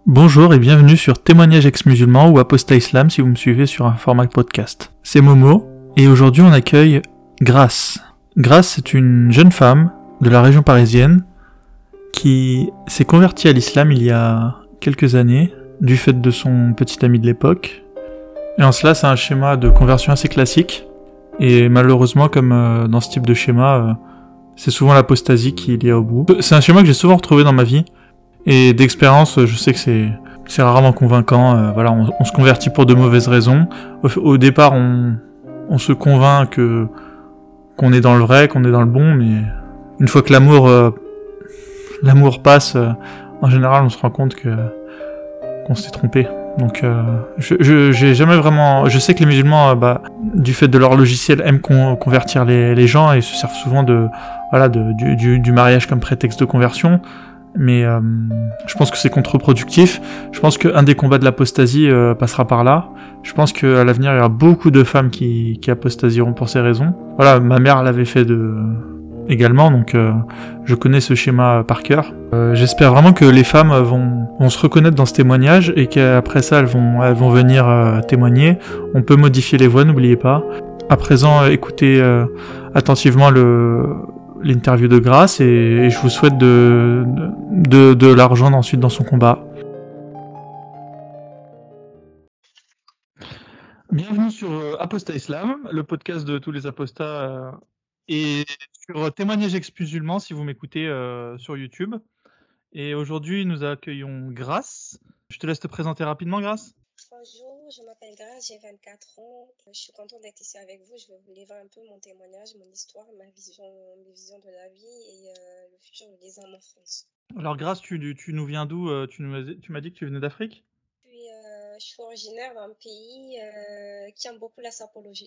Bonjour et bienvenue sur Témoignages ex-musulmans ou Apostat Islam si vous me suivez sur un format podcast. C'est Momo et aujourd'hui on accueille Grace. Grace, c'est une jeune femme de la région parisienne qui s'est convertie à l'islam il y a quelques années du fait de son petit ami de l'époque. Et en cela c'est un schéma de conversion assez classique et malheureusement comme dans ce type de schéma c'est souvent l'apostasie qui y a au bout. C'est un schéma que j'ai souvent retrouvé dans ma vie. Et d'expérience, je sais que c'est rarement convaincant. Voilà, on se convertit pour de mauvaises raisons. Au départ, on se convainc qu'on est dans le vrai, qu'on est dans le bon, mais une fois que l'amour passe, en général, on se rend compte qu'on s'est trompé. Donc, j'ai jamais vraiment. Je sais que les musulmans, du fait de leur logiciel, aiment convertir les gens et se servent souvent du mariage comme prétexte de conversion. Mais je pense que c'est contre-productif. Je pense qu'un des combats de l'apostasie passera par là. Je pense qu'à l'avenir, il y aura beaucoup de femmes qui apostasieront pour ces raisons. Voilà, ma mère l'avait fait également, donc je connais ce schéma par cœur. J'espère vraiment que les femmes vont se reconnaître dans ce témoignage et qu'après ça, elles vont venir témoigner. On peut modifier les voix, n'oubliez pas. À présent, écoutez attentivement l'interview de Grace et je vous souhaite de la rejoindre ensuite dans son combat. Bienvenue sur Apostat Islam, le podcast de tous les apostats et sur Témoignages ex-musulmans si vous m'écoutez sur YouTube. Et aujourd'hui, nous accueillons Grace. Je te laisse te présenter rapidement, Grace. Bonjour, je m'appelle Grace, j'ai 24 ans. Je suis contente d'être ici avec vous. Je vais vous livrer un peu mon témoignage, mon histoire, mes visions de la vie et le futur de l'islam en France. Alors Grace, tu nous viens d'où tu m'as dit que tu venais d'Afrique. Je suis originaire d'un pays qui aime beaucoup la sapologie.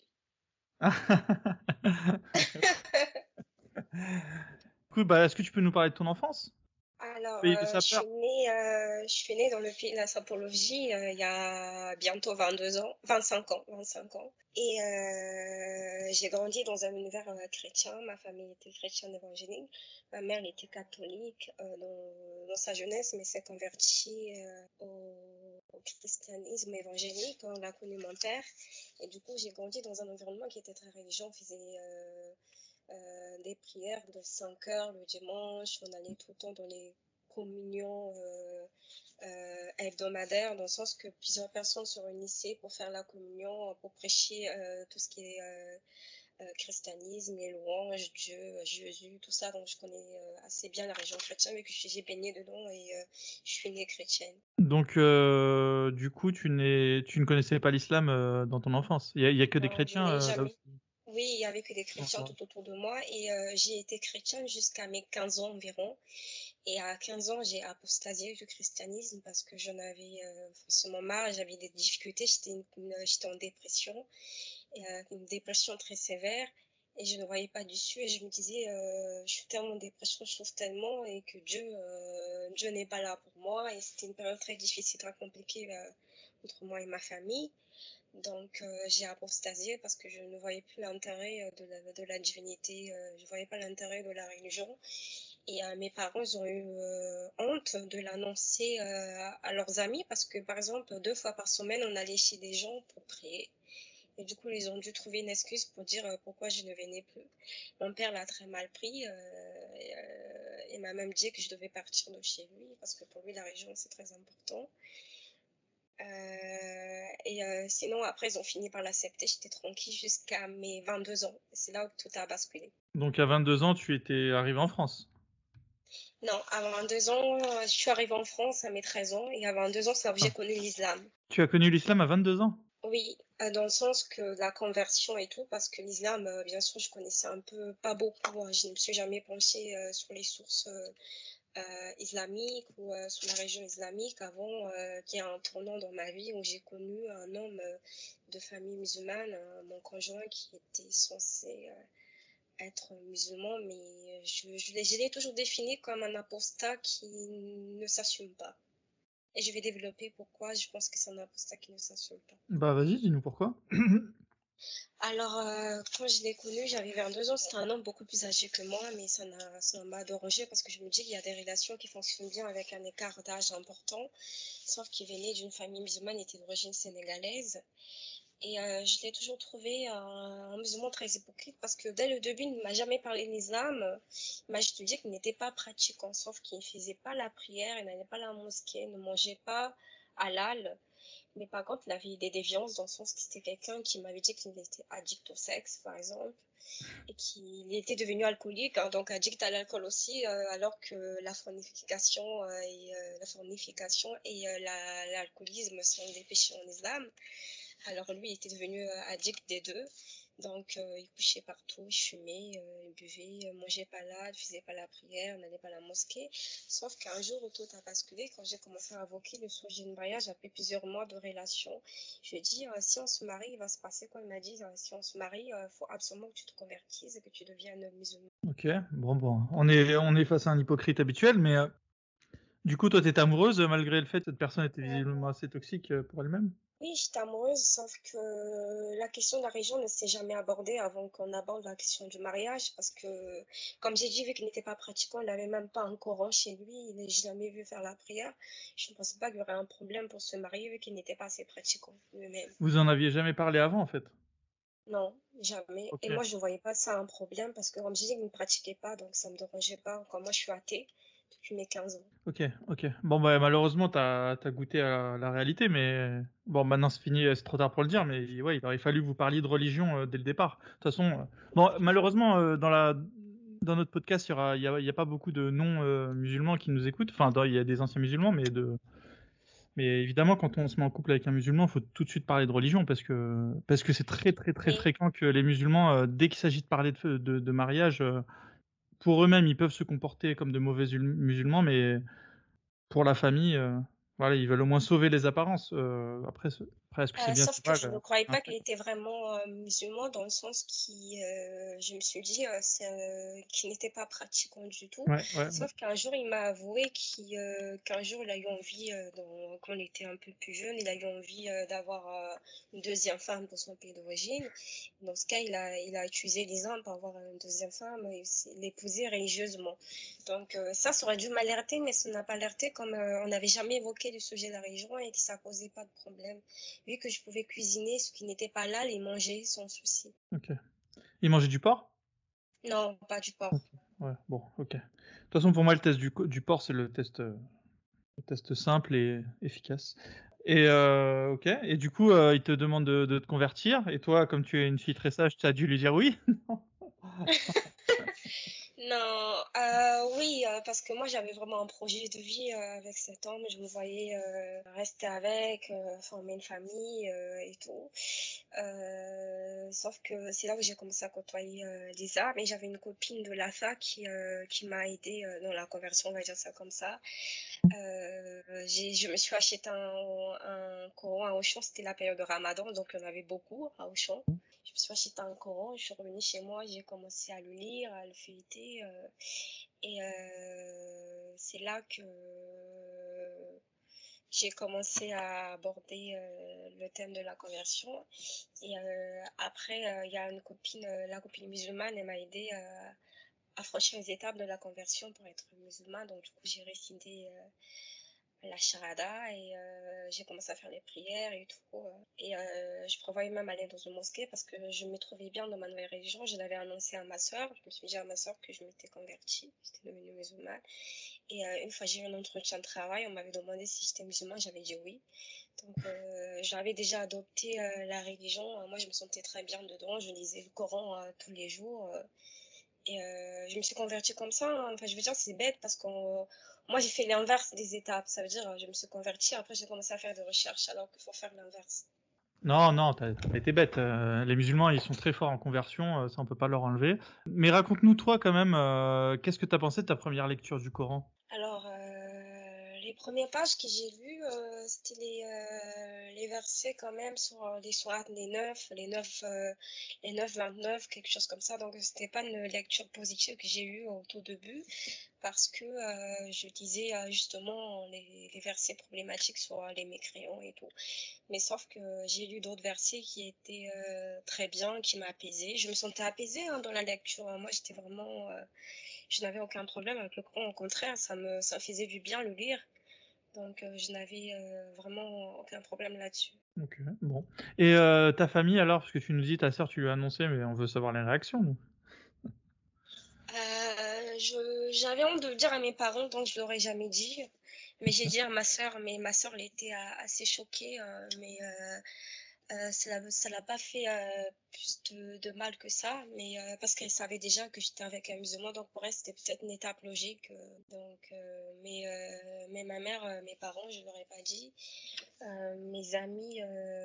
Cool, est-ce que tu peux nous parler de ton enfance? Alors, Pays de sapeur. je suis née dans le pays de la sapologie il y a bientôt 25 ans. Et j'ai grandi dans un univers chrétien. Ma famille était chrétienne évangélique. Ma mère elle était catholique dans sa jeunesse, mais s'est convertie au christianisme évangélique. On l'a connu mon père. Et du coup, j'ai grandi dans un environnement qui était très religieux. On faisait des prières de 5 heures le dimanche. On allait tout le temps dans les communions hebdomadaires, dans le sens que plusieurs personnes se réunissaient pour faire la communion, pour prêcher tout ce qui est christianisme, les louanges, Dieu, Jésus, tout ça. Donc je connais assez bien la religion chrétienne, mais que j'ai baigné dedans et je suis née chrétienne. Donc, du coup, tu ne connaissais pas l'islam dans ton enfance. Il y a que des Non, je chrétiens n'ai là jamais. aussi. Oui, il y avait que des chrétiens D'accord. tout autour de moi et j'ai été chrétienne jusqu'à mes 15 ans environ. Et à 15 ans, j'ai apostasié du christianisme parce que j'en avais forcément marre, j'avais des difficultés, j'étais en dépression, une dépression très sévère, et je ne voyais pas d'issue, et je me disais, je suis tellement en dépression, je souffre tellement, et que Dieu n'est pas là pour moi, et c'était une période très difficile, très compliquée entre moi et ma famille. Donc j'ai apostasié parce que je ne voyais plus l'intérêt de la divinité, je ne voyais pas l'intérêt de la religion. Et mes parents, ils ont eu honte de l'annoncer à leurs amis parce que, par exemple, 2 fois par semaine, on allait chez des gens pour prier. Et du coup, ils ont dû trouver une excuse pour dire pourquoi je ne venais plus. Mon père l'a très mal pris. Il m'a même dit que je devais partir de chez lui parce que pour lui, la religion, c'est très important. Sinon, après, ils ont fini par l'accepter. J'étais tranquille jusqu'à mes 22 ans. C'est là où tout a basculé. Donc, à 22 ans, tu étais arrivé en France. Non, à 22 ans, je suis arrivée en France à mes 13 ans et à 22 ans, c'est là où j'ai Ah. connu l'islam. Tu as connu l'islam à 22 ans? Oui, dans le sens que la conversion et tout, parce que l'islam, bien sûr, je connaissais un peu, pas beaucoup, hein, je ne me suis jamais penchée sur les sources islamiques ou sur la religion islamique avant qu'il y ait un tournant dans ma vie où j'ai connu un homme de famille musulmane, mon conjoint qui était censé être musulman, mais je l'ai toujours défini comme un apostat qui ne s'assume pas. Et je vais développer pourquoi je pense que c'est un apostat qui ne s'assume pas. Vas-y, dis-nous pourquoi. Alors, quand je l'ai connu, j'avais 22 ans, c'était un homme beaucoup plus âgé que moi, mais ça ne m'a dérangé parce que je me dis qu'il y a des relations qui fonctionnent bien avec un écart d'âge important, sauf qu'il venait d'une famille musulmane, il était d'origine sénégalaise. Et je l'ai toujours trouvé un musulman très hypocrite parce que dès le début, il ne m'a jamais parlé de l'islam. Il m'a juste dit qu'il n'était pas pratiquant, sauf qu'il ne faisait pas la prière, il n'allait pas à la mosquée, ne mangeait pas halal. Mais par contre, il avait des déviances dans le sens que c'était quelqu'un qui m'avait dit qu'il était addict au sexe, par exemple, et qu'il était devenu alcoolique, hein, donc addict à l'alcool aussi, alors que la fornification et l'alcoolisme sont des péchés en islam. Alors lui, il était devenu addict des deux. Donc il couchait partout, il fumait, il buvait, mangeait pas là, il faisait pas la prière, n'allait pas à la mosquée. Sauf qu'un jour où tout a basculé, quand j'ai commencé à invoquer le sujet de mariage après plusieurs mois de relation, je lui ai dit si on se marie, il va se passer quoi? Il m'a dit si on se marie, il faut absolument que tu te convertisses et que tu deviennes musulman. Ok, bon, on est face à un hypocrite habituel, mais du coup, toi, t'étais amoureuse malgré le fait que cette personne était visiblement assez toxique pour elle-même? Oui, j'étais amoureuse, sauf que la question de la religion ne s'est jamais abordée avant qu'on aborde la question du mariage, parce que, comme j'ai dit, vu qu'il n'était pas pratiquant, il n'avait même pas un Coran chez lui, il n'a jamais vu faire la prière. Je ne pensais pas qu'il y aurait un problème pour se marier, vu qu'il n'était pas assez pratiquant lui-même. Vous en aviez jamais parlé avant, en fait? Non, jamais. Ok, Et moi, je ne voyais pas ça un problème, parce que, comme j'ai dit, il ne pratiquait pas, donc ça ne me dérangeait pas. Comme moi, je suis athée depuis mes 15 ans. ok. Bon, bah, malheureusement, t'as goûté à la réalité, mais bon, maintenant c'est fini, c'est trop tard pour le dire, mais ouais, il aurait fallu que vous parliez de religion dès le départ. De toute façon, bon, malheureusement, dans notre podcast, il y a pas beaucoup de non-musulmans qui nous écoutent. Enfin, il y a des anciens musulmans, mais évidemment, quand on se met en couple avec un musulman, il faut tout de suite parler de religion parce que c'est très très très Oui. fréquent que les musulmans, dès qu'il s'agit de parler de mariage, pour eux-mêmes, ils peuvent se comporter comme de mauvais musulmans, mais pour la famille, voilà, ils veulent au moins sauver les apparences. Après, est-ce que c'est bien, Sauf c'est que mal je ne croyais pas après. qu'il était vraiment musulman dans le sens je me suis dit qu'il n'était pas pratiquant du tout. Ouais. Sauf qu'un jour, il m'a avoué qu'un jour, il a eu envie, quand il était un peu plus jeune, il a eu envie d'avoir une deuxième femme pour son pays d'origine. Dans ce cas, il a utilisé les armes pour avoir une deuxième femme et aussi l'épouser religieusement. Donc ça aurait dû m'alerter, mais ça n'a pas alerté comme on n'avait jamais évoqué le sujet de la religion et que ça posait pas de problème. Vu que je pouvais cuisiner ce qui n'était pas là, les manger sans souci. Ok. Ils mangeaient du porc? Non, pas du porc. Ok. Ouais, bon, ok. De toute façon, pour moi, le test du porc, c'est le test simple et efficace. Et ok. Et du coup, il te demande de te convertir. Et toi, comme tu es une fille très sage, tu as dû lui dire oui. Non, oui, parce que moi j'avais vraiment un projet de vie avec cet homme. Je me voyais rester avec, former une famille et tout. Sauf que c'est là où j'ai commencé à côtoyer Lisa. Mais j'avais une copine de la fac qui m'a aidée dans la conversion, on va dire ça comme ça. Je me suis acheté un Coran à Auchan, c'était la période de Ramadan, donc il y en avait beaucoup à Auchan. Je me suis acheté un Coran, je suis revenue chez moi, j'ai commencé à le lire, à le feuilleter, et c'est là que j'ai commencé à aborder le thème de la conversion. Et après, il y a une copine, la copine musulmane, elle m'a aidé à franchir les étapes de la conversion pour être musulmane. Donc, du coup, j'ai récité la charada et j'ai commencé à faire les prières et tout. Et je prévoyais même aller dans une mosquée parce que je me trouvais bien dans ma nouvelle religion. Je l'avais annoncé à ma soeur. Je me suis dit à ma soeur que je m'étais convertie, j'étais devenue musulmane. Et une fois j'ai eu un entretien de travail, on m'avait demandé si j'étais musulmane, j'avais dit oui. Donc j'avais déjà adopté la religion. Moi, je me sentais très bien dedans. Je lisais le Coran tous les jours. Et je me suis convertie comme ça, hein. Enfin, je veux dire, c'est bête parce que moi, j'ai fait l'inverse des étapes. Ça veut dire, je me suis convertie, après, j'ai commencé à faire des recherches, alors qu'il faut faire l'inverse. Non, t'as pas été bête. Les musulmans, ils sont très forts en conversion, ça on peut pas leur enlever. Mais raconte-nous toi quand même, qu'est-ce que t'as pensé de ta première lecture du Coran? Alors, les les premières pages que j'ai lues, c'était les versets quand même sur les sourates, les 9, 29, quelque chose comme ça. Donc, c'était pas une lecture positive que j'ai eue au tout début parce que je lisais justement les versets problématiques sur les mécréants et tout. Mais sauf que j'ai lu d'autres versets qui étaient très bien, qui m'apaisaient. Je me sentais apaisée dans la lecture. Moi, j'étais vraiment... je n'avais aucun problème avec le Coran. Au contraire, ça me faisait du bien le lire. Donc, je n'avais vraiment aucun problème là-dessus. Ok, bon. Et ta famille alors, parce que tu nous dis ta sœur, tu lui as annoncé, mais on veut savoir les réactions, nous. J'avais honte de le dire à mes parents, donc je l'aurais jamais dit. Mais j'ai dit à ma sœur, mais ma sœur, elle était assez choquée, mais ça l'a pas fait plus de mal que ça, mais parce qu'elle savait déjà que j'étais avec un musulman, donc pour elle c'était peut-être une étape logique. Mais ma mère, mes parents, je leur ai pas dit. Mes amis,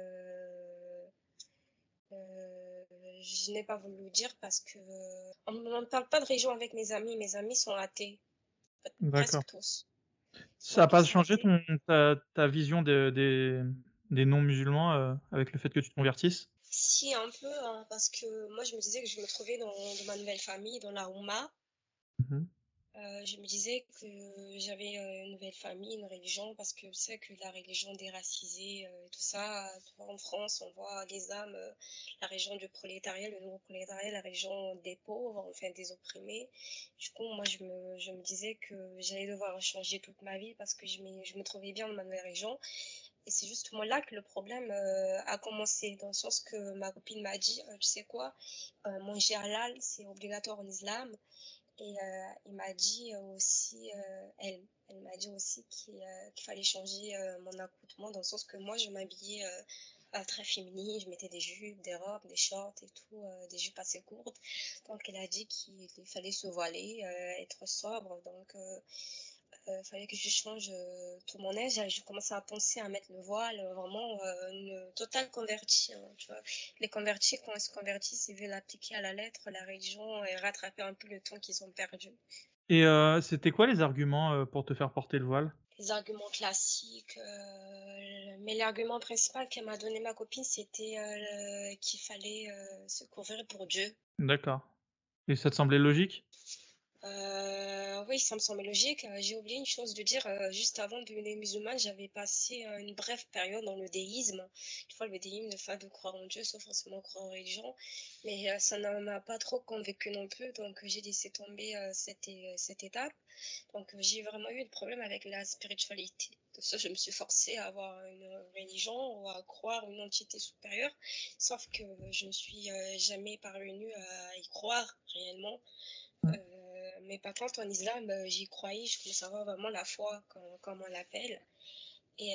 je n'ai pas voulu le dire parce que on ne parle pas de religion avec mes amis. Mes amis sont athées, D'accord. presque tous. Ça a Donc ils pas sont changé athées. ta vision des non-musulmans avec le fait que tu te convertisses? Si, un peu, hein, parce que moi, je me disais que je me trouvais dans ma nouvelle famille, dans la Oumma. Mhm. Je me disais que j'avais une nouvelle famille, une religion, parce que je sais que la religion déracisée et tout ça, tu vois, en France, on voit les âmes, la région du prolétariat, le nouveau prolétariat, la région des pauvres, enfin des opprimés. Du coup, moi, je me disais que j'allais devoir changer toute ma vie parce que je me trouvais bien dans ma nouvelle région. Et c'est justement là que le problème a commencé, dans le sens que ma copine m'a dit, tu sais quoi, manger halal, c'est obligatoire en islam. Et il m'a dit aussi, elle m'a dit aussi qu'il fallait changer mon accoutrement, dans le sens que moi, je m'habillais très féminine, je mettais des jupes, des robes, des shorts et tout, des jupes assez courtes. Donc, elle a dit qu'il fallait se voiler, être sobre. Donc, fallait que je change tout mon âge. Je commençais à penser à mettre le voile, vraiment une totale convertie, hein, tu vois. Les convertis, quand ils se convertissent, ils veulent appliquer à la lettre la religion et rattraper un peu le temps qu'ils ont perdu. Et c'était quoi les arguments pour te faire porter le voile? Les arguments classiques, mais l'argument principal qu'elle m'a donné ma copine, c'était qu'il fallait se couvrir pour Dieu. D'accord. Et ça te semblait logique? Oui, ça me semble logique. J'ai oublié une chose de dire. Juste avant de devenir musulmane, j'avais passé une brève période dans le déisme. Une fois, le déisme, le fait de croire en Dieu, sans forcément croire en religion. Mais ça ne m'a pas trop convaincu non plus. Donc, j'ai laissé tomber cette étape. Donc, j'ai vraiment eu de problème avec la spiritualité. De ça, je me suis forcée à avoir une religion ou à croire une entité supérieure. Sauf que je ne suis jamais parvenue à y croire réellement. Mais par contre, en islam, j'y croyais, je voulais savoir vraiment la foi, comme on l'appelle. Et,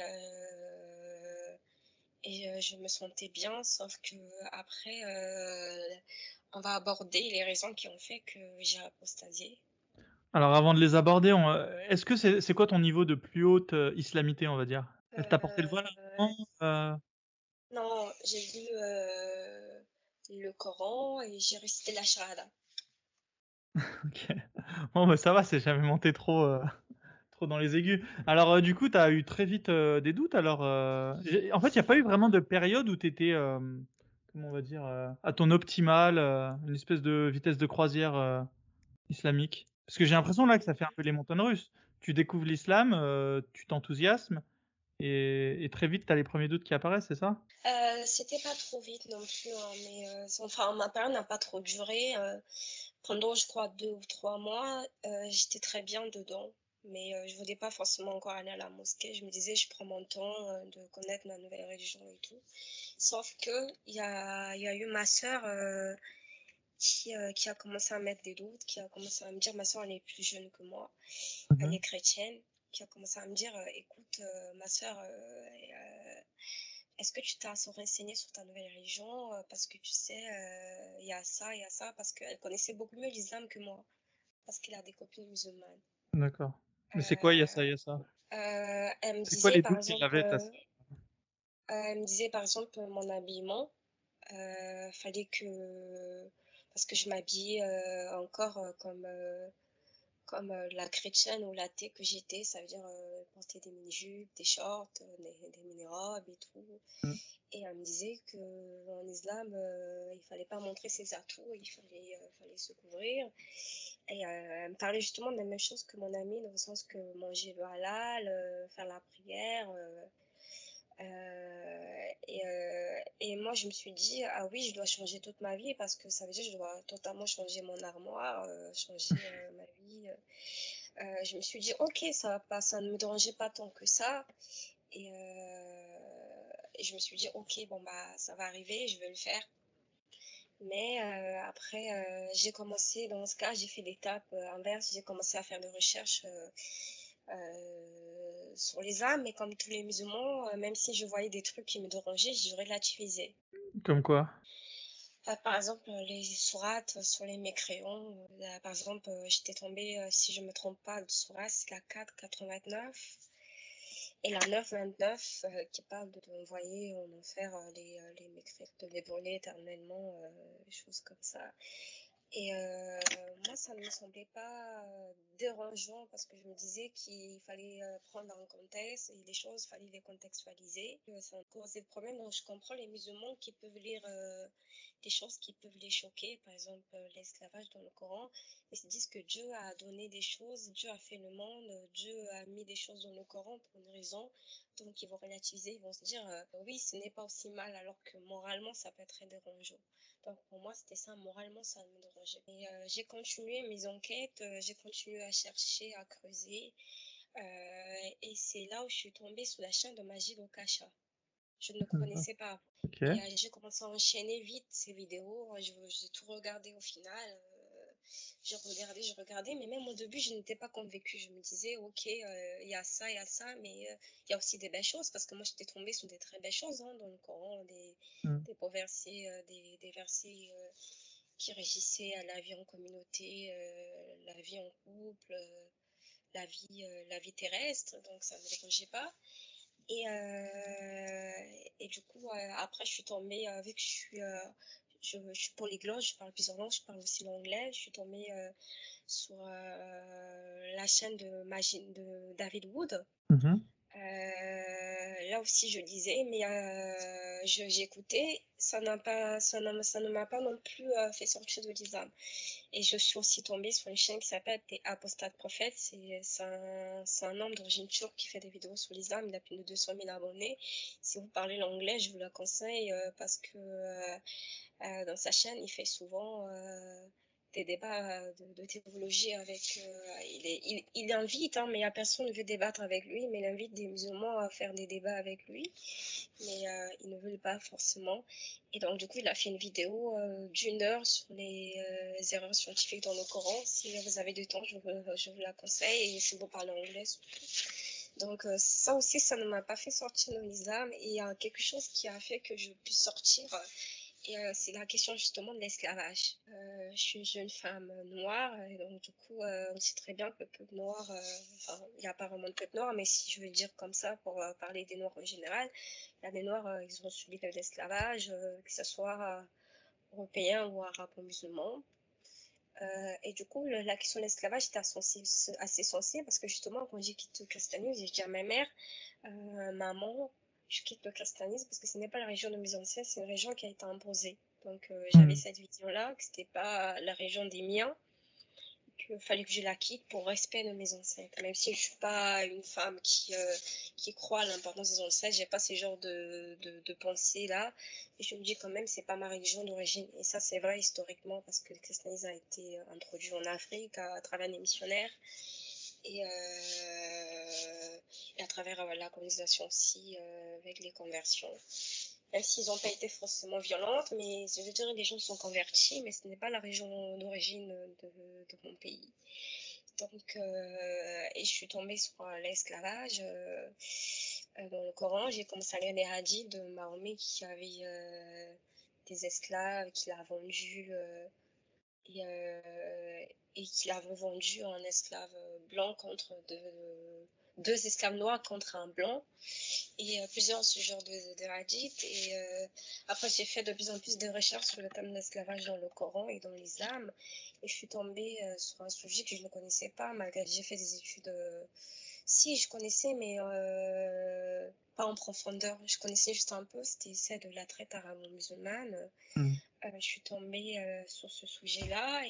je me sentais bien, sauf que après, on va aborder les raisons qui ont fait que j'ai apostasié. Alors avant de les aborder, est-ce que c'est quoi ton niveau de plus haute islamité, on va dire? Elle t'a porté le voile à un Euh, moment, non, j'ai lu le Coran et j'ai récité la Shahada. Ok. Bon, bah ça va, c'est jamais monté trop dans les aigus. Alors, du coup, t'as eu très vite des doutes. Alors, en fait, il n'y a pas eu vraiment de période où t'étais, comment on va dire, à ton optimal, une espèce de vitesse de croisière islamique. Parce que j'ai l'impression là que ça fait un peu les montagnes russes. Tu découvres l'islam, tu t'enthousiasmes, et très vite, t'as les premiers doutes qui apparaissent, c'est ça? C'était pas trop vite non plus, hein, mais enfin, ma période n'a pas trop duré. Pendant, je crois, 2 ou 3 mois, j'étais très bien dedans, mais je voulais pas forcément encore aller à la mosquée. Je me disais, je prends mon temps de connaître ma nouvelle religion et tout. Sauf que il y a eu ma sœur qui a commencé à mettre des doutes, qui a commencé à me dire, ma sœur, elle est plus jeune que moi, elle Mhm. est chrétienne, qui a commencé à me dire, écoute, ma sœur, est-ce que tu t'as assez renseigné sur ta nouvelle religion? Parce que tu sais, il y a ça, parce qu'elle connaissait beaucoup mieux l'islam que moi, parce qu'elle a des copines musulmanes. D'accord. Mais c'est quoi, il y a ça, Euh, il y a ça? Elle me C'est quoi disait, les par doutes qu'elle exemple, avait, ta sœur? mon habillement, fallait que, parce que je m'habillais encore comme la chrétienne ou l'athée que j'étais, ça veut dire porter des mini-jupes, des shorts, des mini-robes et tout. Mm. Et elle me disait qu'en islam, il fallait pas montrer ses atouts, fallait se couvrir. Et elle me parlait justement de la même chose que mon amie, dans le sens que manger le halal, faire la prière. Et moi, je me suis dit, ah oui, je dois changer toute ma vie parce que ça veut dire que je dois totalement changer mon armoire, changer ma vie. Je me suis dit, ok, ça va pas, ça ne me dérangeait pas tant que ça. Et je me suis dit, ok, bon, bah, ça va arriver, je vais le faire. Mais après, j'ai commencé, dans ce cas, j'ai fait l'étape inverse, j'ai commencé à faire des recherches sur les âmes, mais comme tous les musulmans, même si je voyais des trucs qui me dérangeaient, je relativisais. Comme quoi? Par exemple, les sourates sur les mécréants. Par exemple, j'étais tombée, si je me trompe pas, de sourate, c'est la 4,89 et la 9,29 qui parle d'envoyer en enfer les mécréants, de les brûler éternellement, des choses comme ça. Et moi, ça ne me semblait pas dérangeant parce que je me disais qu'il fallait prendre en contexte et les choses, il fallait les contextualiser. Ça causait de problème. Donc, je comprends les musulmans qui peuvent lire des choses qui peuvent les choquer, par exemple l'esclavage dans le Coran. Ils se disent que Dieu a donné des choses, Dieu a fait le monde, Dieu a mis des choses dans le Coran pour une raison. Donc, ils vont relativiser, ils vont se dire oui, ce n'est pas aussi mal, alors que moralement, ça peut être très dérangeant. Donc pour moi, c'était ça, moralement, ça me dérangeait. Et j'ai continué mes enquêtes, j'ai continué à chercher, à creuser. Et c'est là où je suis tombée sur la chaîne de Magie Kasha. Je ne connaissais pas. Ok. Et j'ai commencé à enchaîner vite ces vidéos. J'ai tout regardé au final. Je regardais, mais même au début, je n'étais pas convaincue. Je me disais, ok, il y a ça, mais il y a aussi des belles choses, parce que moi, j'étais tombée sur des très belles choses hein, dans le Coran, Mm. des beaux versets, des versets qui régissaient à la vie en communauté, la vie en couple, la vie terrestre, donc ça ne me dérangeait pas. Et du coup, après, je suis tombée, vu que je suis polyglotte, je parle plusieurs langues, je parle aussi l'anglais, je suis tombée sur la chaîne de David Wood. Mhm. Là aussi, je lisais, mais j'écoutais, ça ne m'a pas non plus fait sortir de l'islam. Et je suis aussi tombée sur une chaîne qui s'appelle The Apostate Prophet. C'est un homme d'origine turque qui fait des vidéos sur l'islam. Il a plus de 200 000 abonnés. Si vous parlez l'anglais, je vous la conseille parce que dans sa chaîne, il fait souvent des débats de théologie avec. Il invite, hein, mais il n'y a personne qui veut débattre avec lui, mais il invite des musulmans à faire des débats avec lui, mais ils ne veulent pas forcément. Et donc, du coup, il a fait une vidéo d'une heure sur les erreurs scientifiques dans le Coran. Si vous avez du temps, je vous la conseille, et si vous parlez anglais surtout. Donc, ça aussi, ça ne m'a pas fait sortir de l'islam, et il y a quelque chose qui a fait que je puisse sortir. Et c'est la question justement de l'esclavage. Je suis une jeune femme noire, et donc du coup, on sait très bien que le peuple noir, enfin, il n'y a pas vraiment de peuple noir, mais si je veux dire comme ça pour parler des noirs en général, il y a des noirs, ils ont subi de l'esclavage, que ce soit européen ou arabe ou musulman. Et du coup, la question de l'esclavage était assez sensible parce que justement, quand j'ai quitté le christianisme, j'ai dit à ma mère, maman, je quitte le christianisme parce que ce n'est pas la religion de mes ancêtres, c'est une religion qui a été imposée. Donc j'avais cette vision-là, que c'était pas la religion des miens, qu'il fallait que je la quitte pour respect de mes ancêtres. Même si je suis pas une femme qui croit à l'importance des ancêtres, j'ai pas ce genre de pensée-là. Et je me dis quand même, c'est pas ma religion d'origine. Et ça, c'est vrai historiquement parce que le christianisme a été introduit en Afrique à travers les missionnaires. Et, et à travers la colonisation aussi, avec les conversions. Même s'ils n'ont pas été forcément violentes, mais je veux dire, les gens sont convertis, mais ce n'est pas la région d'origine de mon pays. Donc, et je suis tombée sur l'esclavage dans le Coran. J'ai commencé à lire les hadiths de Mahomet qui avait des esclaves, qui l'a vendu et qui l'a vendu en esclave blanc contre 2 esclaves noirs contre un blanc et plusieurs genres de hadiths. Et après, j'ai fait de plus en plus de recherches sur le thème de l'esclavage dans le Coran et dans l'islam. Et je suis tombée sur un sujet que je ne connaissais pas, malgré que j'ai fait des études. Si, je connaissais, mais pas en profondeur. Je connaissais juste un peu, c'était celle de la traite arabo-musulmane. Je suis tombée sur ce sujet-là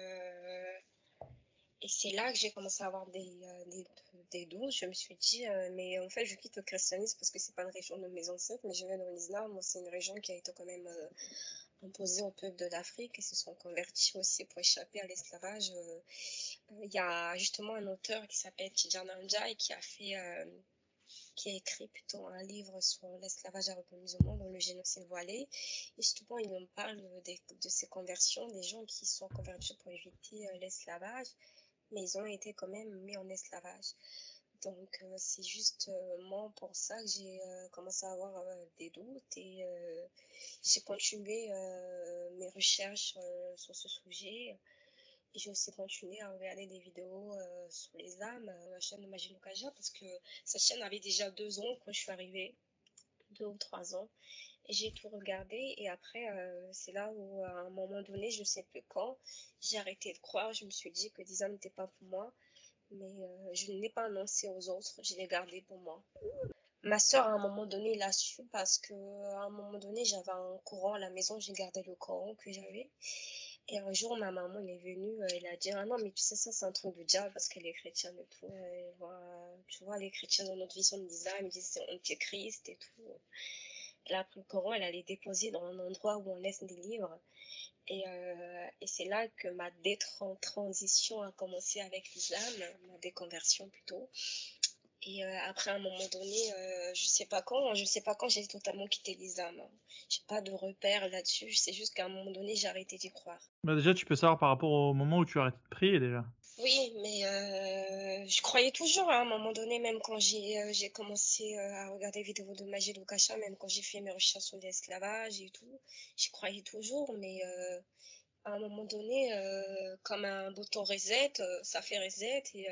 et c'est là que j'ai commencé à avoir des doutes. Je me suis dit, mais en fait, je quitte le christianisme parce que c'est pas une région de mes ancêtres, mais je vais dans l'islam. Moi, c'est une région qui a été quand même imposée au peuple de l'Afrique et se sont convertis aussi pour échapper à l'esclavage. Il y a justement un auteur qui s'appelle Tidjane Ndiaye qui a écrit plutôt un livre sur l'esclavage arabo-musulman dans le génocide voilé. Et justement, il en parle de ces conversions, des gens qui sont convertis pour éviter l'esclavage, mais ils ont été quand même mis en esclavage. Donc, c'est justement pour ça que j'ai commencé à avoir des doutes et j'ai continué mes recherches sur ce sujet. Et j'ai aussi continué à regarder des vidéos sur les âmes, la chaîne de Magie Lukaja, parce que cette chaîne avait déjà 2 ans quand je suis arrivée, 2 ou 3 ans. Et j'ai tout regardé. Et après, c'est là où, à un moment donné, je ne sais plus quand, j'ai arrêté de croire. Je me suis dit que l'islam n'était pas pour moi. Mais je ne l'ai pas annoncé aux autres. Je l'ai gardé pour moi. Ma soeur, à un moment donné, l'a su parce que à un moment donné, j'avais un Coran à la maison. J'ai gardé le Coran que j'avais. Et un jour, ma maman elle est venue, elle a dit, ah non, mais tu sais, ça, c'est un truc du diable parce qu'elle est chrétienne et tout. Tu vois, les chrétiens dans notre vision de l'islam, ils disent c'est antichrist et tout. Elle a pris le Coran, elle allait déposer dans un endroit où on laisse des livres. Et c'est là que ma transition a commencé avec l'islam, ma déconversion plutôt. Et après, à un moment donné, je sais pas quand j'ai totalement quitté l'islam. J'ai pas de repère là-dessus. C'est juste qu'à un moment donné, j'ai arrêté d'y croire. Bah déjà, tu peux savoir par rapport au moment où tu as arrêté de prier déjà. Oui, mais je croyais toujours à un moment donné, même quand j'ai commencé à regarder des vidéos de Magie Lukacha, même quand j'ai fait mes recherches sur l'esclavage et tout, j'y croyais toujours, mais à un moment donné, comme un bouton reset, ça fait reset et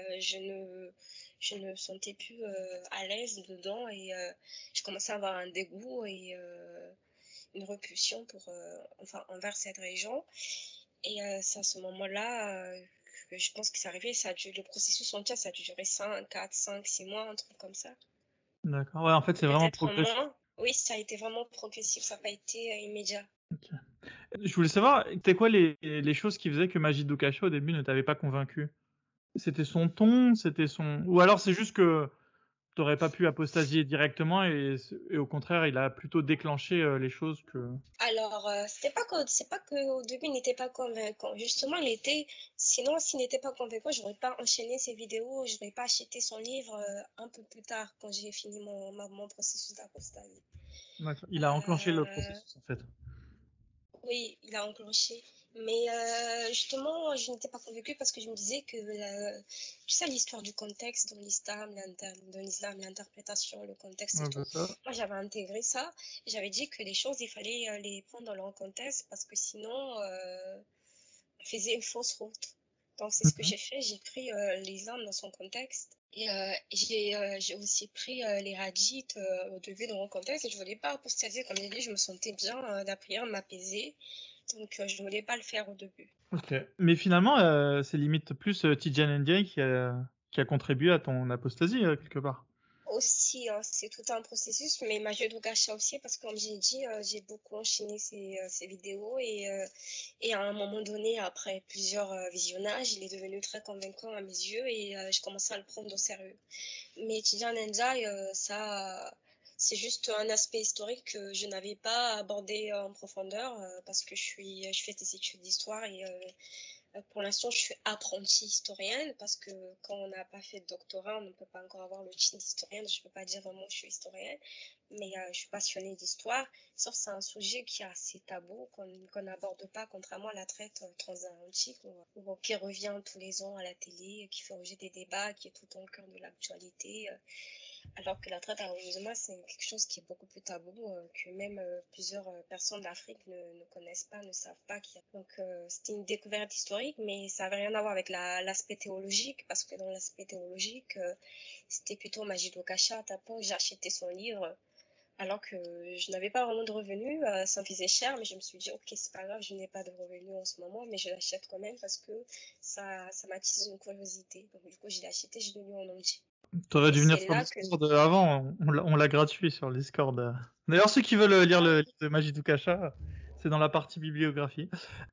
je ne me sentais plus à l'aise dedans et je commençais à avoir un dégoût et une repulsion envers cette région. Et c'est à ce moment-là que je pense que c'est arrivé. Le processus entier, ça a duré 5, 4, 5, 6 mois, un truc comme ça. D'accord. Ouais, en fait, c'est vraiment Peut-être progressif. moins. Oui, ça a été vraiment progressif, ça n'a pas été immédiat. Ok. Je voulais savoir, c'était quoi les choses qui faisaient que Majid Dukacha au début ne t'avait pas convaincu? C'était son ton, c'était son, ou alors c'est juste que t'aurais pas pu apostasier directement et au contraire, il a plutôt déclenché les choses que. Alors, c'est pas que au début il n'était pas convaincant. Justement, sinon s'il n'était pas convaincant, j'aurais pas enchaîné ses vidéos, j'aurais pas acheté son livre un peu plus tard quand j'ai fini mon processus d'apostasie. D'accord. Il a enclenché le Euh, processus en fait. Oui, il a enclenché. Mais justement, je n'étais pas convaincue parce que je me disais que, tu sais, l'histoire du contexte dans l'islam, l'interprétation, le contexte et Ouais, tout. bah ça. Moi, j'avais intégré ça. J'avais dit que les choses, il fallait les prendre dans leur contexte parce que sinon, on faisait une fausse route. Donc, c'est ce que Mhm. j'ai fait. J'ai pris l'islam dans son contexte. Et j'ai aussi pris les hadiths au début dans mon contexte et je voulais pas apostasier comme j'ai dit, je me sentais bien, la prière m'apaisait, donc je ne voulais pas le faire au début. Ok. Mais finalement, c'est limite plus Tidjane Ndiaye qui a contribué à ton apostasie quelque part. Aussi, hein, c'est tout un processus, mais Majid Gacha aussi, parce que comme j'ai dit, j'ai beaucoup enchaîné ces vidéos et à un moment donné, après plusieurs visionnages, il est devenu très convaincant à mes yeux et je commençais à le prendre au sérieux. Mais Tidjane Ndiaye, c'est juste un aspect historique que je n'avais pas abordé en profondeur parce que je fais des études d'histoire et pour l'instant, je suis apprentie historienne parce que quand on n'a pas fait de doctorat, on ne peut pas encore avoir le titre d'historienne. Je ne peux pas dire vraiment que je suis historienne, mais je suis passionnée d'histoire. Sauf que c'est un sujet qui est assez tabou, qu'on n'aborde pas, contrairement à la traite transatlantique, qui revient tous les ans à la télé, qui fait l'objet des débats, qui est tout au cœur de l'actualité. Alors que la traite à l'homme musulman, c'est quelque chose qui est beaucoup plus tabou, que même plusieurs personnes d'Afrique ne connaissent pas, ne savent pas qu'il y a. Donc, c'était une découverte historique, mais ça n'avait rien à voir avec l'aspect théologique, parce que dans l'aspect théologique, c'était plutôt Majid Okasha. À tel point que j'ai acheté son livre, alors que je n'avais pas vraiment de revenus, ça me faisait cher, mais je me suis dit, ok, c'est pas grave, je n'ai pas de revenus en ce moment, mais je l'achète quand même parce que ça m'attise une curiosité. Donc, du coup, je l'ai acheté, je l'ai lu en entier. T'aurais Et dû venir c'est sur le là que Discord avant, on l'a gratuit sur le Discord. D'ailleurs, ceux qui veulent lire le livre de Majid Oukasha, c'est dans la partie bibliographie.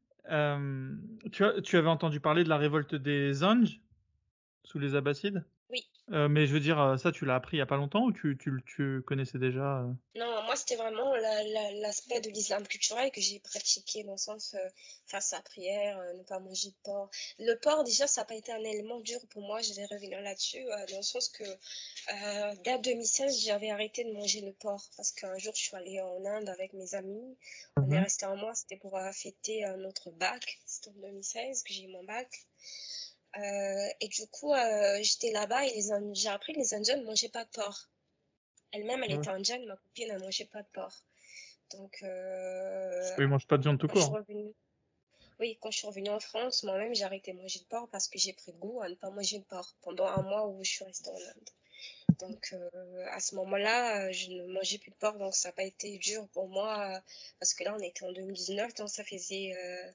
Tu avais entendu parler de la révolte des Zanj sous les Abbassides? oui. Mais je veux dire, ça, tu l'as appris il y a pas longtemps ou tu connaissais déjà Non, moi, c'était vraiment l'aspect de l'islam culturel que j'ai pratiqué dans le sens face à la prière, ne pas manger de porc. Le porc, déjà, ça n'a pas été un élément dur pour moi, je vais revenir là-dessus, dans le sens que dès 2016, j'avais arrêté de manger le porc parce qu'un jour, je suis allée en Inde avec mes amis. On est Mhm. resté un mois, c'était pour fêter notre bac. C'était en 2016 que j'ai eu mon bac. Et du coup, j'étais là-bas et j'ai appris que les Indiens ne mangeaient pas de porc. Elle-même, elle Ouais. était indienne, ma copine, elle mangeait pas de porc. Donc, Ils mangent pas de viande tout quand je suis court. revenue, oui, quand je suis revenue en France, moi-même, j'ai arrêté de manger de porc parce que j'ai pris goût à ne pas manger de porc pendant un mois où je suis restée en Inde. Donc, à ce moment-là, je ne mangeais plus de porc, donc ça n'a pas été dur pour moi parce que là, on était en 2019, donc ça faisait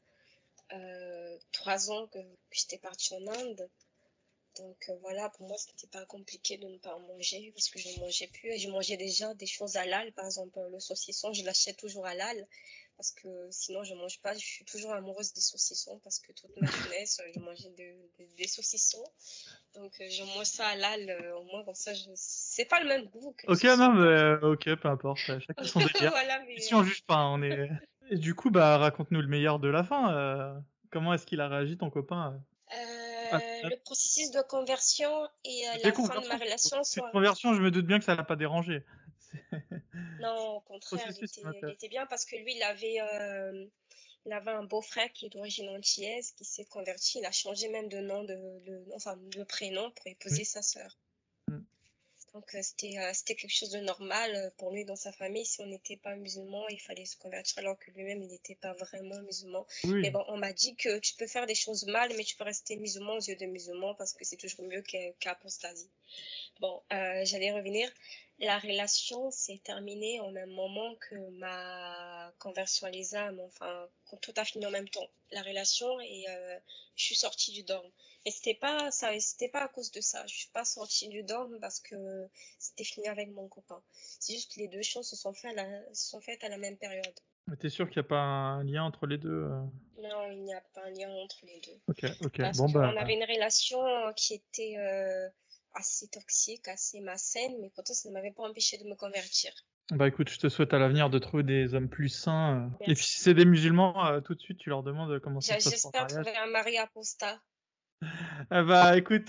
3 ans que j'étais partie en Inde. Donc voilà, pour moi, c'était pas compliqué de ne pas en manger parce que je ne mangeais plus et je mangeais déjà des choses halal. Par exemple, le saucisson, je l'achète toujours halal parce que sinon je mange pas. Je suis toujours amoureuse des saucissons parce que toute ma jeunesse, je mangeais des saucissons. Donc je mange ça halal au moins comme ça. C'est pas le même goût que le Ok, non, saucisson mais par contre. ok, peu importe, chacun son délire. Voilà, Ici, mais on juge pas, on est. Et du coup, bah, raconte-nous le meilleur de la fin. Comment est-ce qu'il a réagi, ton copain le processus de conversion et Des la fin de ma conversions, surtout. relation Une sont. conversion, je me doute bien que ça l'a pas dérangé. Non, au Le contraire, processus qui il m'intéresse. était bien parce que lui, il avait un beau-frère qui est d'origine antillaise, qui s'est converti. Il a changé même de nom, enfin, de prénom pour Mm, épouser sa sœur. mm. Donc, c'était quelque chose de normal pour lui dans sa famille. Si on n'était pas musulman, il fallait se convertir alors que lui-même, il n'était pas vraiment musulman. Mais Oui. bon, on m'a dit que tu peux faire des choses mal, mais tu peux rester musulman aux yeux de musulmans parce que c'est toujours mieux qu'apostasie. Bon, j'allais revenir. La relation s'est terminée en même moment que ma conversion à l'islam, enfin, quand tout a fini en même temps. La relation et je suis sortie du dorme. Mais c'était pas à cause de ça. Je suis pas sortie du dorme parce que c'était fini avec mon copain. C'est juste que les deux choses se sont faites à la même période. Mais t'es sûr qu'il n'y a pas un lien entre les deux Non, il n'y a pas un lien entre les deux. Ok, ok. Parce Bon, bah, qu'on avait une relation qui était assez toxique, assez malsaine, mais pourtant ça ne m'avait pas empêché de me convertir. écoute, je te souhaite à l'avenir de trouver des hommes plus sains. Et puis, si Merci. c'est des musulmans, tout de suite, tu leur demandes comment ça se passe pour le J'espère mariage. trouver un mari apostat. Bah, écoute,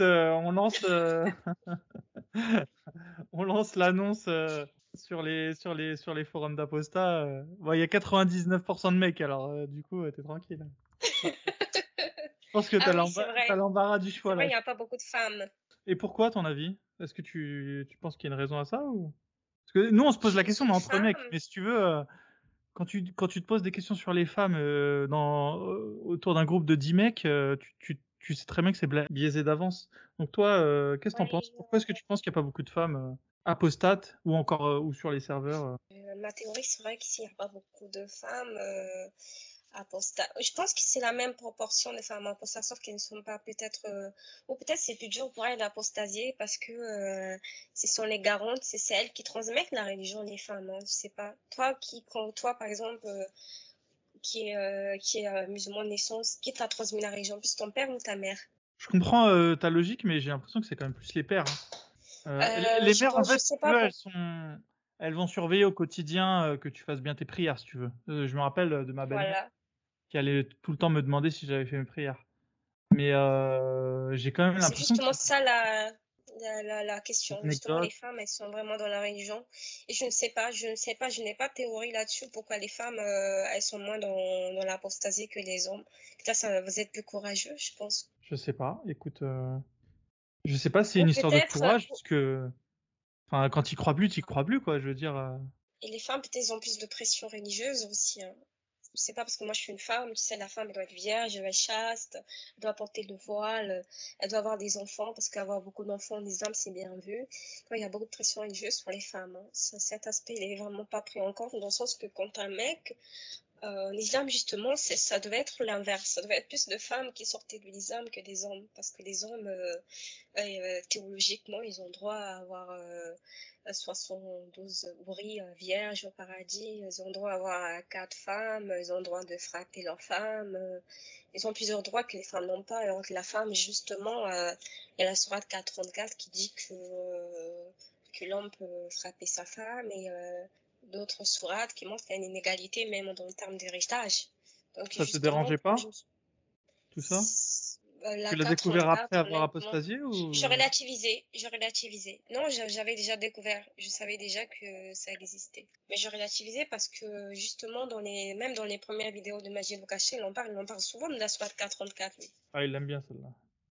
on lance l'annonce sur les forums d'Aposta. Bon, il y a 99% de mecs, alors du coup, t'es tranquille. Je pense que Ah oui, c'est t'as vrai. l'embarras du C'est choix vrai, là. il n'y a pas beaucoup de femmes. Et pourquoi, à ton avis? Est-ce que tu penses qu'il y a une raison à ça ou? Parce que nous, on se pose la Je question suis mais une entre mecs, femme. mais si tu veux, quand tu te poses des questions sur les femmes autour d'un groupe de 10 mecs, tu sais très bien que c'est biaisé d'avance. Donc toi, qu'est-ce que t'en penses? Oui, Pourquoi est-ce que tu penses qu'il n'y a pas beaucoup de femmes apostates ou encore ou sur les serveurs ma théorie, c'est vrai qu'ici, il n'y a pas beaucoup de femmes apostats. Je pense que c'est la même proportion de femmes apostats, sauf qu'elles ne sont pas peut-être, ou peut-être c'est plus dur pour elles d'apostasier parce que ce sont les garantes, c'est celles qui transmettent la religion des femmes. Hein, je sais pas. Toi, par exemple, qui est musulman de naissance, qui t'a transmis la religion, plus ton père ou ta mère? Je comprends ta logique, mais j'ai l'impression que c'est quand même plus les pères. Hein. Les Je mères, en pense, je fait, si sais tu pas veux, pour. elles vont surveiller au quotidien que tu fasses bien tes prières, si tu veux. Je me rappelle de ma belle-mère Voilà. qui allait tout le temps me demander si j'avais fait mes prières. Mais j'ai quand même C'est l'impression que justement c'est ça la une question. Justement, les anecdote. femmes, elles sont vraiment dans la religion. Et je ne sais pas, je n'ai pas de théorie là-dessus pourquoi les femmes, elles sont moins dans l'apostasie que les hommes. Peut-être ça, vous êtes plus courageux, je pense. Je sais pas. Écoute, je sais pas si c'est Ou une histoire de peut-être, courage, parce que Enfin, quand t'y crois plus, quoi. Je veux dire. Et les femmes, peut-être, ils ont plus de pression religieuse aussi, hein. C'est pas parce que moi je suis une femme, tu sais, la femme elle doit être vierge, elle doit être chaste, elle doit porter le voile, elle doit avoir des enfants parce qu'avoir beaucoup d'enfants en islam c'est bien vu. Donc, il y a beaucoup de pression religieuse sur les femmes, hein. Cet aspect il est vraiment pas pris en compte dans le sens que quand un mec l'islam, justement, ça devait être l'inverse. Ça devait être plus de femmes qui sortaient de l'islam que des hommes. Parce que les hommes, théologiquement, ils ont droit à avoir 72 bris vierges au paradis. Ils ont droit à avoir 4 femmes. Ils ont droit de frapper leurs femmes. Ils ont plusieurs droits que les femmes n'ont pas. Alors que la femme, justement, il y a la sourate 434 qui dit que l'homme peut frapper sa femme et d'autres sourates qui montrent qu'il y a une inégalité même dans le terme d'héritage. Donc Ça te justement, dérangeait pas, tout ça? la Tu l'as découvert après 434, avoir honnêtement, apostasié je ou? relativisais, je relativisais. Non, j'avais déjà découvert, je savais déjà que ça existait. Mais je relativisais parce que justement, même dans les premières vidéos de Magie Boukaché, il en parle souvent de la sourate 434, lui. Ah, il l'aime bien celle-là.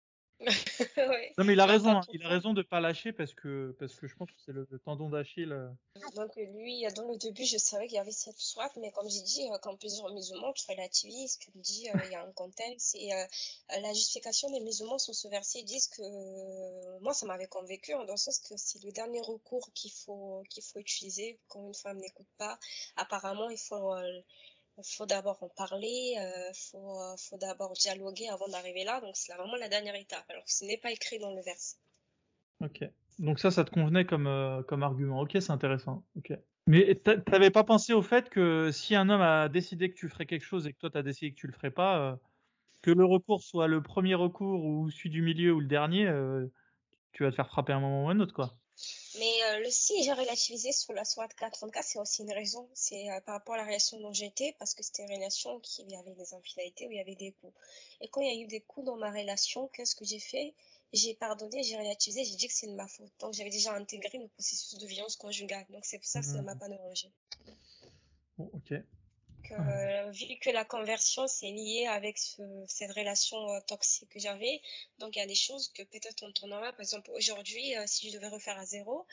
Ouais, Non, mais il en parle tout il le a temps. raison de pas lâcher parce que je pense que c'est le tendon d'Achille. Donc lui, dans le début, je savais qu'il y avait cette soif, mais comme j'ai dit, quand plusieurs musulmans, tu relativises, tu me dis, il y a un contexte, et la justification des musulmans sur ce verset disent que, moi, ça m'avait convaincu, dans le sens que c'est le dernier recours qu'il faut utiliser quand une femme n'écoute pas. Apparemment, il faut d'abord en parler, faut d'abord dialoguer avant d'arriver là, donc c'est vraiment la dernière étape, alors que ce n'est pas écrit dans le verset. Ok. Donc ça te convenait comme argument. Ok, c'est intéressant. Ok. Mais t'avais pas pensé au fait que si un homme a décidé que tu ferais quelque chose et que toi t'as décidé que tu le ferais pas, que le recours soit le premier recours ou celui du milieu ou le dernier, tu vas te faire frapper à un moment ou un autre, quoi. Mais si j'ai relativisé sur la soirée de 434, c'est aussi une raison. C'est par rapport à la relation dont j'étais, parce que c'était une relation qui il y avait des infidélités, où il y avait des coups. Et quand il y a eu des coups dans ma relation, qu'est-ce que j'ai fait? J'ai pardonné, j'ai relativisé, j'ai dit que c'est de ma faute. Donc j'avais déjà intégré le processus de violence conjugale. Donc c'est pour ça que ça ne m'a Mhm. pas dérangé. Bon, ok. Vu que la conversion c'est lié avec cette relation toxique que j'avais, donc il y a des choses que peut-être on tournera. Par exemple, aujourd'hui, si je devais refaire à zéro,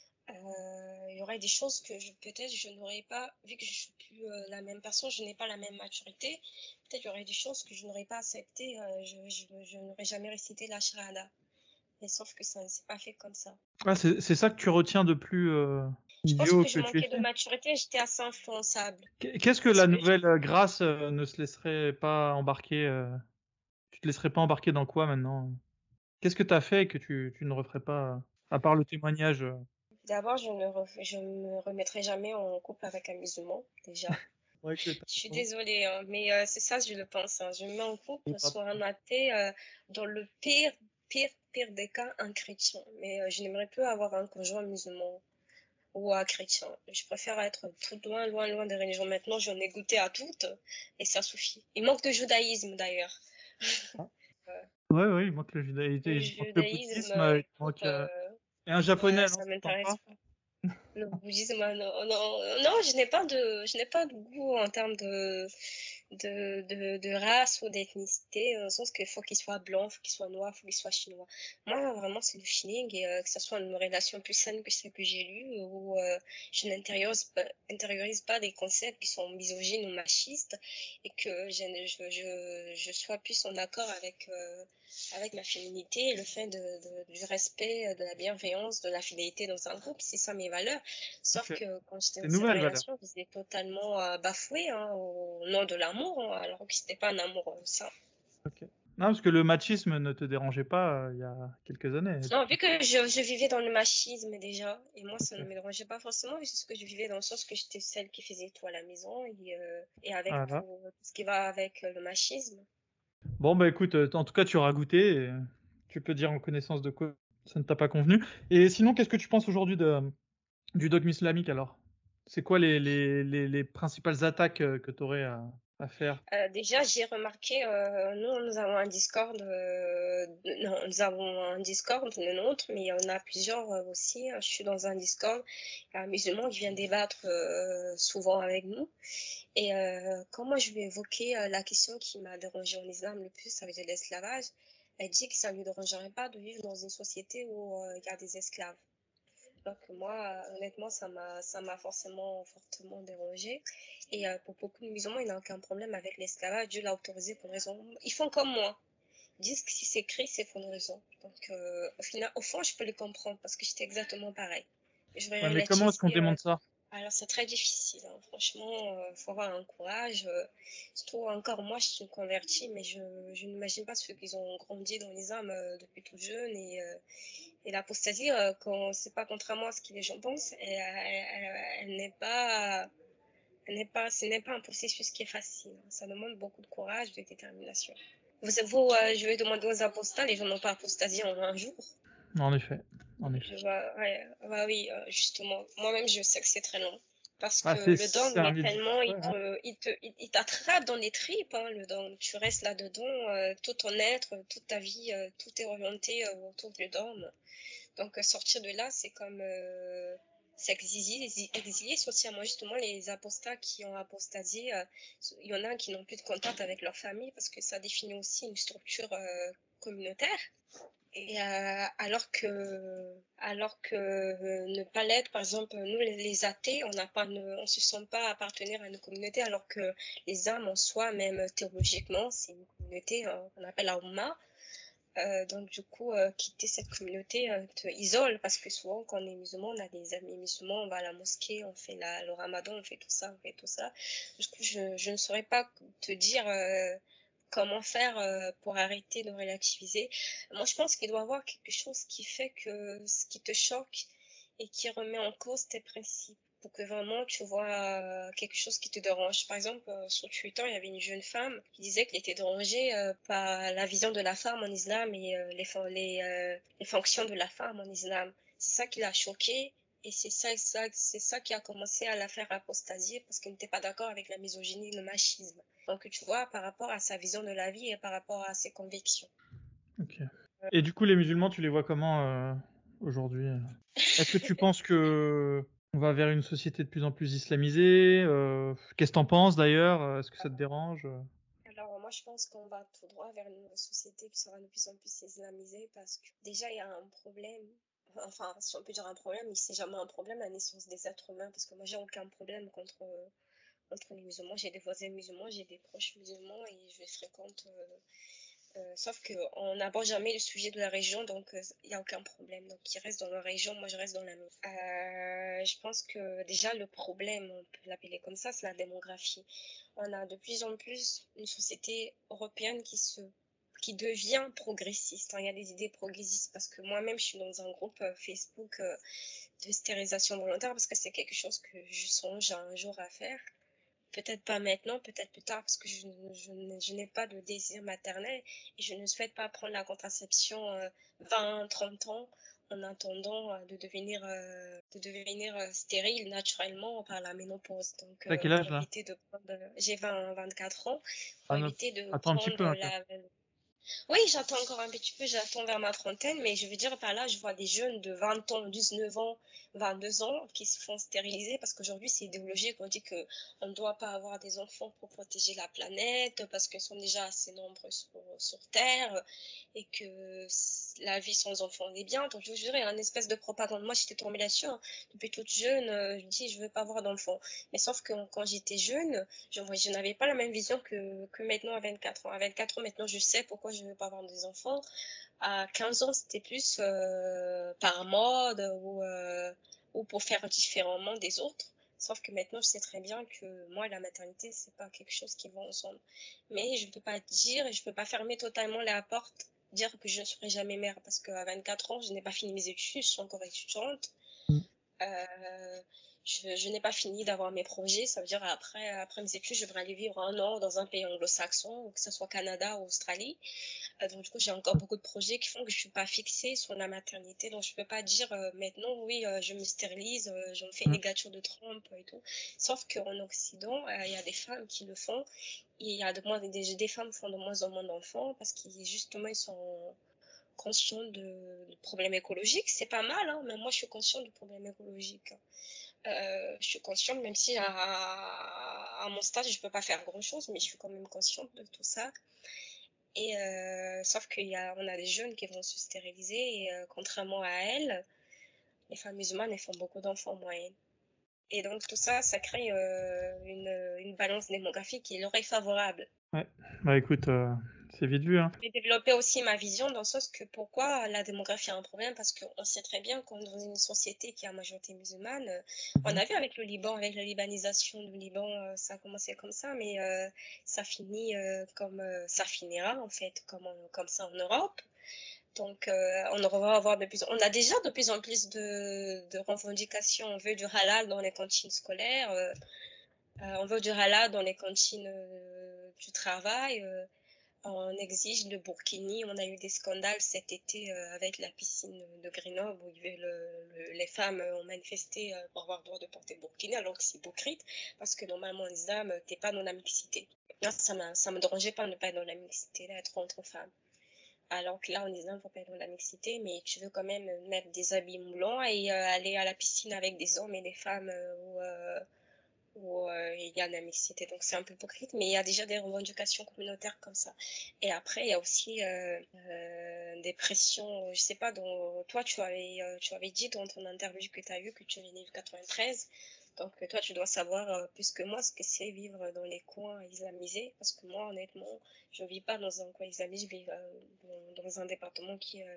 il y aurait des choses que peut-être je n'aurais pas, vu que je suis plus la même personne, je n'ai pas la même maturité, peut-être il y aurait des choses que je n'aurais pas acceptées, je n'aurais jamais récité la charada. Mais sauf que ça ne s'est pas fait comme ça. Ah, c'est ça que tu retiens de plus Je pense idiot que que je tu aies manquais de fait? maturité, j'étais assez influençable. Qu'est-ce que Parce la que nouvelle grâce ne se laisserait pas embarquer tu te laisserais pas embarquer dans quoi maintenant? Qu'est-ce que t'as fait que tu ne referais pas à part le témoignage? d'abord, je me remettrai jamais en couple avec un musulman, déjà. Ouais, que t'as Je suis raison. désolée, hein, mais c'est ça, je le pense, hein. Je me mets en Faut couple pas- soit un athée, dans le pire des cas, un chrétien. Mais je n'aimerais plus avoir un conjoint musulman ou un chrétien. Je préfère être tout loin, loin, loin des religions. Maintenant, j'en ai goûté à toutes et ça suffit. Il manque de judaïsme d'ailleurs. Ah. Euh, Ouais, ouais, il manque le judaïsme, le il manque le judaïsme, bouddhisme, il écoute, manque et un japonais, non, ça ça te tente m'intéresse pas? pas. Le bouddhisme, non, non, non, je n'ai pas de goût en termes de race ou d'ethnicité, dans le sens qu'il faut qu'il soit blanc, il faut qu'il soit noir, il faut qu'il soit chinois. Moi, vraiment, c'est le feeling, et que ça soit une relation plus saine que celle que j'ai lue, où je n'intériorise pas des concepts qui sont misogynes ou machistes, et que je sois plus en accord avec ma féminité et le fait du respect, de la bienveillance, de la fidélité dans un couple, c'est ça mes valeurs. Sauf Ok. que quand j'étais C'est dans une cette nouvelle valeur. relation, je les ai totalement bafouée, hein, au nom de l'amour, hein, alors que c'était pas un amour sain. Ok. Non, parce que le machisme ne te dérangeait pas il y a quelques années. Non, vu que je vivais dans le machisme déjà, et moi ça ne Ok. me dérangeait pas forcément, vu ce que je vivais dans le sens que j'étais celle qui faisait tout à la maison, et avec Voilà. tout ce qui va avec le machisme. Bon, bah écoute, en tout cas, tu auras goûté et tu peux dire en connaissance de quoi ça ne t'a pas convenu. Et sinon, qu'est-ce que tu penses aujourd'hui du dogme islamique alors? C'est quoi les principales attaques que tu aurais à faire? Déjà, j'ai remarqué, nous avons un Discord, non, nous avons un Discord, le nôtre, mais il y en a plusieurs aussi, hein. Je suis dans un Discord, il y a un musulman qui vient débattre souvent avec nous. Et quand moi je lui ai évoqué la question qui m'a dérangée en islam le plus, ça veut dire l'esclavage, elle dit que ça ne lui dérangerait pas de vivre dans une société où il y a des esclaves. Donc moi, honnêtement, ça m'a fortement dérangé. Et pour beaucoup de musulmans, il n'y a aucun problème avec l'esclavage. Dieu l'a autorisé pour une raison. Ils font comme moi. Ils disent que si c'est écrit, c'est pour une raison. Donc au final, au fond, je peux les comprendre parce que j'étais exactement pareil. Je vais Ouais, mais comment est-ce qu'on relativiser. démonte ça? Alors c'est très difficile, hein. Franchement, faut avoir un courage. Surtout encore moi, je suis convertie, mais je n'imagine pas ceux qui ont grandi dans l'islam depuis tout jeune et l'apostasie, quand c'est pas contrairement à ce que les gens pensent, elle ce n'est pas un processus qui est facile, hein. Ça demande beaucoup de courage, de détermination. Je vais demander aux apostats, les gens n'ont pas apostasié en un jour. En effet, en effet. Ouais, bah oui, justement. Moi-même, je sais que c'est très long. Parce Bah, que le dogme, c'est un mentalement, ouais, ouais. il t'attrape dans les tripes, hein, le dogme. Tu restes là-dedans, tout ton être, toute ta vie, tout est orienté autour du dogme. Donc, sortir de là, c'est comme s'exiler socialement. Justement, les apostats qui ont apostasié, il y en a qui n'ont plus de contact avec leur famille parce que ça définit aussi une structure communautaire. Et alors que ne pas l'être, par exemple, nous les athées, on se sent pas appartenir à une communauté, alors que les âmes en soi, même théologiquement, c'est une communauté, hein, on appelle la Oumma. Donc du coup, quitter cette communauté te isole parce que souvent quand on est musulman, on a des amis musulmans, on va à la mosquée, on fait le ramadan, on fait tout ça, on fait tout ça. Du coup, je ne saurais pas te dire comment faire pour arrêter de relativiser. Moi, je pense qu'il doit y avoir quelque chose qui fait que ce qui te choque et qui remet en cause tes principes pour que vraiment tu vois quelque chose qui te dérange. Par exemple, sur Twitter, il y avait une jeune femme qui disait qu'elle était dérangée par la vision de la femme en islam et les fonctions de la femme en islam. C'est ça qui l'a choquée et c'est ça qui a commencé à la faire apostasier parce qu'elle n'était pas d'accord avec la misogynie et le machisme. Donc tu vois, par rapport à sa vision de la vie et par rapport à ses convictions. Ok. Et du coup, les musulmans, tu les vois comment aujourd'hui? Est-ce que tu penses que on va vers une société de plus en plus islamisée? Qu'est-ce que t'en penses d'ailleurs? Est-ce que ça te dérange? Alors moi je pense qu'on va tout droit vers une société qui sera de plus en plus islamisée parce que déjà il y a un problème, enfin si on peut dire un problème, mais c'est jamais un problème la naissance des êtres humains parce que moi j'ai aucun problème contre les musulmans, j'ai des voisins musulmans, j'ai des proches musulmans et je les fréquente sauf qu'on n'aborde jamais le sujet de la région, donc il n'y a aucun problème. Donc ils restent dans leur région, moi je reste dans la mienne. Je pense que déjà le problème, on peut l'appeler comme ça, c'est la démographie. On a de plus en plus une société européenne qui devient progressiste, hein. Il y a des idées progressistes parce que moi-même je suis dans un groupe Facebook de stérilisation volontaire parce que c'est quelque chose que je songe un jour à faire. Peut-être pas maintenant, peut-être plus tard, parce que je n'ai pas de désir maternel et je ne souhaite pas prendre la contraception 20, 30 ans en attendant de devenir stérile naturellement par la ménopause. Donc, T'as quel pour âge là? éviter de prendre, j'ai 24 ans, pour Ah, non. éviter de Attends un petit peu prendre encore. oui, j'attends encore un petit peu, j'attends vers ma trentaine, mais je veux dire par là, je vois des jeunes de 20 ans, 19 ans, 22 ans qui se font stériliser parce qu'aujourd'hui c'est idéologique, on dit que on ne doit pas avoir des enfants pour protéger la planète parce qu'ils sont déjà assez nombreux sur Terre et que la vie sans enfants est bien. Donc je dirais un espèce de propagande. Moi j'étais tombée là-dessus, hein. Depuis toute jeune, je dis je veux pas avoir d'enfants. Mais sauf que quand j'étais jeune, je n'avais pas la même vision que maintenant à 24 ans. À 24 ans, maintenant, je sais pourquoi je ne veux pas avoir des enfants. À 15 ans, c'était plus par mode ou pour faire différemment des autres. Sauf que maintenant, je sais très bien que moi, la maternité, c'est pas quelque chose qui va ensemble. Mais je ne peux pas dire et je peux pas fermer totalement la porte, dire que je ne serai jamais mère parce qu'à 24 ans, je n'ai pas fini mes études, je suis encore étudiante. Euh, je n'ai pas fini d'avoir mes projets. Ça veut dire après mes études, je devrais aller vivre un an dans un pays anglo-saxon, que ce soit Canada ou Australie. Donc du coup, j'ai encore beaucoup de projets qui font que je suis pas fixée sur la maternité. Donc je peux pas dire maintenant, oui, je me stérilise, je me fais une Mm. ligature de trompe et tout. Sauf qu'en Occident, il y a des femmes qui le font. Et il y a des femmes font de moins en moins d'enfants parce qu'ils justement ils sont conscients de problèmes écologiques. C'est pas mal, hein, mais moi je suis consciente du problème écologique. Je suis consciente, même si à mon stade, je peux pas faire grand-chose, mais je suis quand même consciente de tout ça. Et sauf on a des jeunes qui vont se stériliser et contrairement à elles, les femmes musulmanes, elles font beaucoup d'enfants en moyenne. Et donc tout ça, ça crée une balance démographique qui leur est favorable. Ouais. Bah écoute, c'est vite vu, hein. J'ai développé aussi ma vision dans le sens que pourquoi la démographie a un problème, parce qu'on sait très bien qu'on est dans une société qui a majorité musulmane. On a vu avec le Liban, avec la libanisation du Liban, ça a commencé comme ça, mais ça finit comme ça finira en fait, comme ça en Europe. Donc, on a déjà de plus en plus de revendications. On veut du halal dans les cantines scolaires, on veut du halal dans les cantines du travail. On exige le burkini. On a eu des scandales cet été avec la piscine de Grenoble où les femmes ont manifesté pour avoir le droit de porter le burkini, alors que c'est hypocrite parce que normalement en islam, t'es pas dans la mixité. Moi, ça me dérangeait pas de ne pas être dans la mixité, d'être entre femmes. Alors que là, en islam, faut pas être dans la mixité, mais tu veux quand même mettre des habits moulants et aller à la piscine avec des hommes et des femmes où il y a la mixité. Donc c'est un peu hypocrite, mais il y a déjà des revendications communautaires comme ça. Et après, il y a aussi des pressions. Je sais pas, toi, tu avais dit dans ton interview que tu as eu que tu venais du 93. Donc toi, tu dois savoir plus que moi ce que c'est vivre dans les coins islamisés. Parce que moi, honnêtement, je vis pas dans un coin islamisé, je vis dans un département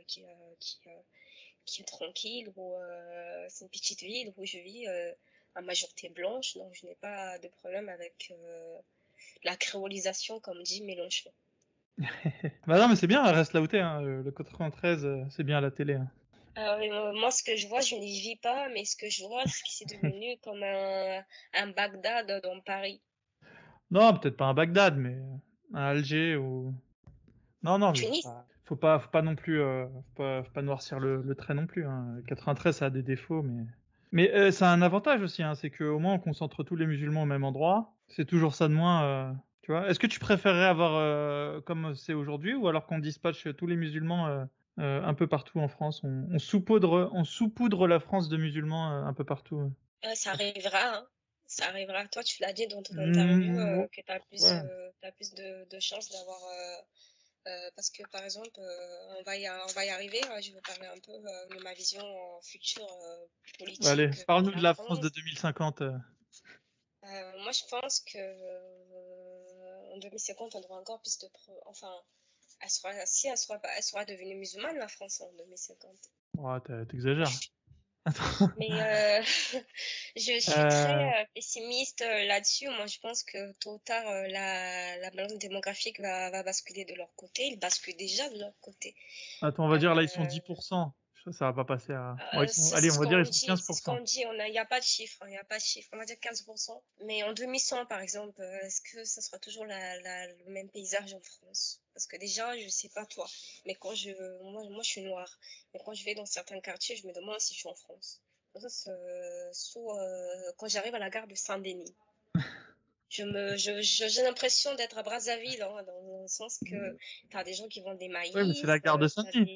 qui est tranquille, où c'est une petite ville où je vis à majorité blanche, donc je n'ai pas de problème avec la créolisation, comme dit Mélenchon. Bah non, mais c'est bien, reste là où t'es, hein. Le 93, c'est bien à la télé, hein. Moi, ce que je vois, je n'y vis pas, mais ce que je vois, c'est que c'est devenu comme un Bagdad dans Paris. Non, peut-être pas un Bagdad, mais un Alger ou... Non, non, mais Tunis. faut pas non plus, faut pas noircir le trait non plus, hein. 93, ça a des défauts, mais ça a un avantage aussi, hein, c'est qu'au moins on concentre tous les musulmans au même endroit. C'est toujours ça de moins, tu vois. Est-ce que tu préférerais avoir comme c'est aujourd'hui, ou alors qu'on dispatche tous les musulmans un peu partout en France, on saupoudre la France de musulmans un peu partout. Ça arrivera, hein. Ça arrivera. Toi, tu l'as dit dans ton interview Mmh, que tu as ouais. t'as plus de chances d'avoir parce que par exemple, on va y arriver. Je vais parler un peu de ma vision future Allez, politique de parle-nous de la la France de France. 2050. Moi, je pense que en 2050, on aura encore plus enfin, elle sera devenue musulmane, la France, en 2050. Ouais, t'exagères. Mais je suis Euh, très pessimiste là-dessus. Moi, je pense que tôt ou tard, la balance démographique va basculer de leur côté. Il bascule déjà de leur côté. Attends, on va dire là, ils sont Euh, 10%. Ça va pas passer à... Bon, allez, c'est on ce va dire qu'on ils sont dit, c'est ce qu'on 15%. dit. Il n'y a pas de chiffre, il n'y a pas de chiffre. On va dire 15%. Mais en 2100, par exemple, est-ce que ça sera toujours le même paysage en France? Parce que déjà, je sais pas toi, mais moi, je suis noire. Mais quand je vais dans certains quartiers, je me demande si je suis en France. Ça, quand j'arrive à la gare de Saint-Denis, j'ai l'impression d'être à Brazzaville, hein, dans le sens que t'as des gens qui vendent des Ouais, mais c'est la maïs, gare de t'as Saint-Denis.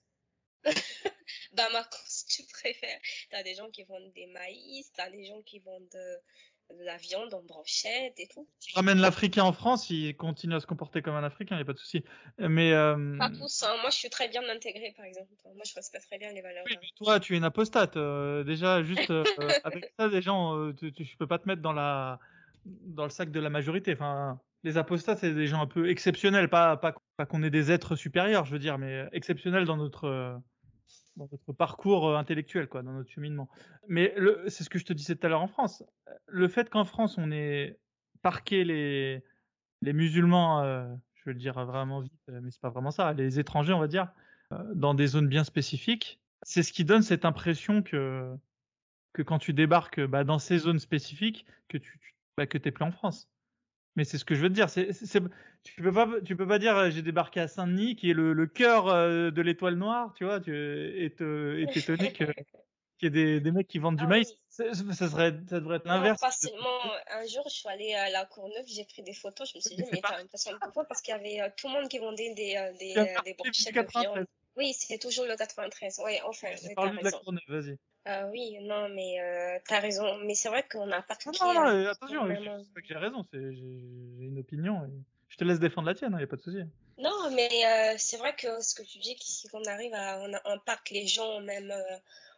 Bamako, si tu préfères. T'as des gens qui vendent des maïs, t'as des gens qui vendent de la viande en brochette et tout. Tu ramènes l'Africain en France, il continue à se comporter comme un Africain, il n'y a pas de souci. Mais Pas tous, hein. Moi, je suis très bien intégrée, par exemple. Moi, je respecte très bien les valeurs. oui, mais toi, tu es une apostate. Déjà, juste avec ça, déjà, je peux pas te mettre dans le sac de la majorité. Enfin, les apostates, c'est des gens un peu exceptionnels, pas qu'on est des êtres supérieurs, je veux dire, mais exceptionnels dans notre parcours intellectuel, quoi, dans notre cheminement. Mais c'est ce que je te disais tout à l'heure en France. Le fait qu'en France, on ait parqué les musulmans, je vais le dire vraiment vite, mais c'est pas vraiment ça, les étrangers, on va dire, dans des zones bien spécifiques, c'est ce qui donne cette impression que quand tu débarques dans ces zones spécifiques, que t'es plus en France. Mais c'est ce que je veux te dire. Tu peux pas dire j'ai débarqué à Saint-Denis, qui est le cœur de l'étoile noire, tu vois, et t'étonner qu'il y ait des mecs qui vendent du Ah maïs. oui. Ça devrait être Non, l'inverse. facilement. Un jour, je suis allée à la Courneuve, j'ai pris des photos. Je me suis Mais dit, c'est mais t'as pareil. l'impression de quoi? Parce qu'il y avait tout le monde qui vendait Tu viens de des parler du brochettes de viande. 93. Oui, c'est toujours le 93. Oui, enfin, Vas-y, oui, t'as parle-nous de la raison. Courneuve, vas-y. Oui, non, mais t'as raison. Mais c'est vrai qu'on a Non, non, parqué non, attention, énormément. c'est pas que j'ai raison, j'ai une opinion et je te laisse défendre la tienne, y a pas de souci. Non, mais c'est vrai que ce que tu dis, c'est qu'on arrive on parque les gens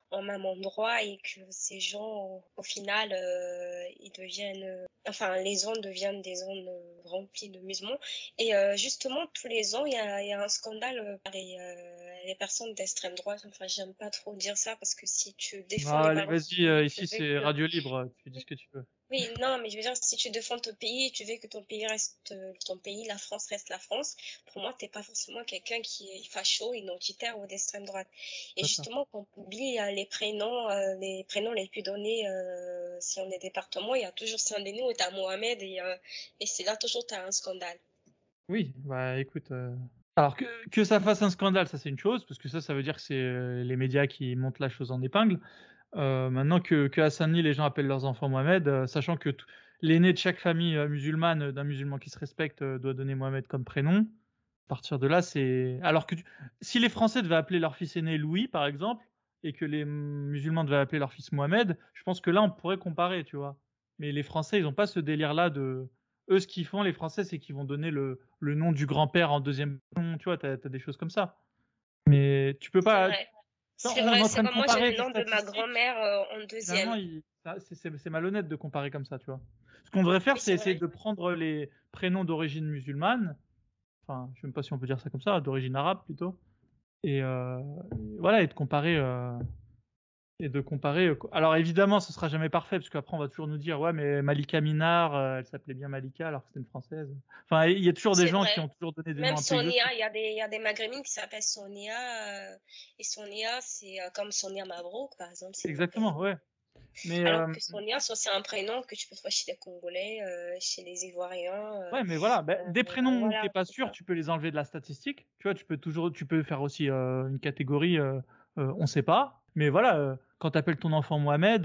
au même endroit et que ces gens, au final, ils deviennent, enfin, les zones deviennent des zones remplies de musulmans. Et justement, tous les ans, il y a un scandale par les personnes d'extrême droite. Enfin, j'aime pas trop dire ça parce que si tu défends les Allez, valeurs du vas-y, pays, tu ici veux c'est que... radio libre, tu dis ce que tu veux. Oui, non, mais je veux dire, si tu défends ton pays, tu veux que ton pays reste ton pays, la France reste la France. Pour moi, t'es pas forcément quelqu'un qui est facho, identitaire ou d'extrême droite. Et D'accord. justement, quand on oublie les prénoms les plus donnés, si on est département, il y a toujours Saint-Denis où t'as Mohamed et c'est là toujours t'as un scandale. Oui, bah écoute. Alors que ça fasse un scandale, ça c'est une chose, parce que ça veut dire que c'est les médias qui montent la chose en épingle. Maintenant que à Saint-Denis, les gens appellent leurs enfants Mohamed, sachant que l'aîné de chaque famille musulmane, d'un musulman qui se respecte, doit donner Mohamed comme prénom. À partir de là, c'est... Alors que si les Français devaient appeler leur fils aîné Louis, par exemple, et que les musulmans devaient appeler leur fils Mohamed, je pense que là, on pourrait comparer, tu vois. Mais les Français, ils n'ont pas ce délire-là de... Eux, ce qu'ils font, les Français, c'est qu'ils vont donner le nom du grand-père en deuxième nom, tu vois, t'as des choses comme ça. Mais tu peux C'est pas... vrai. Non, C'est on est vrai, en c'est train de comme moi, j'ai comparer le des nom de ma statistiques. grand-mère en Finalement, deuxième. c'est malhonnête de comparer comme ça, tu vois. Ce qu'on devrait faire, Oui, c'est c'est essayer vrai. de prendre les prénoms d'origine musulmane, enfin, je sais même pas si on peut dire ça comme ça, d'origine arabe plutôt, et voilà, et de comparer. Alors évidemment, ce sera jamais parfait, parce qu'après on va toujours nous dire, ouais, mais Malika Minar, elle s'appelait bien Malika alors que c'était une française. Enfin, il y a toujours des C'est gens qui vrai. ont toujours donné des Même noms un peu Sonia, exotiques. il y a des maghrébines qui s'appellent Sonia, et Sonia, c'est comme Sonia Mabrouk, par exemple, c'est une Exactement, maghrébine. ouais. Mais Alors que Sonia, ça, c'est un prénom que tu peux trouver chez les Congolais, chez les Ivoiriens, ouais, mais voilà, ben, des prénoms où t'es voilà, pas c'est sûr, ça. tu peux les enlever de la statistique. Tu vois, tu peux faire aussi une catégorie, on sait pas. Mais voilà, quand t'appelles ton enfant Mohamed,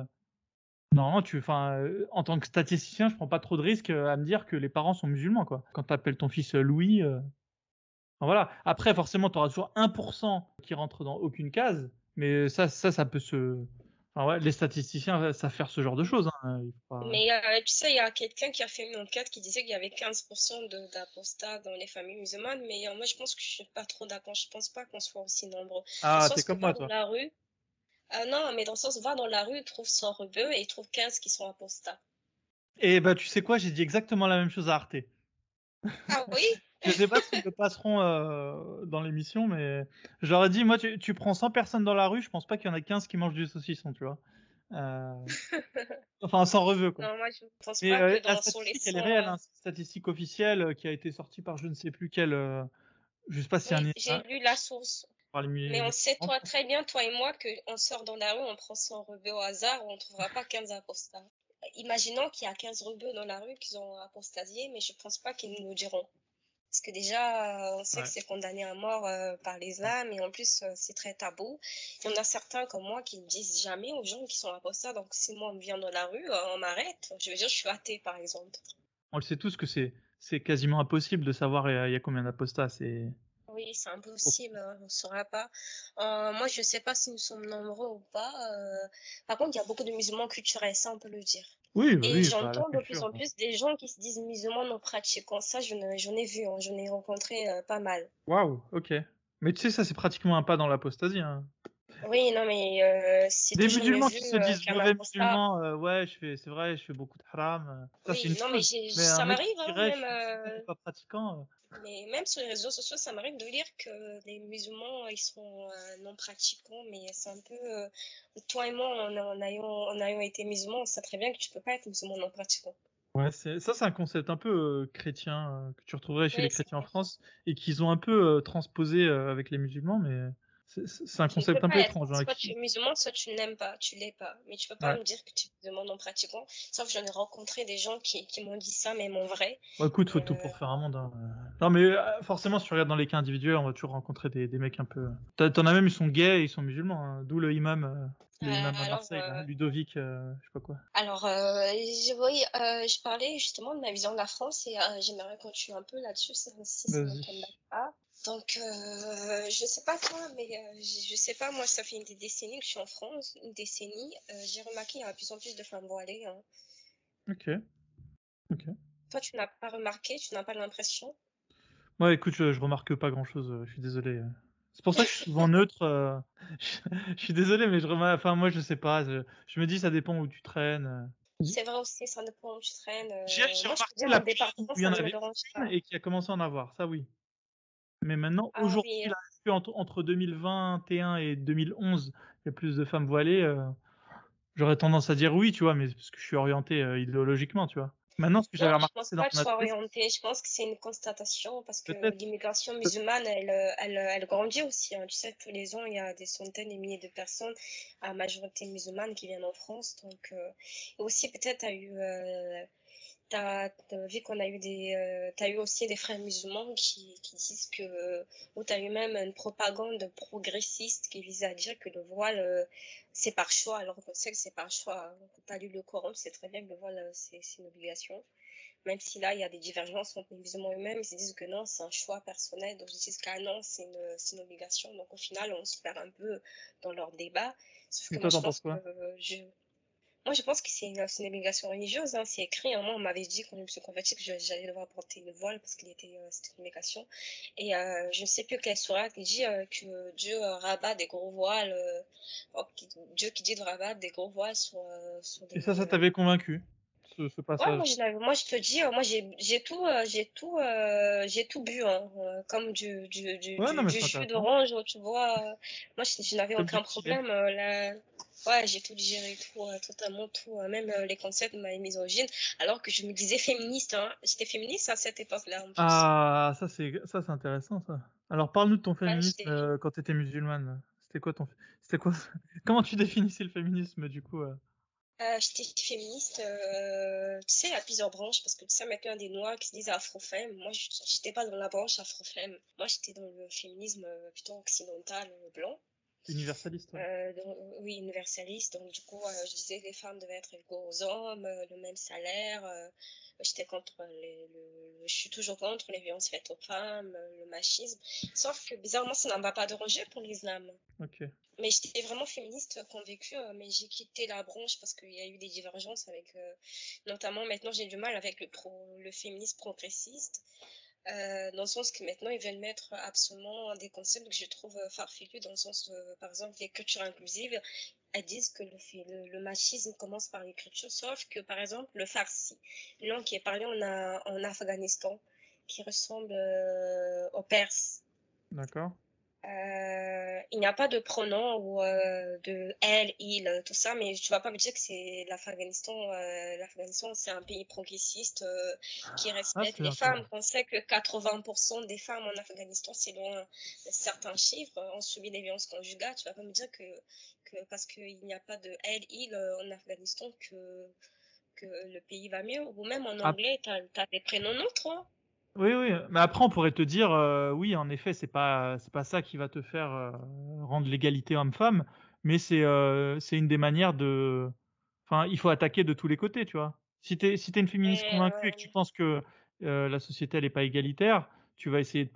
non, enfin, en tant que statisticien, je prends pas trop de risques à me dire que les parents sont musulmans, quoi. Quand t'appelles ton fils Louis, enfin, voilà. Après, forcément, t'auras toujours 1% qui rentre dans aucune case, mais ça peut se, enfin ouais, les statisticiens savent faire ce genre de choses. Hein. Il faut pas... Mais tu sais, il y a quelqu'un qui a fait une enquête qui disait qu'il y avait 15% d'apostats dans les familles musulmanes, mais moi, je pense que je suis pas trop d'accord. Je pense pas qu'on soit aussi nombreux. Dans le Ah, t'es sens que comme va moi, dans toi. la rue, non, mais dans le sens, va dans la rue, trouve 100 rebeux et il trouve 15 qui sont apostats. Et bah, tu sais quoi, j'ai dit exactement la même chose à Arte. Ah oui? Je sais pas s'ils le passeront dans l'émission, mais j'aurais dit, moi, tu prends 100 personnes dans la rue, je pense pas qu'il y en a 15 qui mangent du saucisson, tu vois. Euh, enfin, sans reveux, quoi. Non, moi, je ne pense Mais pas que la sur les statistique, elle est 100, réelle, hein. C'est une statistique officielle qui a été sortie par je ne sais plus quel, je sais pas si oui, j'ai lu la source. par Mais on les sait, toi, très bien, toi et moi, qu'on sort dans la rue, on prend 100 rebeux au hasard, on ne trouvera pas 15 apostats. Imaginons qu'il y a 15 rebeux dans la rue qui ont apostasié, mais je ne pense pas qu'ils nous le diront. Parce que déjà, on sait que Ouais. c'est condamné à mort par l'islam et en plus, c'est très tabou. Il y en a certains comme moi qui ne disent jamais aux gens qui sont apostats. Donc, si moi, on me vient dans la rue, on m'arrête. Je veux dire, je suis athée, par exemple. On le sait tous que c'est quasiment impossible de savoir il y a combien d'apostats. C'est Oui, c'est impossible, on ne saura pas. Moi, je ne sais pas si nous sommes nombreux ou pas. Par contre, il y a beaucoup de musulmans culturels, ça, on peut le dire. Et oui, bah, la j'entends de plus culture. en plus des gens qui se disent musulmans non pratiquants. Ça, j'en ai vu, hein, j'en ai rencontré pas mal. Waouh, ok. Mais tu sais, ça c'est pratiquement un pas dans l'apostasie. Hein. Oui, non, mais c'est Des toujours mieux musulmans vu qui se disent qu'un mauvais apostat. musulmans, ouais, c'est vrai, je fais beaucoup de haram. Ça c'est Oui, une non, mais chose. Mais un ça mec qui m'arrive, hein, dirait, je même, suis musulman mais pas pratiquant. mais même sur les réseaux sociaux, ça m'arrive de lire que les musulmans, ils sont non pratiquants, mais c'est un peu, toi et moi, en ayant été musulmans, on sait très bien que tu peux pas être musulman non pratiquant. Ouais, c'est un concept un peu chrétien que tu retrouverais chez Oui, les c'est chrétiens en vrai. France et qu'ils ont un peu transposé avec les musulmans, mais c'est un Tu ne peux concept un peu pas être. étrange. Hein, Soit tu es musulman, soit tu n'aimes pas. Tu l'es pas. Mais tu peux pas ouais. me dire que tu es musulman non pratiquant. Sauf que j'en ai rencontré des gens qui m'ont dit ça, mais mon vrai. Bon, écoute, faut Et, tout pour faire un monde. Hein. Non, mais forcément, si tu regardes dans les cas individuels, on va toujours rencontrer des mecs un peu. T'en as même, ils sont gays, et ils sont musulmans. Hein. D'où le imam à alors, Marseille, là, Ludovic, je sais pas quoi. oui, je parlais justement de ma vision de la France et j'aimerais continuer un peu là-dessus si ça ne Vas-y. t'embête pas. Donc, je sais pas toi, mais je sais pas, moi, ça fait des décennies que je suis en France, une décennie. J'ai remarqué qu'il y a de plus en plus de femmes voilées. Hein. Ok, ok. Toi, tu n'as pas remarqué, tu n'as pas l'impression? Ouais, écoute, je remarque pas grand-chose. Je suis désolé. C'est pour ça que je suis souvent neutre. Je suis désolé, mais enfin, moi, je sais pas. Je me dis, ça dépend où tu traînes. C'est vrai aussi, ça dépend où tu traînes. J'ai Moi, je peux remarqué dire, la mon période où département, il y ça en ne me avait dérange une pas. et qui a commencé à en avoir, ça oui. Mais maintenant, Ah aujourd'hui, oui, là, entre 2021 et 2011, il y a plus de femmes voilées. J'aurais tendance à dire oui, tu vois, mais parce que je suis orienté idéologiquement, tu vois. Maintenant, ce que non, j'avais je remarqué, pense c'est dans pas que mon tu sois adresse, orienté. Je pense que c'est une constatation parce que peut-être. l'immigration musulmane, elle grandit aussi, hein. Tu sais, tous les ans, il y a des centaines et milliers de personnes à majorité musulmane qui viennent en France. Donc, et aussi peut-être t'as vu qu'on a eu t'as eu aussi des frères musulmans qui disent ou t'as eu même une propagande progressiste qui visait à dire que le voile, c'est par choix, alors qu'on sait que c'est par choix, hein. Quand t'as lu le Coran, c'est très bien que le voile, c'est une obligation. Même si là, il y a des divergences entre les musulmans eux-mêmes, ils se disent que non, c'est un choix personnel, donc ils disent qu'ah non, c'est une obligation. Donc au final, on se perd un peu dans leur débat. Sauf Et que moi, toi, je t'en penses pense que quoi? moi, je pense que c'est une obligation religieuse, hein, c'est écrit, hein. Moi, on m'avait dit quand je me suis convertie que j'allais devoir porter le voile parce c'était une obligation. Et je ne sais plus quelle sourate qui dit que Dieu rabat des gros voiles, Dieu qui dit de rabattre des gros voiles sur Et des, ça t'avait convaincu, ce Ouais, passage? moi je te dis, moi j'ai tout bu, hein, comme Ouais, non, mais du c'est jus intéressant. d'orange, tu vois. Moi je n'avais Comme du aucun poulet. problème là. Ouais, j'ai tout digéré, tout, totalement tout, même les concepts de ma misogyne, alors que je me disais féministe, hein. J'étais féministe à cette époque-là en plus. Ah, ça c'est intéressant, ça. Alors, parle-nous de ton Ouais, féminisme quand t'étais musulmane. C'était quoi? Comment tu définissais le féminisme, du coup? j'étais féministe, tu sais, à plusieurs branches, parce que tu sais, maintenant, il y a des noirs qui se disent afrofemme. Moi, j'étais pas dans la branche afrofemme. Moi, j'étais dans le féminisme plutôt occidental, blanc. Universaliste, ouais. Oui, universaliste. Donc, du coup, je disais que les femmes devaient être égaux aux hommes, le même salaire. J'étais contre je suis toujours contre les violences faites aux femmes, le machisme. Sauf que, bizarrement, ça n'en va pas déranger pour l'islam. Ok. Mais j'étais vraiment féministe convaincue, mais j'ai quitté la branche parce qu'il y a eu des divergences avec, notamment maintenant j'ai du mal avec le féminisme progressiste, dans le sens que maintenant ils veulent mettre absolument des concepts que je trouve farfelus, dans le sens, par exemple, l'écriture inclusive, elles disent que le machisme commence par l'écriture, sauf que par exemple le farsi, une langue qui est parlée en Afghanistan, qui ressemble au perse. D'accord. Il n'y a pas de pronom ou de elle, il, tout ça, mais tu vas pas me dire que c'est l'Afghanistan. L'Afghanistan, c'est un pays progressiste qui Ah, respecte c'est les femmes. intéressant. On sait que 80% des femmes en Afghanistan, c'est loin de certains chiffres, ont subi des violences conjugales. Tu vas pas me dire que parce qu'il n'y a pas de elle, il en Afghanistan que le pays va mieux. Ou même en Ah, anglais, t'as des prénoms neutres, hein. oui, oui. Mais après, on pourrait te dire, oui, en effet, c'est pas ça qui va te faire rendre l'égalité homme-femme, mais c'est une des manières de. Enfin, il faut attaquer de tous les côtés, tu vois. Si t'es une féministe Et, convaincue et que tu penses que la société elle est pas égalitaire, tu vas essayer de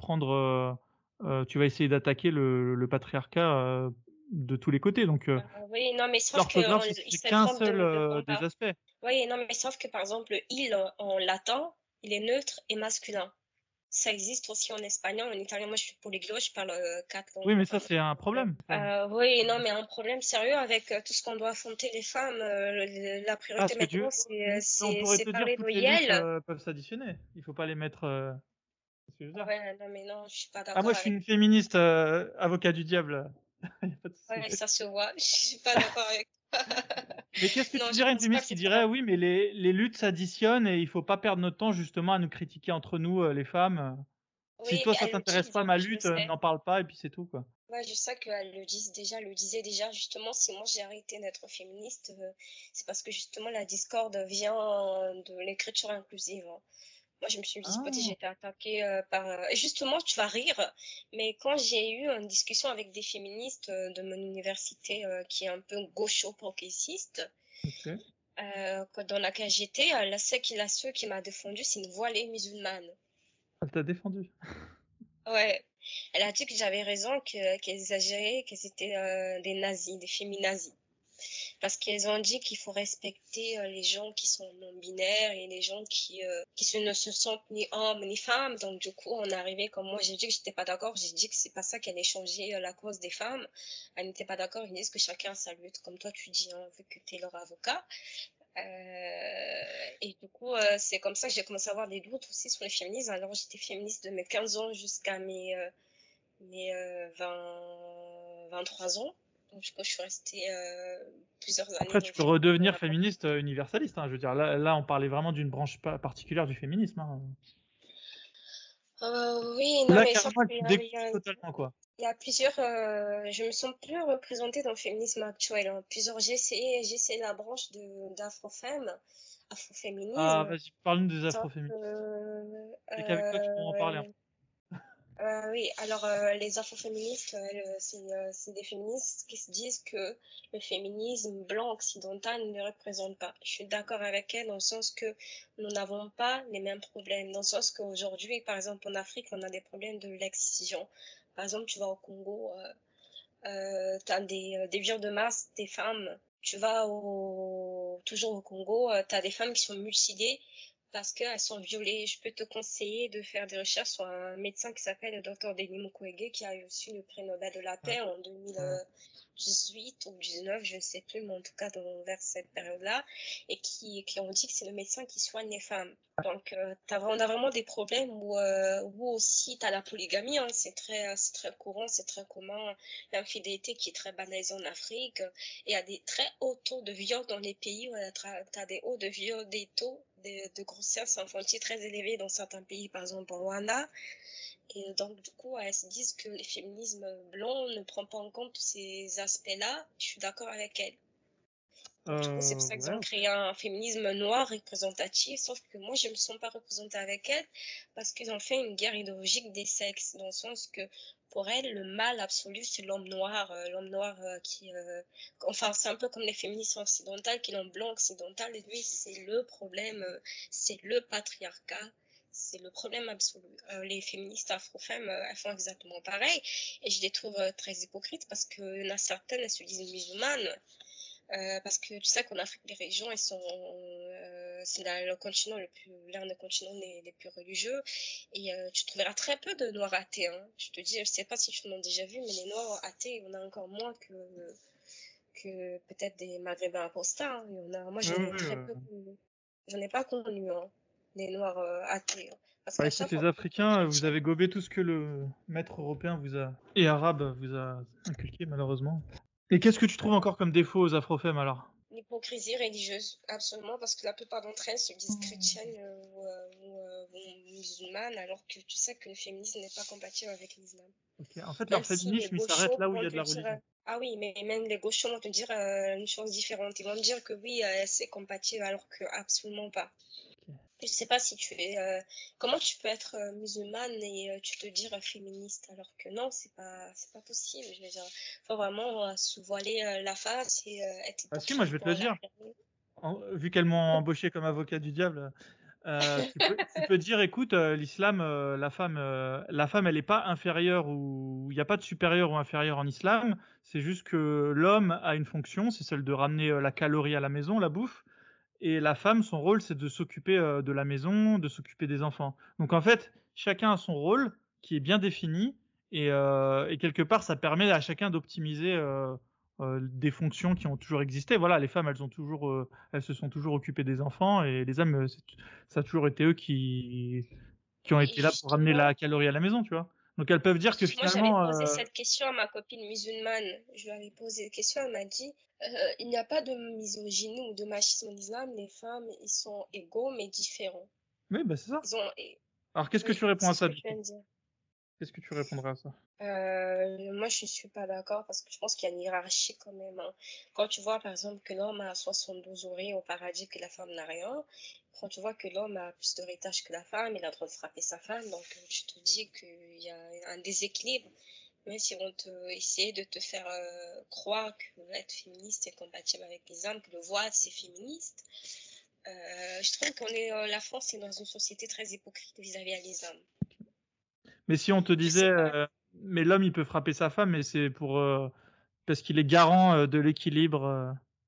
tu vas essayer d'attaquer le patriarcat de tous les côtés. Donc, oui, non, mais sauf que l'orthographe, il c'est se qu'un trompe seul de des combat. aspects. Oui, non, mais sauf que par exemple, le il en latin, il est neutre et masculin. Ça existe aussi en espagnol, en italien. Moi, je suis polyglotte, je parle 4 langues Oui, mais ça, couramment. c'est un problème, ça. Oui, non, mais un problème sérieux avec tout ce qu'on doit affronter les femmes. La Ah, priorité ce que maintenant, tu on pourrait c'est te dire parler de toutes les luttes Yel. peuvent s'additionner. Il faut pas les mettre. C'est ce que je veux dire. Ouais, non, mais non, je suis pas Ah, moi, d'accord je suis avec. une féministe avocat du diable. Y a pas de souci. Ouais, ça se voit. Je suis pas d'accord avec. Mais qu'est-ce que Non, tu je dirais à une pense pas féministe que qui c'est dirait ça. oui, mais les luttes s'additionnent et il faut pas perdre notre temps justement à nous critiquer entre nous, les femmes. Si Oui, toi mais ça elles le t'intéresse disent, pas hein, ma je le lutte, sais. n'en parle pas et puis c'est tout quoi. Ouais, je sais qu'elle le disait déjà, justement, si moi j'ai arrêté d'être féministe, c'est parce que justement la discorde vient de l'écriture inclusive, hein. Moi, je me suis disputée, j'ai Ah, été attaquée par... et justement, tu vas rire, mais quand j'ai eu une discussion avec des féministes de mon université qui est un peu gaucho-progressiste, ok. dans laquelle j'étais, la seule qui m'a défendue, c'est une voilée musulmane. Elle t'a défendu. Ouais, elle a dit que j'avais raison, qu'elles exagéraient, que c'était des nazis, des féminazis. parce qu'ils ont dit qu'il faut respecter les gens qui sont non-binaires et les gens qui ne se sentent ni hommes ni femmes. Donc du coup, on est arrivé comme moi, j'ai dit que j'étais pas d'accord, j'ai dit que c'est pas ça qui allait changer la cause des femmes. Elles n'étaient pas d'accord, ils disent que chacun a sa lutte, comme toi tu dis, hein, vu que tu es leur avocat. Et du coup, c'est comme ça que j'ai commencé à avoir des doutes aussi sur le féminisme. Alors j'étais féministe de mes 15 ans jusqu'à mes 23 ans. Donc, je suis restée plusieurs années Après, dans tu le peux féminisme. redevenir féministe universaliste. Hein. Je veux dire, là, on parlait vraiment d'une branche particulière du féminisme. Hein. Oui, non, Là, mais sauf carrément, qu'il tu y découvres a, totalement, quoi. il y a plusieurs. Je me sens plus représentée dans le féminisme actuel. Hein. J'ai essayé la branche d'Afrofemme, Ah, Afroféminisme. vas-y, parle-nous des Sauf que, afroféministes. C'est qu'avec toi, tu peux en parler. oui, alors les afroféministes, c'est des féministes qui se disent que le féminisme blanc occidental ne les représente pas. Je suis d'accord avec elles dans le sens que nous n'avons pas les mêmes problèmes. Dans le sens qu'aujourd'hui, par exemple en Afrique, on a des problèmes de l'excision. Par exemple, tu vas au Congo, tu as des viols de masse des femmes. Tu vas toujours au Congo, tu as des femmes qui sont mutilées parce qu'elles sont violées. Je peux te conseiller de faire des recherches sur un médecin qui s'appelle le docteur Denis Mukwege, qui a reçu le prix Nobel de la Ouais. paix en 2018 ou 2019, je ne sais plus, mais en tout cas vers cette période-là, et qui ont dit que c'est le médecin qui soigne les femmes. Donc, on a vraiment des problèmes où aussi tu as la polygamie, hein, c'est très courant, c'est très commun, l'infidélité qui est très banalisée en Afrique, et il y a des très hauts taux de viol dans les pays où tu as des hauts de viol, des taux de grossesse infantile très élevés dans certains pays, par exemple en Rwanda. Et donc, du coup, elles se disent que le féminisme blanc ne prend pas en compte tous ces aspects-là. Je suis d'accord avec elles. Donc, du coup, c'est pour ça qu'ils Ouais. ont créé un féminisme noir représentatif, sauf que moi, je ne me sens pas représentée avec elles parce qu'ils ont fait une guerre idéologique des sexes, dans le sens que pour elles, le mal absolu, c'est l'homme noir enfin, c'est un peu comme les féministes occidentales, qui l'homme blanc occidental, et lui, c'est le problème, c'est le patriarcat. C'est le problème absolu. Les féministes afro-femmes, elles font exactement pareil. Et je les trouve très hypocrites parce qu'il y en a certaines, elles se disent musulmanes. Parce que tu sais qu'en Afrique, les régions, c'est le continent l'un des continents les plus religieux, et tu trouveras très peu de Noirs athées. Hein. Je te dis, je sais pas si tu en as déjà vu, mais les Noirs athées, on a encore moins que peut-être des Maghrébins apostats. Hein. Moi, Ouais, j'en ai pas connu, hein, des Noirs athées. Hein. Parce Bah qu'à écoute, chaque les fois que les Africains, vous chrétiens, avez gobé tout ce que le maître européen et arabe vous a inculqué, malheureusement. Et qu'est-ce que tu trouves encore comme défaut aux afrofemmes, alors? l'hypocrisie religieuse, absolument, parce que la plupart d'entre elles se disent chrétiennes ou musulmanes, alors que tu sais que le féminisme n'est pas compatible avec l'islam. Ok. En fait, leur Même si les féminisme, il s'arrête gauchos là où il vont y a de te la dire, religion. ah oui, mais même les gauchos vont te dire une chose différente. Ils vont te dire que oui, c'est compatible, alors que absolument pas. Ok. Je sais pas si comment tu peux être musulmane et tu te dire féministe, alors que non, c'est pas possible. Je veux dire, faut vraiment se voiler la face et être Ah si, moi je hypocrite vais te pour le aller dire. regarder. Vu qu'elles m'ont embauché comme avocat du diable, tu peux dire, écoute, l'islam, la femme, elle n'est pas inférieure ou il n'y a pas de supérieur ou inférieur en islam. C'est juste que l'homme a une fonction, c'est celle de ramener la calorie à la maison, la bouffe. Et la femme, son rôle, c'est de s'occuper de la maison, de s'occuper des enfants. Donc en fait, chacun a son rôle qui est bien défini et quelque part, ça permet à chacun d'optimiser des fonctions qui ont toujours existé. Voilà, les femmes, elles se sont toujours occupées des enfants et les hommes, ça a toujours été eux qui ont Et été là pour ramener la justement, calorie à la maison, tu vois. Donc elles peuvent dire que Moi, j'avais finalement, posé cette question à ma copine musulmane. Je lui avais posé la question, elle m'a dit, il n'y a pas de misogynie ou de machisme en islam, les femmes, ils sont égaux mais différents. oui, bah c'est ça. Ils ont, et- Alors qu'est-ce que oui, tu réponds c'est à ce ça que du tu viens coup? de dire. Qu'est-ce que tu répondras à ça? Moi, je suis pas d'accord parce que je pense qu'il y a une hiérarchie quand même. Hein. Quand tu vois, par exemple, que l'homme a 72 oreilles au paradis que la femme n'a rien, quand tu vois que l'homme a plus d'héritage que la femme, il a le droit de frapper sa femme, donc tu te dis qu'il y a un déséquilibre. Même si on te essayer de te faire croire que être féministe est compatible avec les hommes, que le voile c'est féministe, je trouve la France est dans une société très hypocrite vis-à-vis des hommes. Mais si on te Je disait, sais pas. mais l'homme il peut frapper sa femme, mais c'est pour parce qu'il est garant de l'équilibre.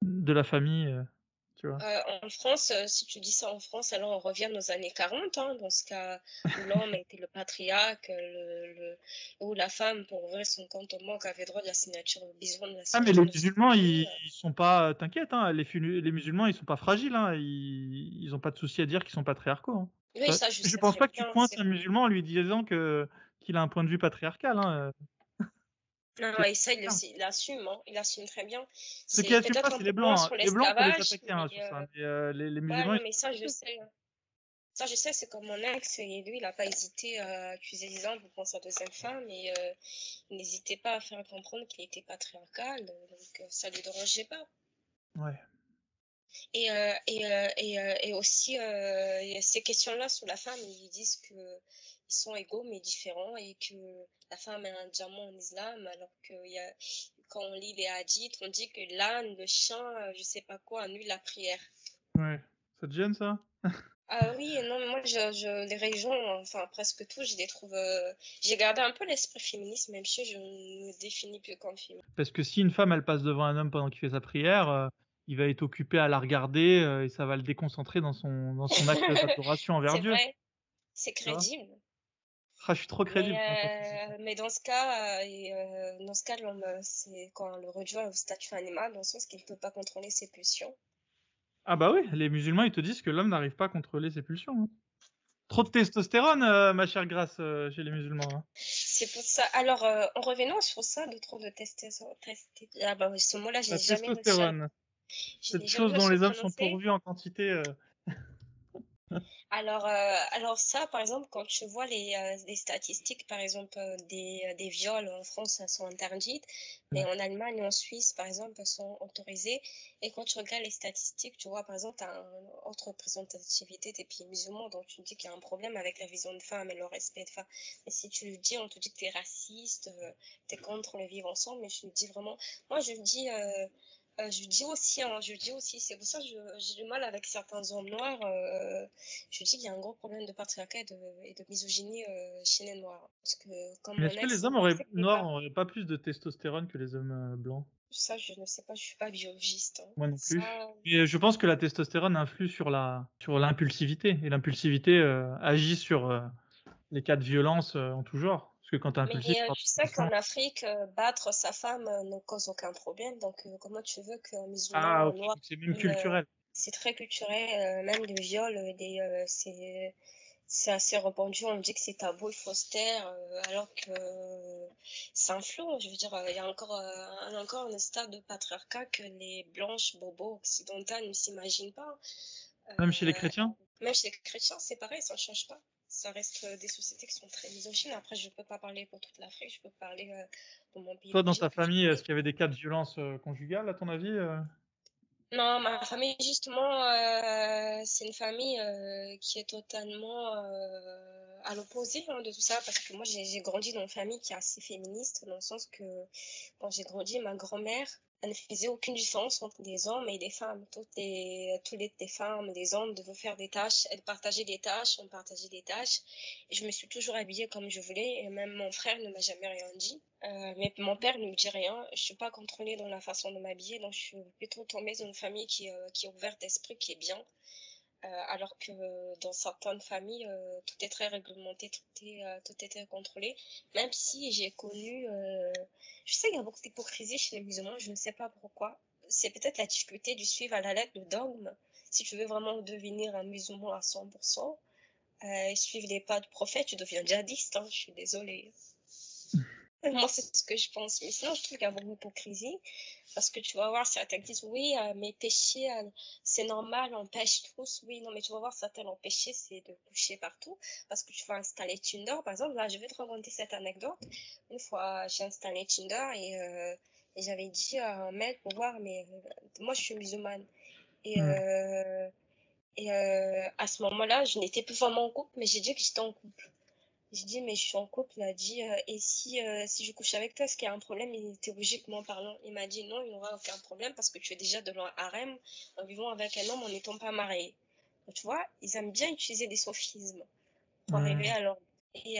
de la famille, tu vois. En France, si tu dis ça en France, alors on revient aux années 40, hein, dans ce cas où l'homme était le patriarche, où la femme, pour ouvrir son compte en banque, avait droit de la signature, besoin de la Ah mais les signature de son musulmans, mari. ils sont pas, t'inquiète, hein, les musulmans, ils sont pas fragiles, hein, ils ont pas de souci à dire qu'ils sont patriarcaux. Hein. Oui, ça, je Je sais pense très pas que tu bien. pointes un musulman en lui disant que qu'il a un point de vue patriarcal. Hein. Non, C'est et ça, bien. il assume, hein, il assume très bien. Ceux qui C'est assument pas, peut-être un c'est peu les moins blancs. Hein. sur Les blancs, faut les l'esclavage, attaquer hein, mais sur ça. Mais les ouais, musulmans, non, ils mais sont pas ça, je touchés. sais. Ça, je sais, c'est comme mon ex, et lui, il n'a pas hésité à utiliser les armes pour sa deuxième femme, et il n'hésitait pas à faire comprendre qu'il était patriarcal, donc ça ne lui dérangeait pas. Ouais. Et aussi, il y a ces questions-là sur la femme, ils disent que ils sont égaux mais différents et que la femme est un diamant en islam, alors que quand on lit les hadiths, on dit que l'âne, le chien, je sais pas quoi, annule la prière. Ouais. Ça te gêne ça? Ah oui, non, mais moi, les religions, enfin presque tout, je les trouve. J'ai gardé un peu l'esprit féministe, même si je ne me définis plus comme féministe. Parce que si une femme, elle passe devant un homme pendant qu'il fait sa prière, il va être occupé à la regarder et ça va le déconcentrer dans son acte d'adoration envers C'est Dieu. vrai, c'est Tu vois? crédible. Ah, je suis trop crédible quand tu dis ça. Mais dans ce cas, dans ce cas, l'homme, c'est quand on le réduit au statut animal, dans le sens qu'il ne peut pas contrôler ses pulsions. Ah bah oui, les musulmans, ils te disent que l'homme n'arrive pas à contrôler ses pulsions. Hein. Trop de testostérone, ma chère Grace, chez les musulmans. Hein. C'est pour ça. Alors, en revenant sur ça, de trop de ah bah oui, ce mot-là, La testostérone, je cette n'ai jamais chose dont réussi à les hommes sont prononcer. pourvus en quantité. Alors ça, par exemple, quand tu vois les statistiques, par exemple, des viols en France, elles sont interdites, mais Ouais. en Allemagne et en Suisse, par exemple, elles sont autorisées. Et quand tu regardes les statistiques, tu vois, par exemple, tu as une autre représentativité des pays musulmans, donc tu dis qu'il y a un problème avec la vision de femme et le respect de femme. Mais si tu le dis, on te dit que tu es raciste, tu es contre le vivre ensemble, mais je le dis vraiment, moi je le dis... je dis aussi, c'est pour ça que j'ai du mal avec certains hommes noirs. Je dis qu'il y a un gros problème de patriarcat et de misogynie chez les noirs. Parce que, comme Mais mon est-ce que ex, les il hommes me disait que noirs auraient pas plus de testostérone que les hommes blancs? ça, je ne sais pas, je suis pas biologiste, hein. Moi non plus. Ça, Et je pense que la testostérone influe sur l'impulsivité. Et l'impulsivité agit sur les cas de violence en tout genre. Parce que quand t'es mais impulsif, tu sais qu'en Afrique, battre sa femme ne cause aucun problème. Donc, comment tu veux qu'un ah musulman ok, noir, donc c'est même il, culturel. c'est très culturel, même le viol, c'est assez répandu. On dit que c'est tabou, il faut se taire, alors que c'est un flou. Je veux dire, il y a encore un stade de patriarcat que les blanches bobos occidentales ne s'imaginent pas. Même chez les Euh, chrétiens. Même chez les chrétiens, c'est pareil, ça ne change pas. Ça reste des sociétés qui sont très misogynes. Après, je ne peux pas parler pour toute l'Afrique, je peux parler de mon pays Toi, dans d'origine ta que je famille, est-ce connais. qu'il y avait des cas de violence conjugale, à ton avis Non, ma famille, justement, c'est une famille qui est totalement à l'opposé hein, de tout ça, parce que moi, j'ai grandi dans une famille qui est assez féministe, dans le sens que quand j'ai grandi, ma grand-mère, elle ne faisait aucune différence entre les hommes et les femmes. Les femmes, les hommes devaient faire des tâches, elles partageaient des tâches, on partageait des tâches, et je me suis toujours habillée comme je voulais, et même mon frère ne m'a jamais rien dit. Mais mon père ne me dit rien. Je suis pas contrôlée dans la façon de m'habiller, donc je suis plutôt tombée dans une famille qui est ouverte d'esprit, qui est bien. Alors que dans certaines familles, tout est très réglementé, tout est très contrôlé. Même si j'ai connu, je sais qu'il y a beaucoup d'hypocrisie chez les musulmans, je ne sais pas pourquoi. C'est peut-être la difficulté du suivre à la lettre le dogme. Si tu veux vraiment devenir un musulman à 100%, et suivre les pas du prophète, tu deviens djihadiste, hein, je suis désolée. Moi, c'est ce que je pense. Mais sinon, je trouve qu'il y a beaucoup d'hypocrisie. Parce que tu vas voir, certains disent, oui, mes péchés, c'est normal, on pêche tous. Oui, non, mais tu vas voir, certains ont péché, c'est de coucher partout. Parce que tu vas installer Tinder. Par exemple, là, je vais te raconter cette anecdote. Une fois, j'ai installé Tinder et j'avais dit à un mec pour voir, mais moi, je suis musulmane. Et, Hmm. à ce moment-là, je n'étais plus vraiment en couple, mais j'ai dit que j'étais en couple. J'ai dit, mais je suis en couple. Il a dit, et si je couche avec toi, est-ce qu'il y a un problème théologiquement parlant? Il m'a dit, non, il n'y aura aucun problème parce que tu es déjà de leur harem en vivant avec un homme en n'étant pas marié. Donc, tu vois, ils aiment bien utiliser des sophismes pour arriver Hmm. à leur... Et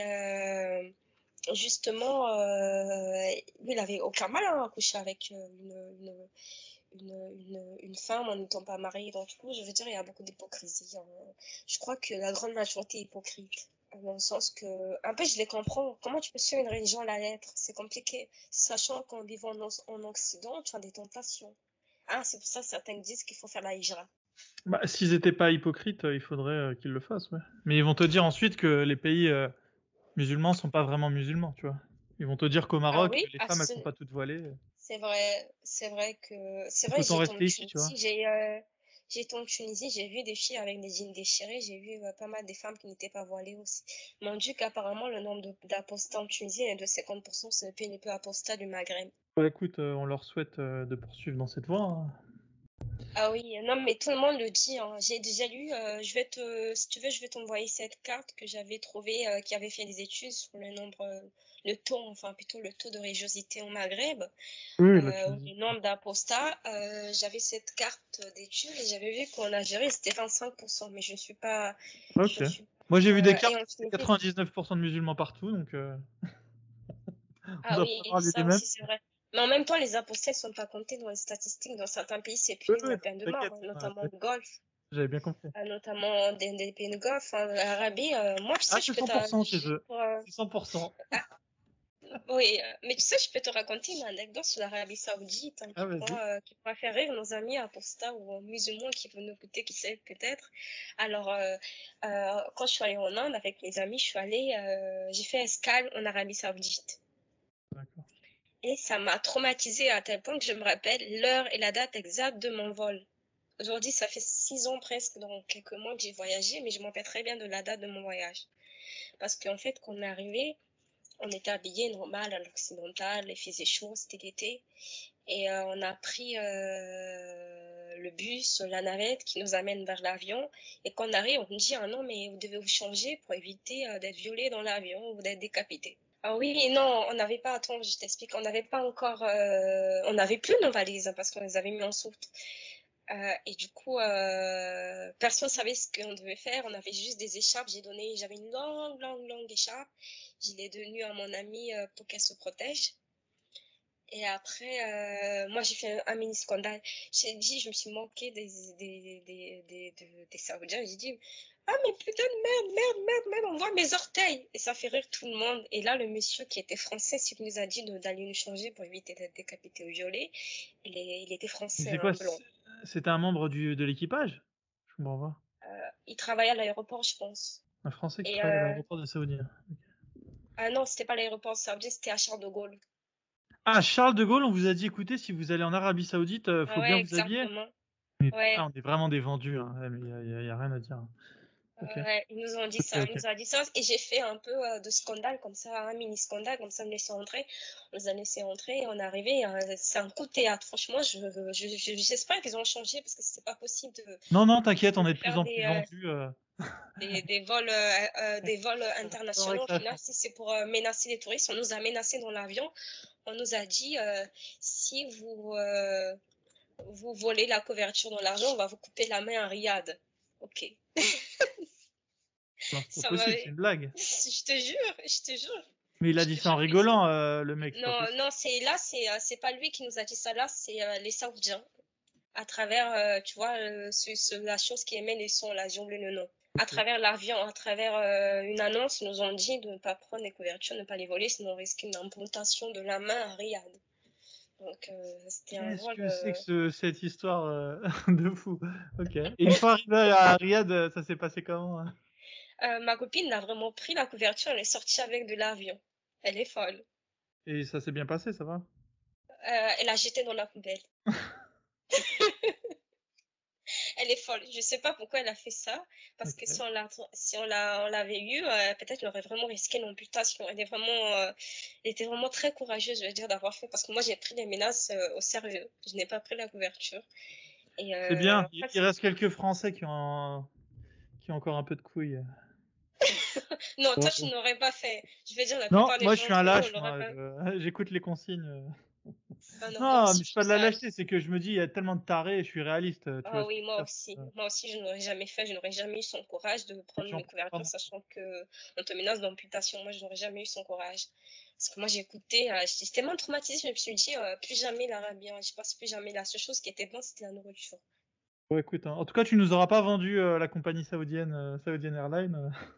justement, lui, il avait aucun mal hein, à coucher avec une femme en n'étant pas mariée. Donc, du coup, je veux dire, il y a beaucoup d'hypocrisie. Je crois que la grande majorité est hypocrite. Dans le sens que, un peu, je les comprends. Comment tu peux suivre une religion à la lettre? C'est compliqué. Sachant qu'en vivant en Occident, tu as des tentations. Ah, c'est pour ça que certains disent qu'il faut faire la hijra. Bah, s'ils étaient pas hypocrites, il faudrait qu'ils le fassent, ouais. Mais ils vont te dire ensuite que les pays musulmans sont pas vraiment musulmans, tu vois. Ils vont te dire qu'au Ah Maroc, oui, les femmes elles sont pas toutes voilées. c'est Il vrai, faut t'en rester ici, tu vois. j'ai été en Tunisie, j'ai vu des filles avec des jeans déchirés, j'ai vu pas mal des femmes qui n'étaient pas voilées aussi. Mon Dieu, qu'apparemment le nombre d'apostats en Tunisie est de 50%, c'est le pays le plus apostat du Maghreb. Ouais, écoute, on leur souhaite de poursuivre dans cette voie, hein. Ah oui, non, mais tout le monde le dit, hein. J'ai déjà lu, si tu veux, je vais t'envoyer cette carte que j'avais trouvée, qui avait fait des études sur le nombre, le taux, enfin plutôt le taux de religiosité au Maghreb, Oui, la le Tunisie. nombre d'apostats. J'avais cette carte d'études et j'avais vu qu'en Algérie c'était 25%, mais je Ok. ne suis Moi, j'ai vu des et cartes, en c'est Tunisie, 99% de musulmans partout, donc on ah doit oui, pas avoir les ça mêmes. aussi c'est vrai. Mais en même temps, les apostats ne sont pas comptés dans les statistiques. Dans certains pays, c'est Oui, puni de oui, la peine de mort, t'inquiète. hein, Ouais, notamment au Golfe. j'avais bien compris. Notamment des pays de Golfe, hein, l'Arabie. Moi, tu Ah, sais, je c'est peux 100% chez eux. pour, C'est 100%. ah, oui, mais tu sais, je peux te raconter une anecdote sur l'Arabie Saoudite hein, Ah, vas-y. qui pourra faire rire nos amis apostats ou musulmans qui vont nous écouter, qui savent peut-être. Alors, quand je suis allée en Inde avec mes amis, j'ai fait escale en Arabie Saoudite. D'accord. Et ça m'a traumatisée à tel point que je me rappelle l'heure et la date exacte de mon vol. Aujourd'hui, ça fait 6 ans presque, dans quelques mois que j'ai voyagé, mais je m'en rappelle très bien de la date de mon voyage. Parce qu'en fait, quand on est arrivé, on était habillés normal à l'occidental, il faisait chaud, c'était l'été. Et on a pris le bus, la navette qui nous amène vers l'avion. Et quand on arrive, on nous dit, ah non, mais vous devez vous changer pour éviter d'être violé dans l'avion ou d'être décapité. Ah oui, non, on n'avait pas, attends, je t'explique, on n'avait pas encore, on n'avait plus nos valises hein, parce qu'on les avait mis en soute. Et du coup, personne savait ce qu'on devait faire. On avait juste des écharpes. J'avais une longue écharpe. Je l'ai donnée à mon amie pour qu'elle se protège. Et après, moi, j'ai fait un mini scandale. Je me suis moquée des Saoudiens. J'ai dit, ah, mais putain de merde, on voit mes orteils. Et ça fait rire tout le monde. Et là, le monsieur qui était français, celui qui nous a dit d'aller nous changer pour éviter d'être décapité ou violé, il était Mais français, c'est un quoi? blond. C'était un membre de l'équipage? Je comprends pas. Il travaillait à l'aéroport, je pense. Un Français qui Et travaille à l'aéroport de Saoudien. ah non, c'était pas l'aéroport saoudien, c'était à Charles de Gaulle. Ah, Charles de Gaulle, on vous a dit, écoutez, si vous allez en Arabie Saoudite, Ah faut bien ouais, vous habiller. exactement. Mais, Ouais. on est vraiment des vendus, hein. Ouais, mais y a rien à dire. Ok. Ouais, ils nous ont dit Ok, ça, ils ok. nous ont dit ça, et j'ai fait un peu de scandale comme ça, un mini scandale comme ça, me laisser entrer. On nous a laissé entrer, et on est arrivé, c'est un coup de théâtre. Franchement, j'espère qu'ils ont changé parce que c'était pas possible Non, non, t'inquiète, on de est de plus faire en plus vendus. des vols C'est vrai internationaux. que Au ça a final, changé. si c'est pour menacer les touristes, on nous a menacés dans l'avion. On nous a dit, si vous volez la couverture dans l'argent, on va vous couper la main à Riyad. Ok. Non, c'est pas Ça possible, c'est m'avait. une blague. Je te jure. Mais il a Je dit te ça en jure. rigolant, le mec, c'est pas Non, possible. non, c'est pas lui qui nous a dit ça là, c'est les Saoudiens. À travers, tu vois, la chose qui émet les sons, là, j'ai oublié le nom. À Ok. travers l'avion, à travers une annonce, ils nous ont dit de ne pas prendre les couvertures, de ne pas les voler, sinon on risquait une amputation de la main à Riyad. Donc, c'était un Qu'est-ce vol. que c'est que cette histoire de fou? Ok. Et une fois arrivé à Riyad, ça s'est passé comment, hein? Ma copine a vraiment pris la couverture, elle est sortie avec de l'avion. Elle est folle. Et ça s'est bien passé, ça va? Elle a jeté dans la poubelle. Elle est folle. Je sais pas pourquoi elle a fait ça, parce que Ok. on l'avait eu, peut-être elle aurait vraiment risqué l'amputation. Elle était vraiment très courageuse, je veux dire, d'avoir fait, parce que moi j'ai pris les menaces au sérieux. Je n'ai pas pris la couverture. Et C'est bien. en fait, Il reste quelques Français qui ont encore un peu de couilles. non, toi tu Bon. n'aurais pas fait. Je veux dire, la Non, plupart des moi je gens suis un entre nous, on lâche, l'aurait moi. pas. J'écoute les consignes. Ah non, moi Non, aussi, mais c'est je pas trouve de la ça. lâcheté, c'est que je me dis, il y a tellement de tarés, je suis réaliste, tu vois Ah ce que oui, je veux moi dire. aussi. Moi aussi, je n'aurais jamais fait, je n'aurais jamais eu son courage de prendre J'en une couverture, pardon. sachant que on te menace d'amputation. Moi, je n'aurais jamais eu son courage. Parce que moi, j'ai écouté, j'étais tellement traumatisée, je me suis dit, plus jamais l'Arabie, je pense plus jamais. La seule chose qui était bonne, c'était la nourriture. Bon, écoute, hein, en tout cas, tu nous auras pas vendu la compagnie saoudienne, Saoudian Airlines.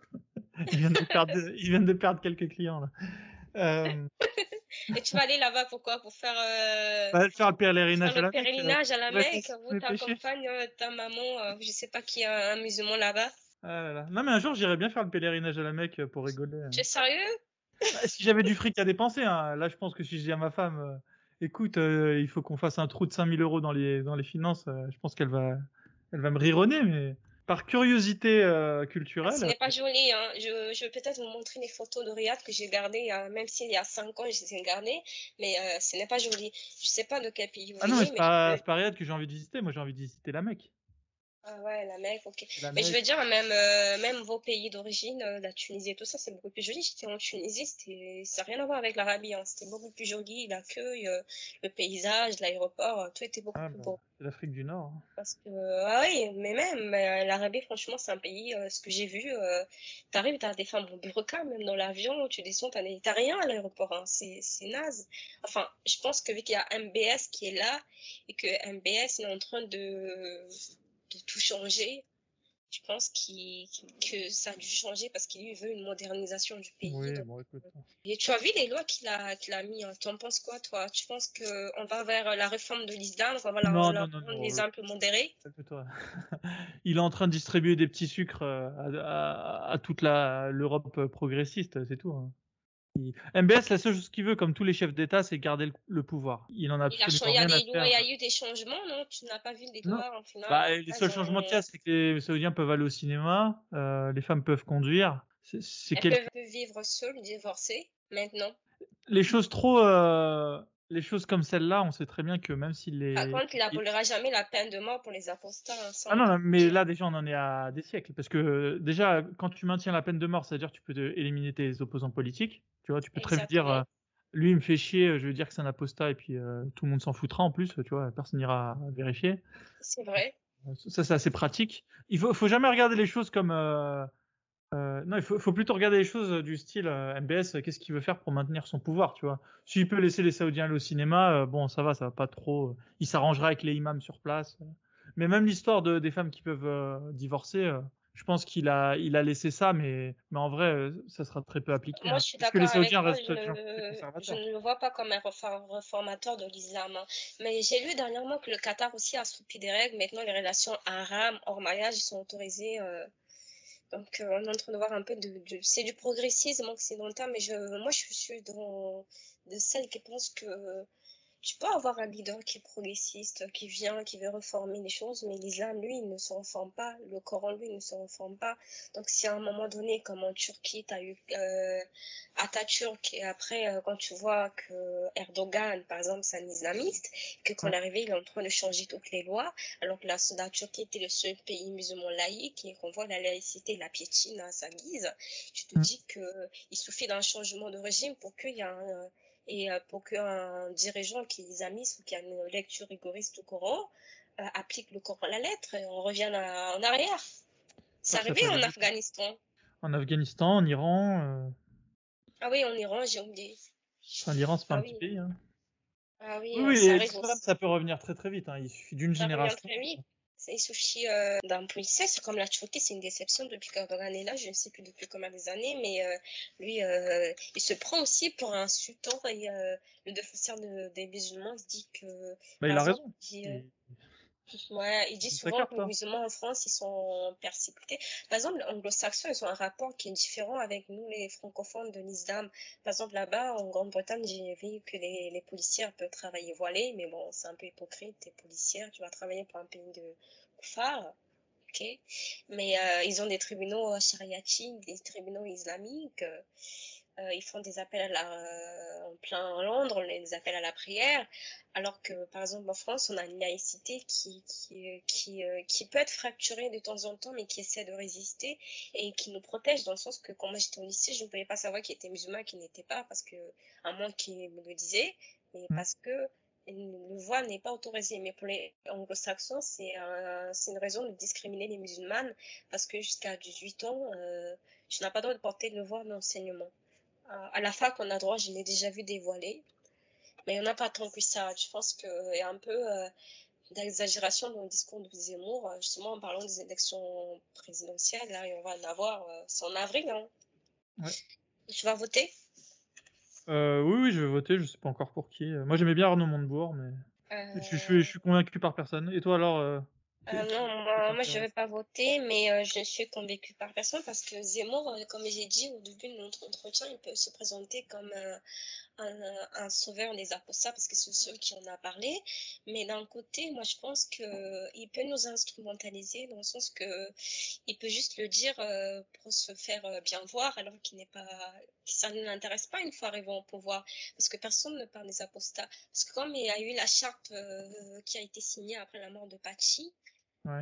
Ils viennent de perdre quelques clients là. Euh, Et tu vas aller là-bas pourquoi? Bah, faire le Pour faire pèlerinage à le la Mecque pèlerinage à la pour Mecque, effacer où mes ta péchés. compagne, ta maman, je sais pas qui a un musulman là-bas. Ah là là. Non, mais un jour, j'irais bien faire le pèlerinage à la Mecque pour rigoler. Tu es sérieux? Bah, si j'avais du fric à dépenser, hein. Là, je pense que si je dis à ma femme, écoute, il faut qu'on fasse un trou de 5 000 € dans les finances, je pense elle va me rironner, mais par curiosité Ah, ce culturelle, n'est pas joli, hein. Je vais peut-être vous montrer les photos de Riyad que j'ai gardées, même s'il y a 5 ans, je les ai gardées, mais ce n'est pas joli. Je sais pas de quel pays vous ah non, mais venez, mais c'est pas Riyad que j'ai envie de visiter. Moi, j'ai envie de visiter la Mecque. ah ouais, la Mecque, ok. Et la Mais je Mecque. veux dire, même vos pays d'origine, la Tunisie et tout ça, c'est beaucoup plus joli. J'étais en Tunisie, ça n'a rien à voir avec l'Arabie, hein. C'était beaucoup plus joli, l'accueil, le paysage, l'aéroport, tout était beaucoup Ah plus bah, beau. c'est l'Afrique du Nord, hein. Parce que, ah oui, mais même, l'Arabie, franchement, c'est un pays, ce que j'ai vu, t'arrives, t'as des femmes en burqa, même dans l'avion, tu descends, t'as rien à l'aéroport, hein, c'est naze. Enfin, je pense que vu qu'il y a MBS qui est là, et que MBS est en train de tout changer, je pense que ça a dû changer parce qu'il veut une modernisation du pays. Oui, Donc. bon, écoute. Et tu as vu les lois qu'il a mis, hein. Tu en penses quoi, toi? Tu penses qu'on va vers la réforme de l'islam, qu'on va Non, leur non, non, rendre non. les impôts modérés? Calme-toi. Il est en train de distribuer des petits sucres à toute l'Europe progressiste, c'est tout, hein. MBS, la seule chose qu'il veut, comme tous les chefs d'État, c'est garder le pouvoir. Il en a Il absolument y a rien à des lois, il y faire. a eu des changements, non? Tu n'as pas vu les Non. lois en final? Bah, les seuls Elles changements qu'il y ont, a, c'est que les Saoudiens peuvent aller au cinéma, les femmes peuvent conduire. C'est elles quelques peuvent vivre seules, divorcées, maintenant. les choses trop, les choses comme celle-là, on sait très bien que même si Par contre, il n'abolira jamais la peine de mort pour les apostats, hein, ça ah on non, peut non, le mais dire. là déjà on en est à des siècles parce que déjà quand tu maintiens la peine de mort, c'est-à-dire que tu peux éliminer tes opposants politiques. Tu vois, tu peux très vite dire Exactement. lui il me fait chier, je veux dire que c'est un apostat et puis tout le monde s'en foutra en plus, tu vois, personne n'ira vérifier. C'est vrai. Ça c'est assez pratique. Faut jamais regarder les choses comme non, faut plutôt regarder les choses du style MBS, qu'est-ce qu'il veut faire pour maintenir son pouvoir, tu vois. S'il peut laisser les Saoudiens aller au cinéma, bon, ça va pas trop. Il s'arrangera avec les imams sur place. Mais même l'histoire des femmes qui peuvent divorcer, je pense il a laissé ça, mais en vrai, ça sera très peu appliqué, Moi, hein, je suis puisque les d'accord avec Saoudiens toi. restent des gens très Je conservateurs. ne le vois pas comme un réformateur de l'islam, hein. Mais j'ai lu dernièrement que le Qatar aussi a assoupli des règles. Maintenant, les relations haram hors mariage sont autorisées. Donc, on est en train de voir un peu c'est du progressisme occidental, mais moi, je suis de celles qui pensent que tu peux avoir un leader qui est progressiste, qui vient, qui veut réformer les choses, mais l'islam, lui, il ne se reforme pas. Le Coran, lui, il ne se reforme pas. Donc, si à un moment donné, comme en Turquie, tu as eu Atatürk, et après, quand tu vois que Erdogan, par exemple, c'est un islamiste, que quand Ouais. il est arrivé, il est en train de changer toutes les lois, alors que la Turquie était le seul pays musulman laïque, et qu'on voit la laïcité, la piétine à sa guise, tu te Mm. dis que il suffit d'un changement de régime pour qu'il y ait pour qu'un dirigeant qui est islamiste ou qui a une lecture rigoriste du Coran applique le Coran à la lettre et on revient en arrière. C'est Ouais, ça arrivé peut aller en vite, hein. Afghanistan. En Afghanistan, en Iran, Ah oui, en Iran, j'ai oublié. enfin l'Iran c'est pas Ah un petit oui, pays, hein. ah oui, Oui, oui, ça et arrive l'islam aussi. ça peut revenir très très vite, hein. Il suffit d'une Ça revient génération. très vite. Il suffit d'un policier, c'est comme la Turquie, c'est une déception depuis qu'Erdogan est là, je ne sais plus depuis combien des années, mais lui, il se prend aussi pour un sultan et le défenseur des musulmans, il se dit que, Bah, par il a exemple, raison. ouais, il dit Il souvent s'accorde que les pas. musulmans en France, ils sont persécutés. Par exemple, les anglo-saxons, ils ont un rapport qui est différent avec nous, les francophones de l'islam. Par exemple, là-bas, en Grande-Bretagne, j'ai vu que les policières peuvent travailler voilées, mais bon, c'est un peu hypocrite, t'es policière, tu vas travailler pour un pays de phare, ok? Mais ils ont des tribunaux chariatiques, des tribunaux islamiques. Ils font des appels en plein Londres, des appels à la prière, alors que par exemple en France, on a une laïcité qui peut être fracturée de temps en temps, mais qui essaie de résister et qui nous protège dans le sens que quand moi j'étais au lycée, je ne pouvais pas savoir qui était musulman, qui n'était pas, parce que à moins qu'il me le disait. Et parce que le voile n'est pas autorisé. Mais pour les anglo-saxons, c'est une raison de discriminer les musulmanes parce que jusqu'à 18 ans, tu n'as pas le droit de porter le voile d'enseignement. À la fac, on a droit, je l'ai déjà vu dévoiler, mais il n'y en a pas tant que ça. Je pense qu'il y a un peu d'exagération dans le discours de Zemmour, justement en parlant des élections présidentielles. Là, et on va en avoir, c'est en avril. Hein. Ouais. Tu vas voter? Oui, je vais voter, je sais pas encore pour qui. Moi, j'aimais bien Arnaud Montebourg, mais je suis convaincu par personne. Et toi, alors Non, moi je vais pas voter, mais je suis convaincue par personne parce que Zemmour, comme j'ai dit au début de notre entretien, il peut se présenter comme un sauveur des apostats parce que c'est celui qui en a parlé. Mais d'un côté, moi je pense que il peut nous instrumentaliser dans le sens que il peut juste le dire pour se faire bien voir alors qu'il n'est pas, que ça ne l'intéresse pas une fois arrivé au pouvoir parce que personne ne parle des apostats. Parce que comme il y a eu la charte qui a été signée après la mort de Pachi, ouais.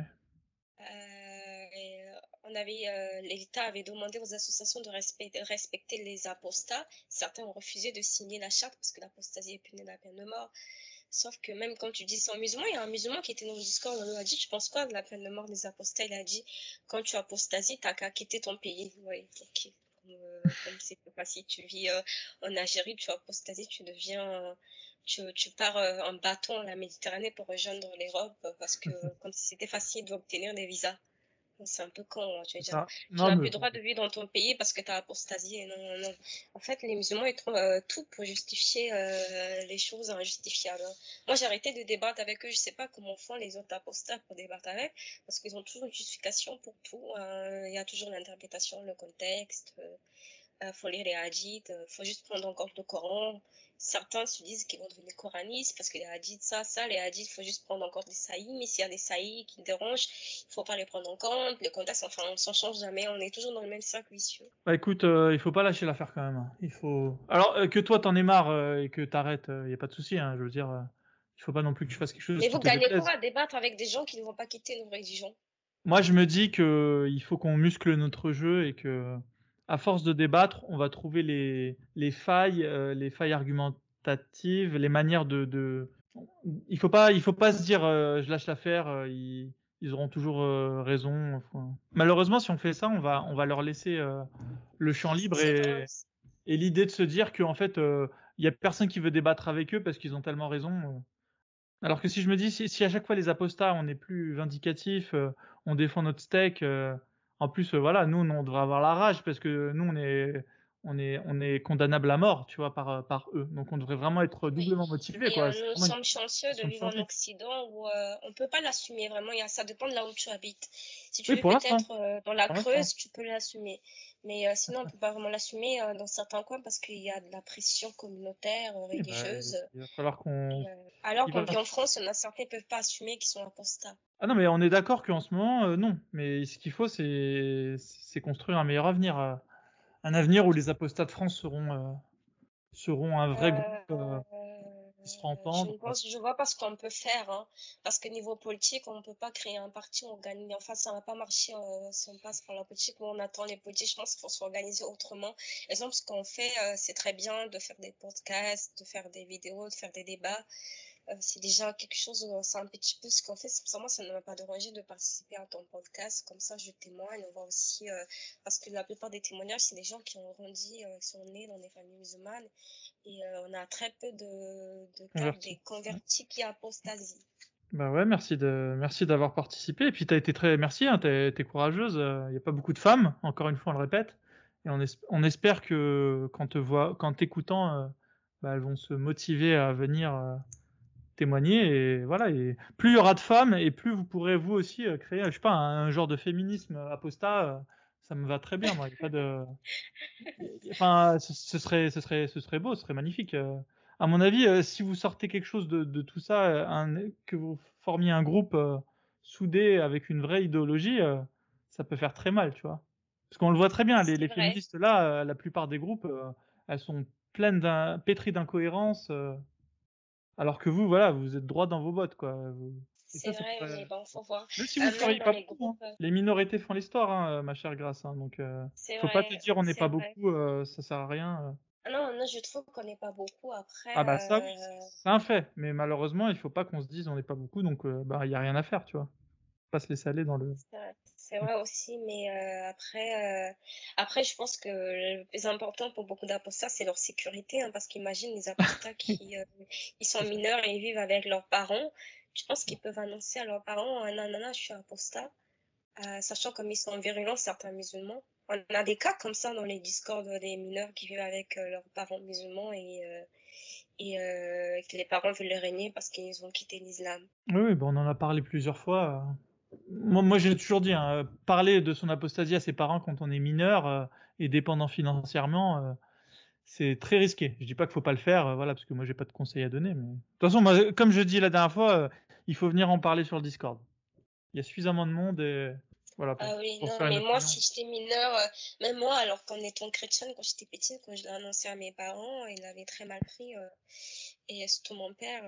l'État avait demandé aux associations de respecter les apostats. Certains ont refusé de signer la charte parce que l'apostasie est punie de la peine de mort. Sauf que même quand tu dis ça aux musulmans, il y a un musulman qui était dans le discours, on lui a dit, tu penses quoi de la peine de mort des apostats? Il a dit, quand tu apostasies, t'as qu'à quitter ton pays. Oui, ok. Comme c'est pas si tu vis en Algérie, tu apostasies, tu deviens, tu pars en bateau en la Méditerranée pour rejoindre l'Europe parce que comme si c'était facile d'obtenir des visas. C'est un peu con, hein, tu veux dire. Tu Non, n'as mais plus le droit de vivre dans ton pays parce que tu as apostasié. Non, non, non. En fait, les musulmans, ils trouvent tout pour justifier les choses injustifiables. Moi, j'ai arrêté de débattre avec eux. Je sais pas comment font les autres apostats pour débattre avec, parce qu'ils ont toujours une justification pour tout. Il y a toujours l'interprétation, le contexte. Faut lire les hadiths, faut juste prendre en compte le Coran. Certains se disent qu'ils vont devenir coranistes parce que les hadiths, les hadiths, faut juste prendre en compte les saïs, mais s'il y a des saïs qui dérangent, il faut pas les prendre en compte. Le contexte, enfin, on s'en change jamais, on est toujours dans le même cercle vicieux. bah écoute, il faut pas lâcher l'affaire quand même. Il faut. Alors que toi t'en aies marre et que t'arrêtes, y a pas de souci. Hein, je veux dire, il faut pas non plus que tu fasses quelque chose Mais qui vous te gagnez quoi déplaise. à débattre avec des gens qui ne vont pas quitter nos religions? Moi, je me dis que il faut qu'on muscle notre jeu et que, à force de débattre, on va trouver les failles argumentatives, les manières de. Il faut pas se dire, je lâche l'affaire, ils auront toujours raison. Enfin, malheureusement, si on fait ça, on va leur laisser le champ libre C'est vrai. et l'idée de se dire qu'en fait, il y a personne qui veut débattre avec eux parce qu'ils ont tellement raison. Alors que si je me dis, si à chaque fois les apostats, on est plus vindicatif, on défend notre steak, en plus, voilà, nous, on devrait avoir la rage parce que nous, on est condamnable à mort, tu vois, par eux. Donc, on devrait vraiment être Oui. doublement motivé, Et quoi. C'est nous vraiment une sommes chanceux de question de vivre en changer. Occident où on peut pas l'assumer vraiment. Ça dépend de là où tu habites. Si tu Oui, vis pour l'instant. peut-être dans la Pour l'instant. Creuse, tu peux l'assumer. Mais sinon, on peut pas vraiment l'assumer dans certains coins parce qu'il y a de la pression communautaire, Oui, bah, religieuse. il va falloir qu'on. Alors Il qu'on va... vit en France, il y en a certains qui peuvent pas assumer qu'ils sont apostats. Ah non, mais on est d'accord qu'en ce moment, non. Mais ce qu'il faut, c'est construire un meilleur avenir. Un avenir où les apostats de France seront un vrai groupe qui sera en pente. Je vois pas ce qu'on peut faire, hein, parce que niveau politique, on peut pas créer un parti, on gagne. Enfin, ça va pas marcher si on passe par la politique. Nous, on attend les politiques. Je pense qu'il faut s'organiser autrement. Exemple, ce qu'on fait, c'est très bien de faire des podcasts, de faire des vidéos, de faire des débats. C'est déjà quelque chose, c'est un petit peu ce qu'on fait. Pour moi, ça ne m'a pas dérangé de participer à ton podcast. Comme ça, je témoigne. On voit aussi, parce que la plupart des témoignages, c'est des gens qui ont grandi, qui sont nés dans des familles musulmanes. Et on a très peu de cas des Converti. convertis qui apostasient. Bah ouais, merci d'avoir participé. Et puis merci, hein, t'es courageuse. Il y a pas beaucoup de femmes, encore une fois, on le répète. Et on espère que quand t'écoutant, bah, elles vont se motiver à venir témoigner. Et voilà. Et plus il y aura de femmes, et plus vous pourrez vous aussi créer, je sais pas, un genre de féminisme apostat. Ça me va très bien. Moi, il y a pas de. Enfin, ce serait beau, ce serait magnifique. À mon avis, si vous sortez quelque chose de tout ça, que vous formiez un groupe soudé avec une vraie idéologie, ça peut faire très mal, tu vois. Parce qu'on le voit très bien, C'est les vrai. féministes là, la plupart des groupes, elles sont pleines pétries d'incohérences, alors que vous, voilà, vous êtes droit dans vos bottes, quoi. Et C'est ça vrai, mais pourrait. bon, faut voir. Même si vous Même feriez dans pas les beaucoup, hein. groupes, Les minorités font l'histoire, hein, ma chère Grace. Hein, donc, c'est faut pas te vrai, dire on n'est c'est pas vrai. beaucoup, ça sert à rien. Ah non, non, je trouve qu'on n'est pas beaucoup. Ah bah ça oui, Après, c'est un fait, mais malheureusement, il faut pas qu'on se dise on n'est pas beaucoup, donc bah il y a rien à faire, tu vois. Pas se laisser aller dans le. c'est vrai aussi, mais après, je pense que le plus important pour beaucoup d'apostats, c'est leur sécurité, hein, parce qu'imagine les apostats qui ils sont C'est ça. mineurs et ils vivent avec leurs parents. Je pense qu'ils peuvent annoncer à leurs parents, ah, non, non, non, je suis apostat, sachant comme ils sont virulents, certains musulmans. On a des cas comme ça dans les discords des mineurs qui vivent avec leurs parents musulmans et que les parents veulent les régner parce qu'ils ont quitté l'islam. Oui, oui, bah, on en a parlé plusieurs fois. Moi, j'ai toujours dit, hein, parler de son apostasie à ses parents quand on est mineur et dépendant financièrement, c'est très risqué. Je dis pas qu'il faut pas le faire, voilà, parce que moi j'ai pas de conseils à donner. Mais de toute façon, moi, comme je dis la dernière fois, il faut venir en parler sur le Discord. Il y a suffisamment de monde et voilà Ah oui, pour se non, faire une mais moi, opinion. si j'étais mineure, même moi, alors qu'en étant chrétienne, quand j'étais petite, quand je l'ai annoncé à mes parents, ils l'avaient très mal pris, et surtout mon père.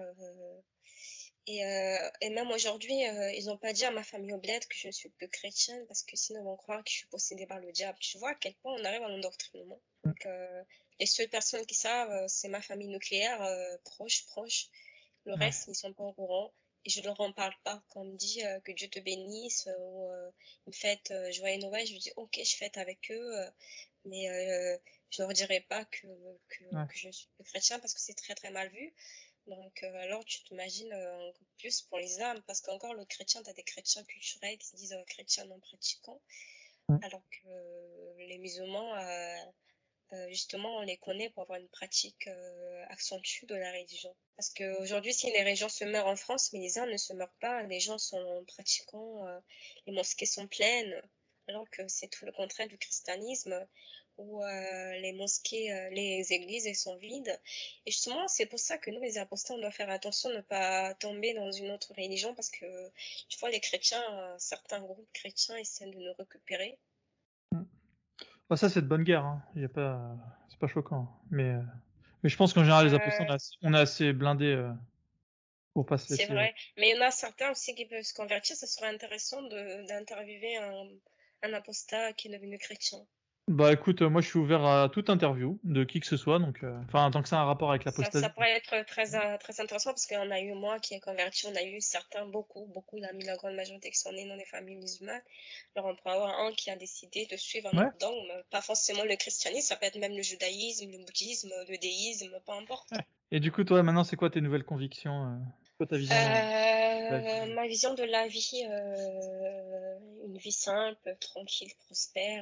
Et même aujourd'hui, ils n'ont pas dit à ma famille au bled que je ne suis plus chrétienne, parce que sinon ils vont croire que je suis possédée par le diable. Tu vois à quel point on arrive à l'endoctrinement. Donc, les seules personnes qui savent, c'est ma famille nucléaire, proche. Le Ouais. reste, ils sont pas au courant. Et je leur en parle pas. Quand on me dit que Dieu te bénisse ou une fête joyeux Noël, je dis ok, je fête avec eux, mais je leur dirai pas Ouais. que je suis chrétien parce que c'est très très mal vu. Donc alors tu t'imagines encore plus pour les âmes parce qu'encore le chrétien, t'as des chrétiens culturels qui se disent chrétiens non pratiquants, Ouais. alors que les musulmans justement, on les connaît pour avoir une pratique accentuée de la religion. Parce qu'aujourd'hui, si les religions se meurent en France, mais les uns ne se meurent pas, les gens sont pratiquants, les mosquées sont pleines, alors que c'est tout le contraire du christianisme, où les mosquées, les églises, elles sont vides. Et justement, c'est pour ça que nous, les apostats, on doit faire attention de ne pas tomber dans une autre religion, parce que, tu vois, les chrétiens, certains groupes chrétiens essaient de nous récupérer. Bah, ça c'est de bonne guerre, hein. Il y a pas, c'est pas choquant. Mais je pense qu'en général les apostats Euh, on est assez blindés pour pas se C'est laisser. vrai. Mais il y en a certains aussi qui peuvent se convertir. Ce serait intéressant d'interviewer un apostat qui est devenu chrétien. Bah écoute, moi je suis ouvert à toute interview de qui que ce soit, donc enfin tant que ça a un rapport avec Ça l'apostasie. pourrait être très intéressant parce qu'on a eu moi qui est converti, on a eu certains, beaucoup d'amis, la grande majorité qui sont nés dans des familles musulmanes. Alors on pourrait avoir un qui a décidé de suivre un Ouais. autre dogme, pas forcément le christianisme, ça peut être même le judaïsme, le bouddhisme, le déisme, peu importe. Et du coup, toi, maintenant, c'est quoi tes nouvelles convictions quoi ta vision de la vie Ma vision de la vie, une vie simple, tranquille, prospère,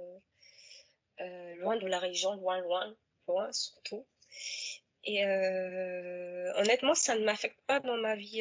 loin de la région, loin surtout. Et honnêtement, ça ne m'affecte pas dans ma vie,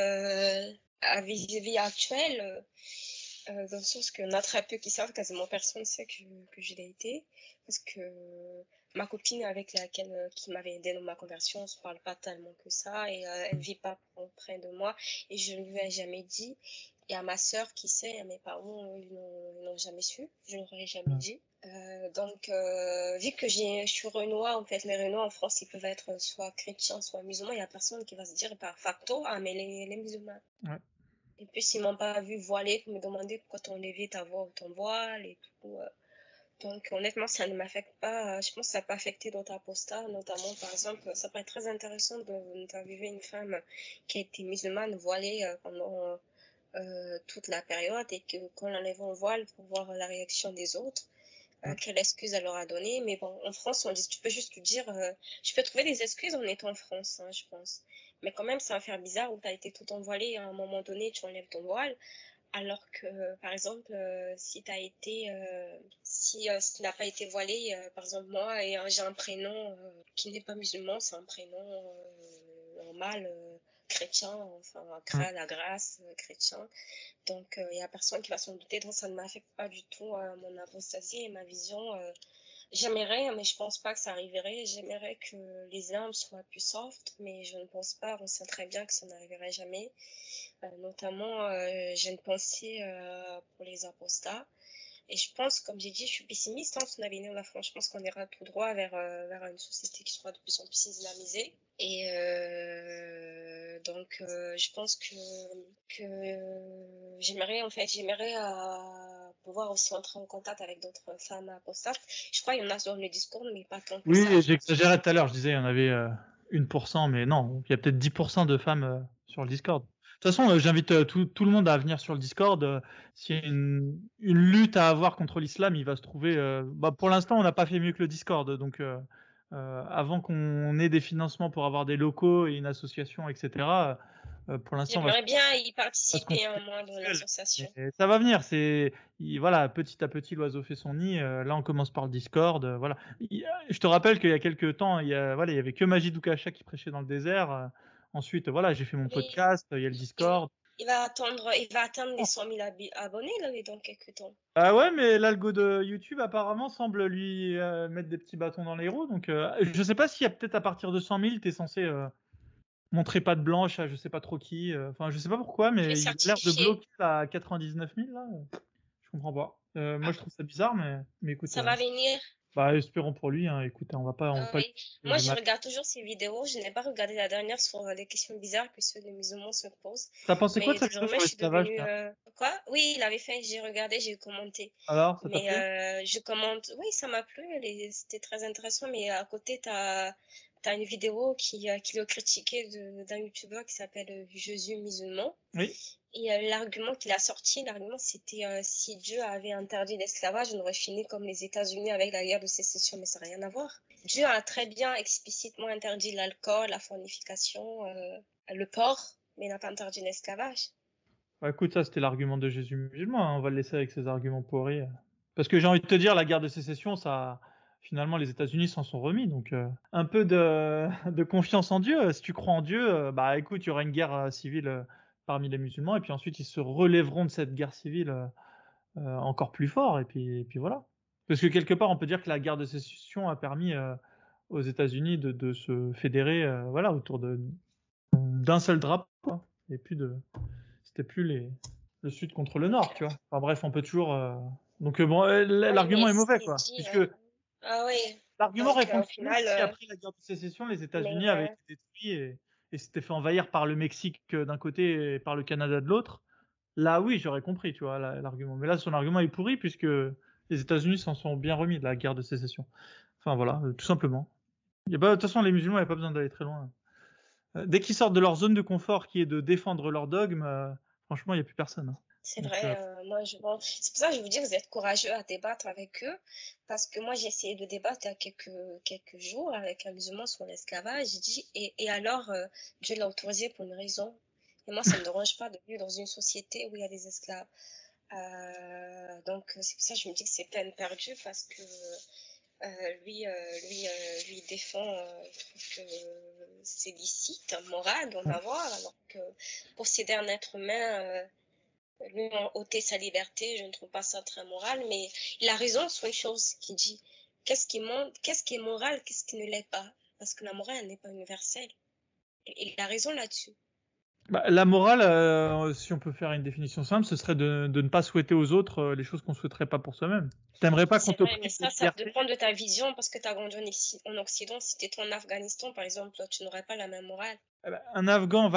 vie actuelle, dans le sens qu'il y en a très peu qui savent, quasiment personne sait que je l'ai été, parce que ma copine avec laquelle qui m'avait aidé dans ma conversion, on se parle pas tellement que ça, et elle vit pas près de moi, et je ne lui ai jamais dit. Et à ma sœur qui sait, à mes parents, ils n'ont jamais su, je leur ai jamais Ouais. dit. Donc, vu que je suis Renoir, en fait, les Renois en France, ils peuvent être soit chrétiens, soit musulmans. Il y a personne qui va se dire par facto, ah, mais les musulmans. Ouais. Et puis, s'ils m'ont pas vu voiler, pour me demander pourquoi t'as enlevé ton voile et tout. Donc, honnêtement, ça ne m'affecte pas. Je pense que ça peut affecter d'autres apostats, notamment, par exemple, ça peut être très intéressant d'interviewer une femme qui a été musulmane voilée pendant toute la période et que quand on enlève le voile pour voir la réaction des autres Ouais. quelle excuse elle leur a donné. Mais bon, en France, on dit, tu peux juste lui dire, je peux trouver des excuses en étant en France, hein, je pense. Mais quand même, ça va faire bizarre où tu as été tout voilé, à un moment donné, tu enlèves ton voile. Alors que, par exemple, si tu as été, si tu n'as pas été voilé, par exemple, moi, et j'ai un prénom qui n'est pas musulman, c'est un prénom normal, chrétien, enfin, Ouais. la grâce, chrétien. Donc, il y a personne qui va s'en douter, donc ça ne m'affecte pas du tout mon apostasie et ma vision. J'aimerais, mais je pense pas que ça arriverait. J'aimerais que les âmes soient plus soft, mais je ne pense pas. On sait très bien que ça n'arriverait jamais. Notamment, j'ai une pensée pour les apostats. Et je pense, comme j'ai dit, je suis pessimiste. Hein, si on avait né en France, je pense qu'on ira tout droit vers une société qui sera de plus en plus islamisée. Et donc, je pense que j'aimerais, en fait, j'aimerais pouvoir aussi entrer en contact avec d'autres femmes apostates. Je crois qu'il y en a sur le Discord, mais pas tant que Oui, ça. j'exagérais tout à l'heure, je disais il y en avait 1%, mais non, il y a peut-être 10% de femmes sur le Discord. De toute façon, j'invite tout le monde à venir sur le Discord. S'il y a une lutte à avoir contre l'islam, il va se trouver. Pour l'instant, on n'a pas fait mieux que le Discord, donc avant qu'on ait des financements pour avoir des locaux et une association, etc. Pour l'instant, J'aimerais bien y va se participer, construire moi, tout dans seul. l'association. Et ça va venir. Voilà, petit à petit, l'oiseau fait son nid. Là, on commence par le Discord. Voilà. Je te rappelle qu'il y a quelques temps, il y avait que Majid Oukasha qui prêchait dans le désert. Ensuite, voilà, j'ai fait mon Oui, podcast. Il y a le Discord. il va atteindre les 100 000 abonnés, là, dans quelques temps. Ah ouais, mais l'algo de YouTube apparemment semble lui mettre des petits bâtons dans les roues. Donc, je sais pas s'il y a peut-être à partir de 100 000, t'es censé montrer patte blanche à je sais pas trop qui. Enfin, je sais pas pourquoi, Tu es mais il a l'air de certifié. bloquer à 99 000 là. Je comprends pas. Moi, je trouve ça bizarre, mais écoute, Ça va venir. espérons pour lui. Hein. Écoute, on va pas lui Oui. faire Moi, de je mal. regarde toujours ces vidéos. Je n'ai pas regardé la dernière sur les questions bizarres que ceux les musulmans se posent. T'as pensé quoi Mais de sa vidéo désormais, sur je suis l'esclavage, devenue... tiens Quoi? Oui, il avait fait, j'ai regardé, j'ai commenté. Alors, ça t'a Mais plu? je commente... Oui, ça m'a plu. C'était très intéressant. Mais à côté, t'as une vidéo qui le critiquait d'un youtubeur qui s'appelle Jésus musulman. Oui. Et l'argument qu'il a sorti, c'était si Dieu avait interdit l'esclavage, on aurait fini comme les États-Unis avec la guerre de sécession, mais ça n'a rien à voir. Dieu a très bien explicitement interdit l'alcool, la fornication, le porc, mais il n'a pas interdit l'esclavage. Bah, écoute, ça, c'était l'argument de Jésus musulman. Hein. On va le laisser avec ses arguments pourris. Parce que j'ai envie de te dire, la guerre de sécession, ça, finalement, les États-Unis s'en sont remis. Donc, un peu de confiance en Dieu. Si tu crois en Dieu, bah, écoute, il y aura une guerre civile parmi les musulmans. Et puis ensuite, ils se relèveront de cette guerre civile encore plus fort. Et puis voilà. Parce que quelque part, on peut dire que la guerre de sécession a permis aux États-Unis de se fédérer, voilà, autour d'un seul drapeau. Quoi. Et plus c'était plus le sud contre le nord, tu vois. Enfin bref, on peut toujours. Donc bon, Oui, mais l'argument est ce mauvais, qu'il quoi, dit, puisque ah oui, l'argument donc aurait au fonctionné final, si après la guerre de sécession, les mais États-Unis avaient été détruits et s'étaient fait envahir par le Mexique d'un côté et par le Canada de l'autre. Là, oui, j'aurais compris, tu vois, l'argument. Mais là, son argument est pourri puisque les États-Unis s'en sont bien remis de la guerre de sécession. Enfin voilà, tout simplement. De toute façon, les musulmans, il n'y a pas besoin d'aller très loin. Dès qu'ils sortent de leur zone de confort, qui est de défendre leur dogme, franchement, il n'y a plus personne. Hein. c'est Donc, vrai, moi c'est pour ça que je vous dis, vous êtes courageux à débattre avec eux, parce que moi j'ai essayé de débattre il y a quelques jours avec un musulman sur l'esclavage, j'ai dit, et alors Dieu l'a autorisé pour une raison. Et moi ça me dérange pas de vivre dans une société où il y a des esclaves. Donc c'est pour ça que je me dis que c'est peine perdue, parce que lui défend, il trouve que c'est licite, moral d'en avoir, alors que posséder un être humain, lui ôter sa liberté, je ne trouve pas ça très moral, mais il a raison sur une chose qu'il dit. Qu'est-ce qui est moral, qu'est-ce qui ne l'est pas? Parce que la morale, elle n'est pas universelle. Et il a raison là-dessus. la morale, si on peut faire une définition simple, ce serait de ne pas souhaiter aux autres les choses qu'on souhaiterait pas pour soi-même. T'aimerais pas qu'on C'est te vrai, mais prive de ça liberté? dépend de ta vision, parce que tu as grandi en Occident. Si tu étais en Afghanistan, par exemple, tu n'aurais pas la même morale. Eh ben, un Afghan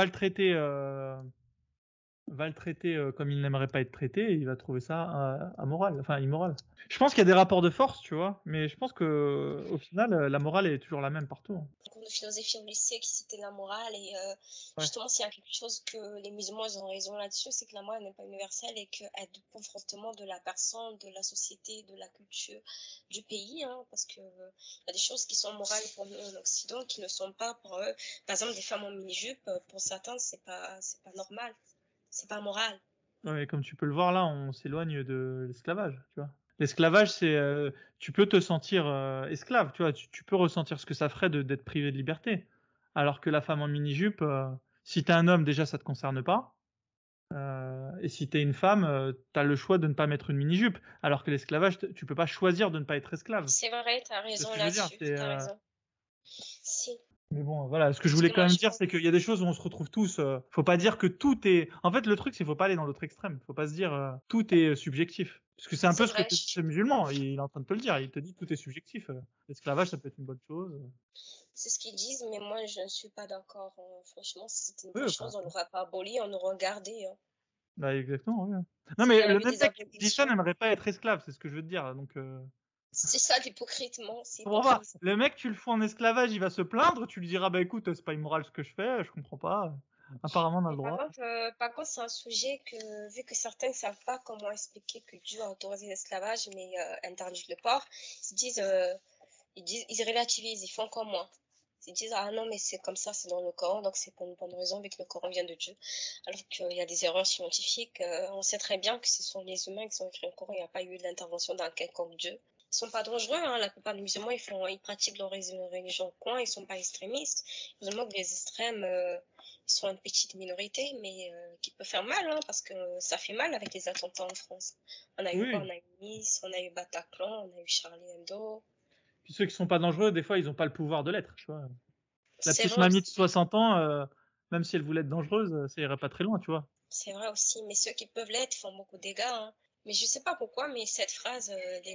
va le traiter comme il n'aimerait pas être traité et il va trouver ça amoral, enfin immoral. Je pense qu'il y a des rapports de force, tu vois, mais je pense que au final, la morale est toujours la même partout. Hein. Un cours de philosophie au lycée qui citait la morale, et Ouais. justement s'il y a quelque chose que les musulmans ils ont raison là-dessus, c'est que la morale n'est pas universelle et qu'elle dépend fortement de la personne, de la société, de la culture du pays, hein, parce que il y a des choses qui sont morales pour nous en Occident qui ne sont pas pour eux. Par exemple, des femmes en mini-jupe, pour certains c'est pas normal, c'est pas moral. Ouais, comme tu peux le voir là, on s'éloigne de l'esclavage, tu vois. L'esclavage, c'est tu peux te sentir esclave, tu vois, tu peux ressentir ce que ça ferait d'être privé de liberté. Alors que la femme en mini-jupe, si t'es un homme, déjà ça te concerne pas. Et si t'es une femme, t'as le choix de ne pas mettre une mini-jupe. Alors que l'esclavage, tu peux pas choisir de ne pas être esclave. C'est vrai, t'as C'est ce raison que je veux dire. là-dessus, t'as raison. Si, Mais bon, voilà. Ce que je parce voulais que quand moi même je dire, pense, c'est qu'il y a des choses où on se retrouve tous. Faut pas dire que tout est. En fait, le truc, c'est faut pas aller dans l'autre extrême. Faut pas se dire tout est subjectif. Parce que c'est un c'est peu ce que vrai. te dit ce musulman. Il est en train de te le dire. Il te dit tout est subjectif. L'esclavage, ça peut être une bonne chose. C'est ce qu'ils disent, mais moi, je ne suis pas d'accord. Franchement, si c'était une Oui, bonne enfin, chose, on l'aurait pas aboli, on l'aurait gardé. Hein. Bah, exactement, ouais. Non, S'il y mais en le avait même des mec qui dit ça objections, n'aimerait pas être esclave, c'est ce que je veux te dire. Donc, c'est ça l'hypocritement, c'est je comprends pas. hypocrite. Le mec, tu le fous en esclavage, il va se plaindre, tu lui diras, bah écoute, c'est pas immoral ce que je fais, je comprends pas. Apparemment, on a le Mais droit. par contre, c'est un sujet que, vu que certains ne savent pas comment expliquer que Dieu a autorisé l'esclavage, mais interdit le port, ils disent, ils relativisent, ils font comme moi. Ils disent, ah non, mais c'est comme ça, c'est dans le Coran, donc c'est pour une bonne raison, vu que le Coran vient de Dieu. Alors qu'il y a des erreurs scientifiques. On sait très bien que ce sont les humains qui ont écrit le Coran, il n'y a pas eu d'intervention d'un quelconque Dieu. Ils sont pas dangereux, hein. La plupart des musulmans, ils pratiquent leur religion au coin, ils sont pas extrémistes. Heureusement que les extrêmes, ils sont une petite minorité, mais qui peut faire mal, hein, parce que ça fait mal avec les attentats en France. On a eu quoi? Oui. On a eu Nice, on a eu Bataclan, on a eu Charlie Hebdo. Puis ceux qui sont pas dangereux, des fois, ils ont pas le pouvoir de l'être, tu vois. La C'est petite vrai mamie de aussi. 60 ans, même si elle voulait être dangereuse, ça irait pas très loin, tu vois. C'est vrai aussi, mais ceux qui peuvent l'être font beaucoup de dégâts, hein. Mais je sais pas pourquoi, mais cette phrase,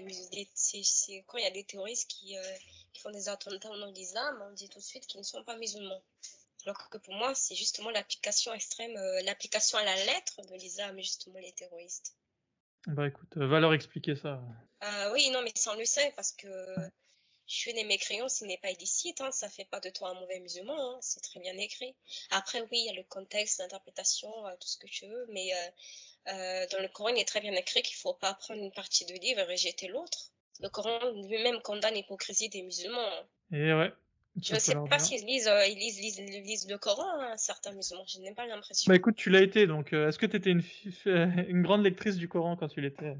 c'est quand il y a des terroristes qui font des attentats au nom de l'islam, on dit tout de suite qu'ils ne sont pas musulmans. Alors que pour moi, c'est justement l'application extrême, l'application à la lettre de l'islam, justement les terroristes. Bah écoute, va leur expliquer ça. Oui, non, mais ça on le sait parce que Ouais. tuer des mécréants, ce n'est pas illicite, hein, ça fait pas de toi un mauvais musulman, hein, c'est très bien écrit. Après, oui, il y a le contexte, l'interprétation, tout ce que tu veux, mais dans le Coran, il est très bien écrit qu'il faut pas prendre une partie de livre et rejeter l'autre. Le Coran lui-même condamne l'hypocrisie des musulmans, hein. Et ouais, Je ça ne faut sais leur pas dire. s'ils lisent le Coran, hein, certains musulmans, je n'ai pas Bah l'impression. écoute, tu l'as été, donc est-ce que t'étais une grande lectrice du Coran quand tu l'étais?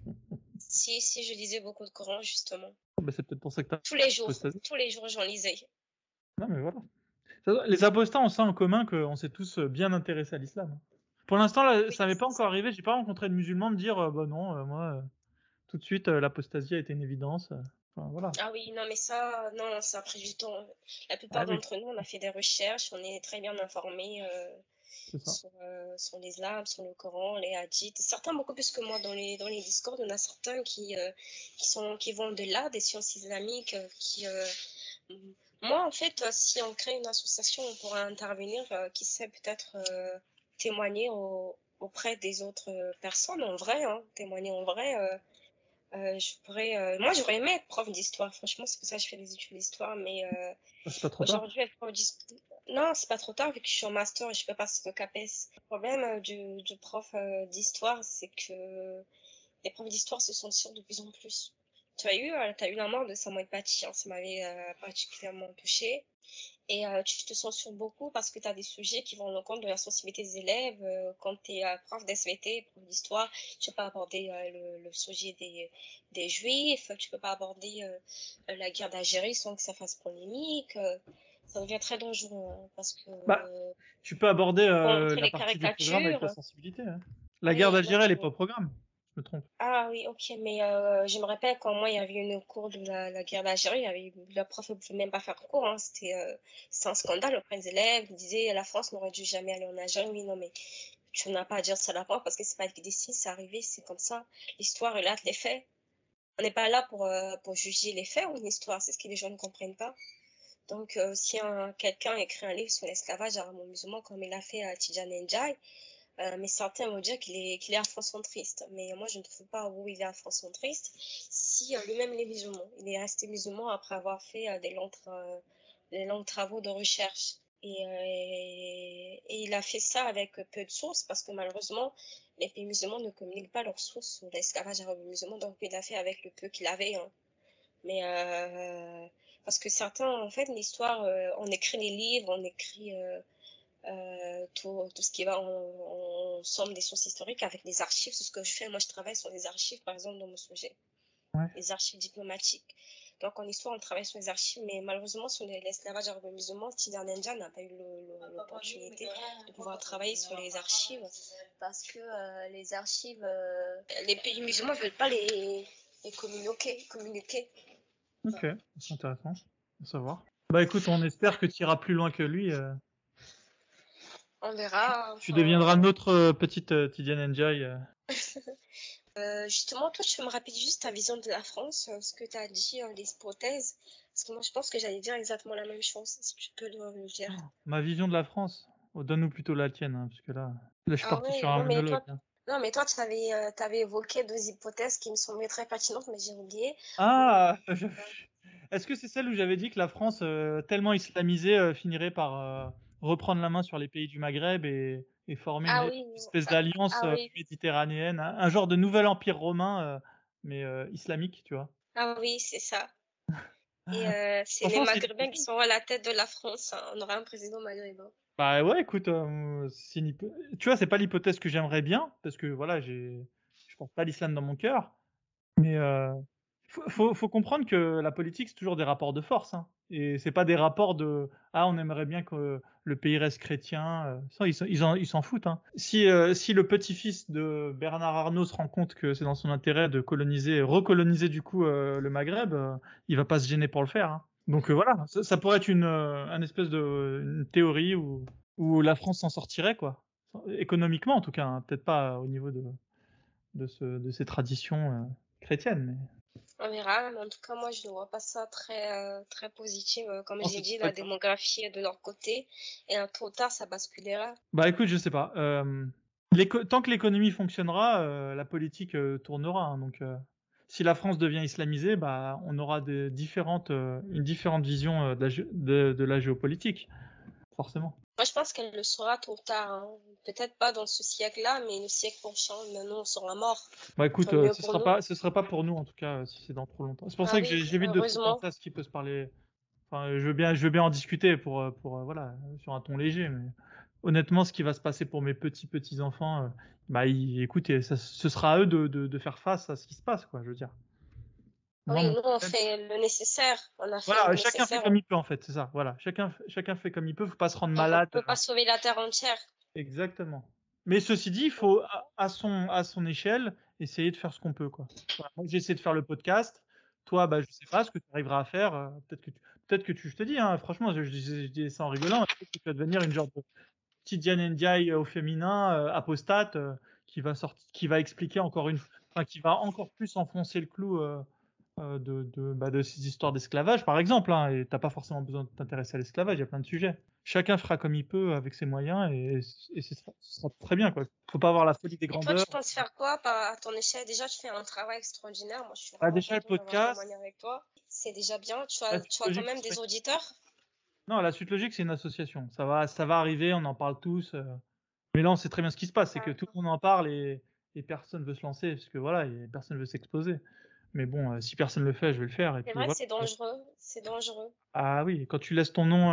Si, je lisais beaucoup de Coran, justement. Bah c'est peut-être pour ça que t'as apostasie. Tous les jours, j'en lisais. Non mais voilà. Les apostats ont ça en commun qu'on s'est tous bien intéressés à l'islam. Pour l'instant, là, Oui, ça m'est pas c'est encore ça. arrivé, j'ai pas rencontré de musulman me dire, bah non, moi, tout de suite, l'apostasie a été une évidence. Enfin, voilà. Ah oui, non, mais ça, non, ça a pris du temps. La Ah plupart oui, d'entre nous, on a fait des recherches, on est très bien informés c'est ça. sur l'islam, sur le Coran, les hadiths. Certains beaucoup plus que moi dans les discords, on a certains qui vont de-delà des sciences islamiques, moi, en fait, si on crée une association, on pourra intervenir, qui sait peut-être témoigner auprès des autres personnes en vrai, hein, témoigner en vrai. Moi, j'aurais aimé être prof d'histoire. Franchement, c'est pour ça que je fais des études d'histoire. Mais Bah, c'est pas trop tard. aujourd'hui, être prof d'histoire, non, c'est pas trop tard vu que je suis en master et je peux passer le CAPES. Le problème du prof d'histoire, c'est que les profs d'histoire se censurent de plus en plus. T'as eu la mort de Samuel Paty, hein, ça m'avait particulièrement touchée. Et tu te censures beaucoup parce que tu as des sujets qui vont à l'encontre de la sensibilité des élèves. Quand tu es prof d'SVT, prof d'histoire, tu peux pas aborder le sujet des juifs, tu peux pas aborder la guerre d'Algérie sans que ça fasse polémique. Ça devient très dangereux, hein, parce que Bah, tu peux aborder faut montrer la les partie du programme avec la caricatures. sensibilité, hein. La guerre Oui, d'Algérie, elle est pas au programme. Je me trompe. ah oui, ok, mais je me rappelle quand moi il y avait une cours de la guerre d'Algérie, la prof ne pouvait même pas faire cours, hein. C'était un scandale auprès des élèves. Ils disaient la France n'aurait dû jamais aller en Algérie. Oui, non, mais tu n'as pas à dire ça à la prof parce que c'est pas elle qui décide, c'est arrivé, c'est comme ça. L'histoire relate les faits. On n'est pas là pour juger les faits ou une histoire, c'est ce que les gens ne comprennent pas. Donc si quelqu'un écrit un livre sur l'esclavage arabe musulman comme il a fait à Tidjane Ndiaye, mais certains vont dire qu'il est afrocentriste. Mais moi, je ne trouve pas où il est afrocentriste. Si lui-même il est musulman, il est resté musulman après avoir fait des longs travaux de recherche. Et il a fait ça avec peu de sources parce que malheureusement, les pays musulmans ne communiquent pas leurs sources sur l'esclavage arabe musulman. Donc, il a fait avec le peu qu'il avait, hein. Mais parce que certains, en fait, l'histoire, on écrit des livres, on écrit tout ce qui va en somme des sources historiques avec des archives. C'est ce que je fais. Moi, je travaille sur les archives, par exemple, dans mon sujet, Ouais. les archives diplomatiques. Donc, en histoire, on travaille sur les archives, mais malheureusement, sur l'esclavage arabo-musulman, Tidjane Ndiaye n'a pas eu l'opportunité de pouvoir travailler sur les archives parce que les archives, les pays musulmans ne veulent pas les communiquer. Ok, c'est intéressant à savoir. Bah écoute, on espère que tu iras plus loin que lui. On verra. Tu Enfin, deviendras notre petite Tidiane Ndiaye. justement, toi, tu peux me rappeler juste ta vision de la France, ce que tu as dit, les hypothèses, parce que moi, je pense que j'allais dire exactement la même chose, si tu peux le dire. Ma vision de la France. Oh, donne-nous plutôt la tienne, hein, parce que là. Là, je suis Ah parti ouais, sur un non mais monologue, toi, hein. non mais toi, t'avais évoqué deux hypothèses qui me semblaient très pertinentes, mais j'ai oublié. Ou- Ah, est-ce que c'est celle où j'avais dit que la France, tellement islamisée, finirait par reprendre la main sur les pays du Maghreb et former Ah une oui, espèce ah, d'alliance ah oui, méditerranéenne, un genre de nouvel empire romain, mais islamique, tu vois? ah oui, c'est ça. Et c'est les Franchement, c'est Maghrébins qui sont à la tête de la France, hein. On aura un président maghrébin. bah ouais, écoute, tu vois, c'est pas l'hypothèse que j'aimerais bien, parce que voilà, je porte pas l'islam dans mon cœur, mais faut comprendre que la politique, c'est toujours des rapports de force, hein. Et c'est pas des rapports de ah, on aimerait bien que le pays reste chrétien. Ça, ils s'en foutent, hein. Si le petit-fils de Bernard Arnault se rend compte que c'est dans son intérêt de recoloniser du coup le Maghreb, il va pas se gêner pour le faire, hein. Donc voilà, ça pourrait être une espèce une théorie où la France s'en sortirait, quoi. Économiquement, en tout cas, hein. Peut-être pas au niveau de ces traditions chrétiennes, mais On verra, mais en tout cas, moi, je ne vois pas ça très positif. Comme non, j'ai c'est dit, pour ça la que ça. démographie est de leur côté, et tôt ou tard, ça basculera. Bah écoute, je sais pas. Tant que l'économie fonctionnera, la politique tournera, hein. Donc, si la France devient islamisée, bah on aura une différente vision de la géopolitique, forcément. Moi, je pense qu'elle le sera tôt ou tard, hein. Peut-être pas dans ce siècle-là, mais le siècle prochain, maintenant, on sera mort. Bah écoute, Tant mieux pour nous. ce sera pas pour nous en tout cas, si c'est dans trop longtemps. C'est pour Ah ça que oui, j'évite de trop heureusement. penser à ce qui peut se parler. Enfin, je veux bien en discuter pour voilà, sur un ton léger, mais honnêtement, ce qui va se passer pour mes petits enfants, bah, écoute, ce sera à eux de faire face à ce qui se passe, quoi. Je veux dire. Moi, Oui, mon nous, on problème, fait le nécessaire. On a fait le voilà, chacun fait nécessaire. comme il peut en fait, c'est ça. Voilà, chacun fait comme il peut. Faut pas se rendre On malade. peut pas sauver la terre entière. Exactement. Mais ceci dit, il faut à son échelle essayer de faire ce qu'on peut, quoi. Voilà. Moi, j'ai essayé de faire le podcast. Toi, bah, je sais pas ce que tu arriveras à faire. Je te dis, hein, franchement, je dis ça en rigolant. Peut-être que tu vas devenir une genre de petite Diane Ndiaye au féminin, apostate, qui va expliquer enfin, qui va encore plus enfoncer le clou de ces histoires d'esclavage, par exemple, hein, et t'as pas forcément besoin de t'intéresser à l'esclavage, il y a plein de sujets. Chacun fera comme il peut avec ses moyens et ce sera très bien, quoi. Faut pas avoir la folie des Et toi, grandeurs. tu penses faire quoi à ton échelle? Déjà, tu fais un travail extraordinaire. Moi, je suis Bah, vraiment déjà le contente d'avoir podcast, témoigné avec toi. C'est déjà bien. la Tu suite as quand logique, même des auditeurs? non, la suite logique, c'est une association. Ça va arriver, on en parle tous. Mais là, on sait très bien ce qui se passe, c'est que Ah, tout le monde en parle et personne veut se lancer, parce que voilà, personne veut s'exposer. Mais bon, si personne le fait, je vais le faire, et c'est puis vrai, voilà. c'est dangereux. C'est dangereux. Ah oui, quand tu laisses ton nom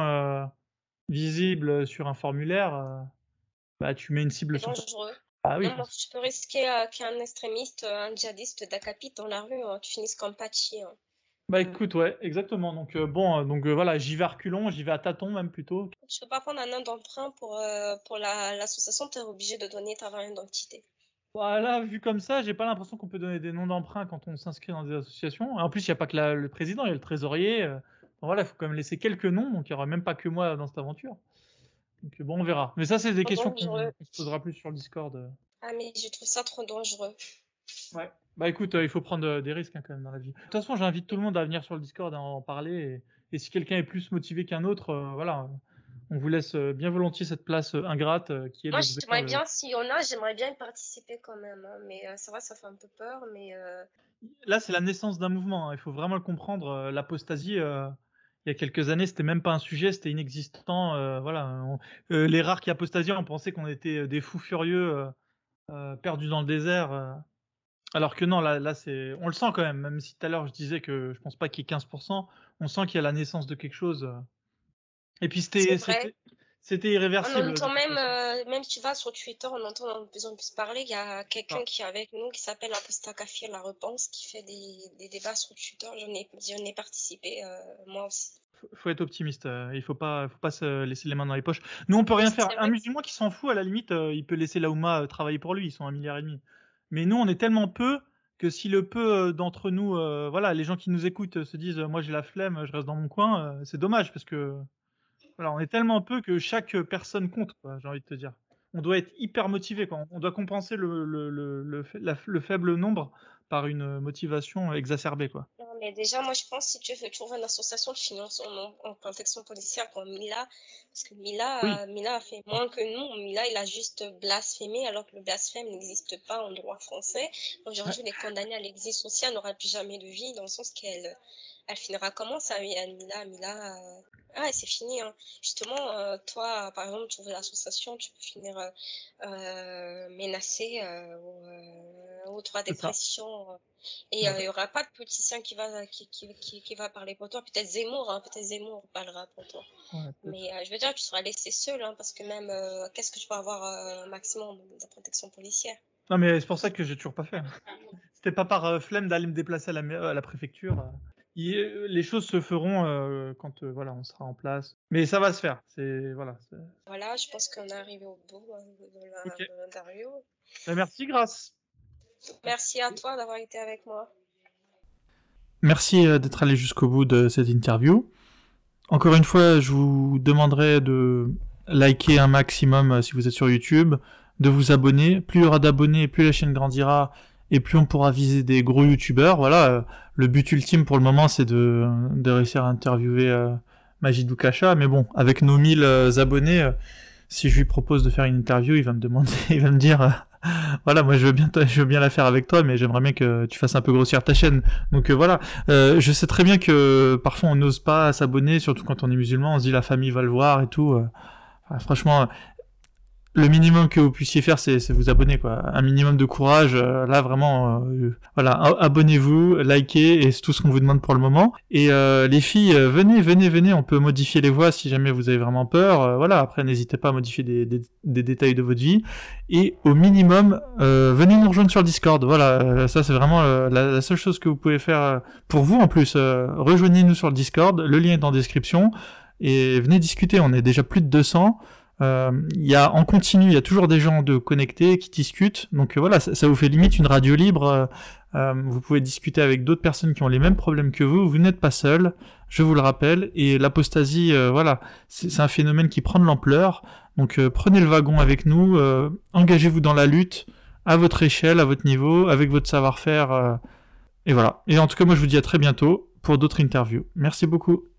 visible sur un formulaire, bah, tu mets une cible C'est sur ta. dangereux. Ah oui, Même, tu peux risquer qu'un extrémiste, un djihadiste t'accapite dans la rue, hein. Tu finisses comme Pachi, hein. bah écoute, ouais, exactement. Donc bon, voilà, j'y vais à reculons, j'y vais à tâtons même plutôt. Tu peux pas prendre un nom d'emprunt pour l'association, tu es obligé de donner ta vraie identité. Voilà, vu comme ça, j'ai pas l'impression qu'on peut donner des noms d'emprunt quand on s'inscrit dans des associations. Et en plus, il y a pas que le président, il y a le trésorier. Bon, voilà, il faut quand même laisser quelques noms, donc il y aura même pas que moi dans cette aventure. Donc bon, on verra. Mais ça, c'est des Trop questions dangereux. qu'on se posera plus sur le Discord. Ah, mais je trouve ça trop dangereux. Ouais. Bah écoute, il faut prendre des risques, hein, quand même dans la vie. De toute façon, j'invite tout le monde à venir sur le Discord et à en parler. Et si quelqu'un est plus motivé qu'un autre, voilà, on vous laisse bien volontiers cette place ingrate qui est Moi, de devenir j'aimerais le. bien, s'il y en a, j'aimerais bien y participer quand même, hein. Mais c'est vrai, ça fait un peu peur, mais Là, c'est la naissance d'un mouvement, hein. Il faut vraiment le comprendre. L'apostasie, il y a quelques années, c'était même pas un sujet, c'était inexistant. Voilà, les rares qui apostasiaient, on pensait qu'on était des fous furieux perdus dans le désert. Alors que non, là, on le sent quand même. Même si tout à l'heure je disais que je pense pas qu'il y ait 15%, on sent qu'il y a la naissance de quelque chose. Et puis c'est vrai. c'était On irréversible de entend toute même, façon. même tu vas sur Twitter, on entend de plus en plus parler. Il y a quelqu'un Ah, qui est avec nous qui s'appelle Aposta Kafir La Repense qui fait des débats sur Twitter. J'en ai participé, moi aussi. faut être optimiste. Il faut pas se laisser les mains dans les poches. Nous, on peut rien faire. C'est Un vrai. musulman qui s'en fout, à la limite, il peut laisser la Oumma travailler pour lui. Ils sont 1,5 milliard. Mais nous, on est tellement peu que si le peu d'entre nous, voilà, les gens qui nous écoutent se disent, moi j'ai la flemme, je reste dans mon coin, c'est dommage parce que voilà, on est tellement peu que chaque personne compte, quoi, j'ai envie de te dire. On doit être hyper motivé, quoi. On doit compenser le faible nombre par une motivation exacerbée, quoi. Mais déjà, moi, je pense que si tu veux trouver une association de finance en protection policière comme Mila, parce que Oui. Mila a fait moins que nous. Mila, il a juste blasphémé, alors que le blasphème n'existe pas en droit français. Ouais. Aujourd'hui, elle est condamnée à l'exil social, elle n'aura plus jamais de vie, dans le sens elle finira comment ça, Mila, c'est fini, hein. Justement, toi, par exemple, tu ouvres l'association, tu peux finir menacé ou droit C'est ça. dépression. Et il Ouais. y aura pas de politicien qui va parler pour toi. Peut-être Zemmour parlera pour toi. Ouais, peut-être. Mais je veux dire, tu seras laissé seul, hein, parce que même, qu'est-ce que tu peux avoir maximum de protection policière? Non, mais c'est pour ça que j'ai toujours pas fait. C'était pas par flemme d'aller me déplacer à la préfecture. Les choses se feront quand voilà, on sera en place. Mais ça va se faire. Voilà, je pense qu'on est arrivé au bout Ok. de l'interview. Merci, Grâce. Merci à toi d'avoir été avec moi. Merci d'être allé jusqu'au bout de cette interview. Encore une fois, je vous demanderai de liker un maximum si vous êtes sur YouTube, de vous abonner. Plus il y aura d'abonnés, plus la chaîne grandira et plus on pourra viser des gros youtubeurs. Voilà, le but ultime pour le moment, c'est de réussir à interviewer Majid Boukacha. Mais bon, avec nos 1000 abonnés, si je lui propose de faire une interview, il va me demander, il va me dire, voilà, moi je veux bien la faire avec toi, mais j'aimerais bien que tu fasses un peu grossir ta chaîne. Donc voilà, je sais très bien que parfois on n'ose pas s'abonner, surtout quand on est musulman, on se dit la famille va le voir et tout. Franchement, le minimum que vous puissiez faire, c'est vous abonner, quoi. Un minimum de courage. Là, vraiment, voilà, abonnez-vous, likez, et c'est tout ce qu'on vous demande pour le moment. Et les filles, venez, on peut modifier les voix si jamais vous avez vraiment peur. Voilà, après, n'hésitez pas à modifier des détails de votre vie. Et au minimum, venez nous rejoindre sur le Discord. Voilà, ça c'est vraiment la seule chose que vous pouvez faire pour vous en plus. Rejoignez-nous sur le Discord, le lien est en description. Et venez discuter, on est déjà plus de 200. En continu, il y a toujours des gens de connectés qui discutent. Donc voilà, ça vous fait limite une radio libre. Vous pouvez discuter avec d'autres personnes qui ont les mêmes problèmes que vous. Vous n'êtes pas seul, je vous le rappelle. Et l'apostasie, voilà, c'est un phénomène qui prend de l'ampleur. Donc prenez le wagon avec nous, engagez-vous dans la lutte à votre échelle, à votre niveau, avec votre savoir-faire. Et voilà. Et en tout cas, moi je vous dis à très bientôt pour d'autres interviews. Merci beaucoup.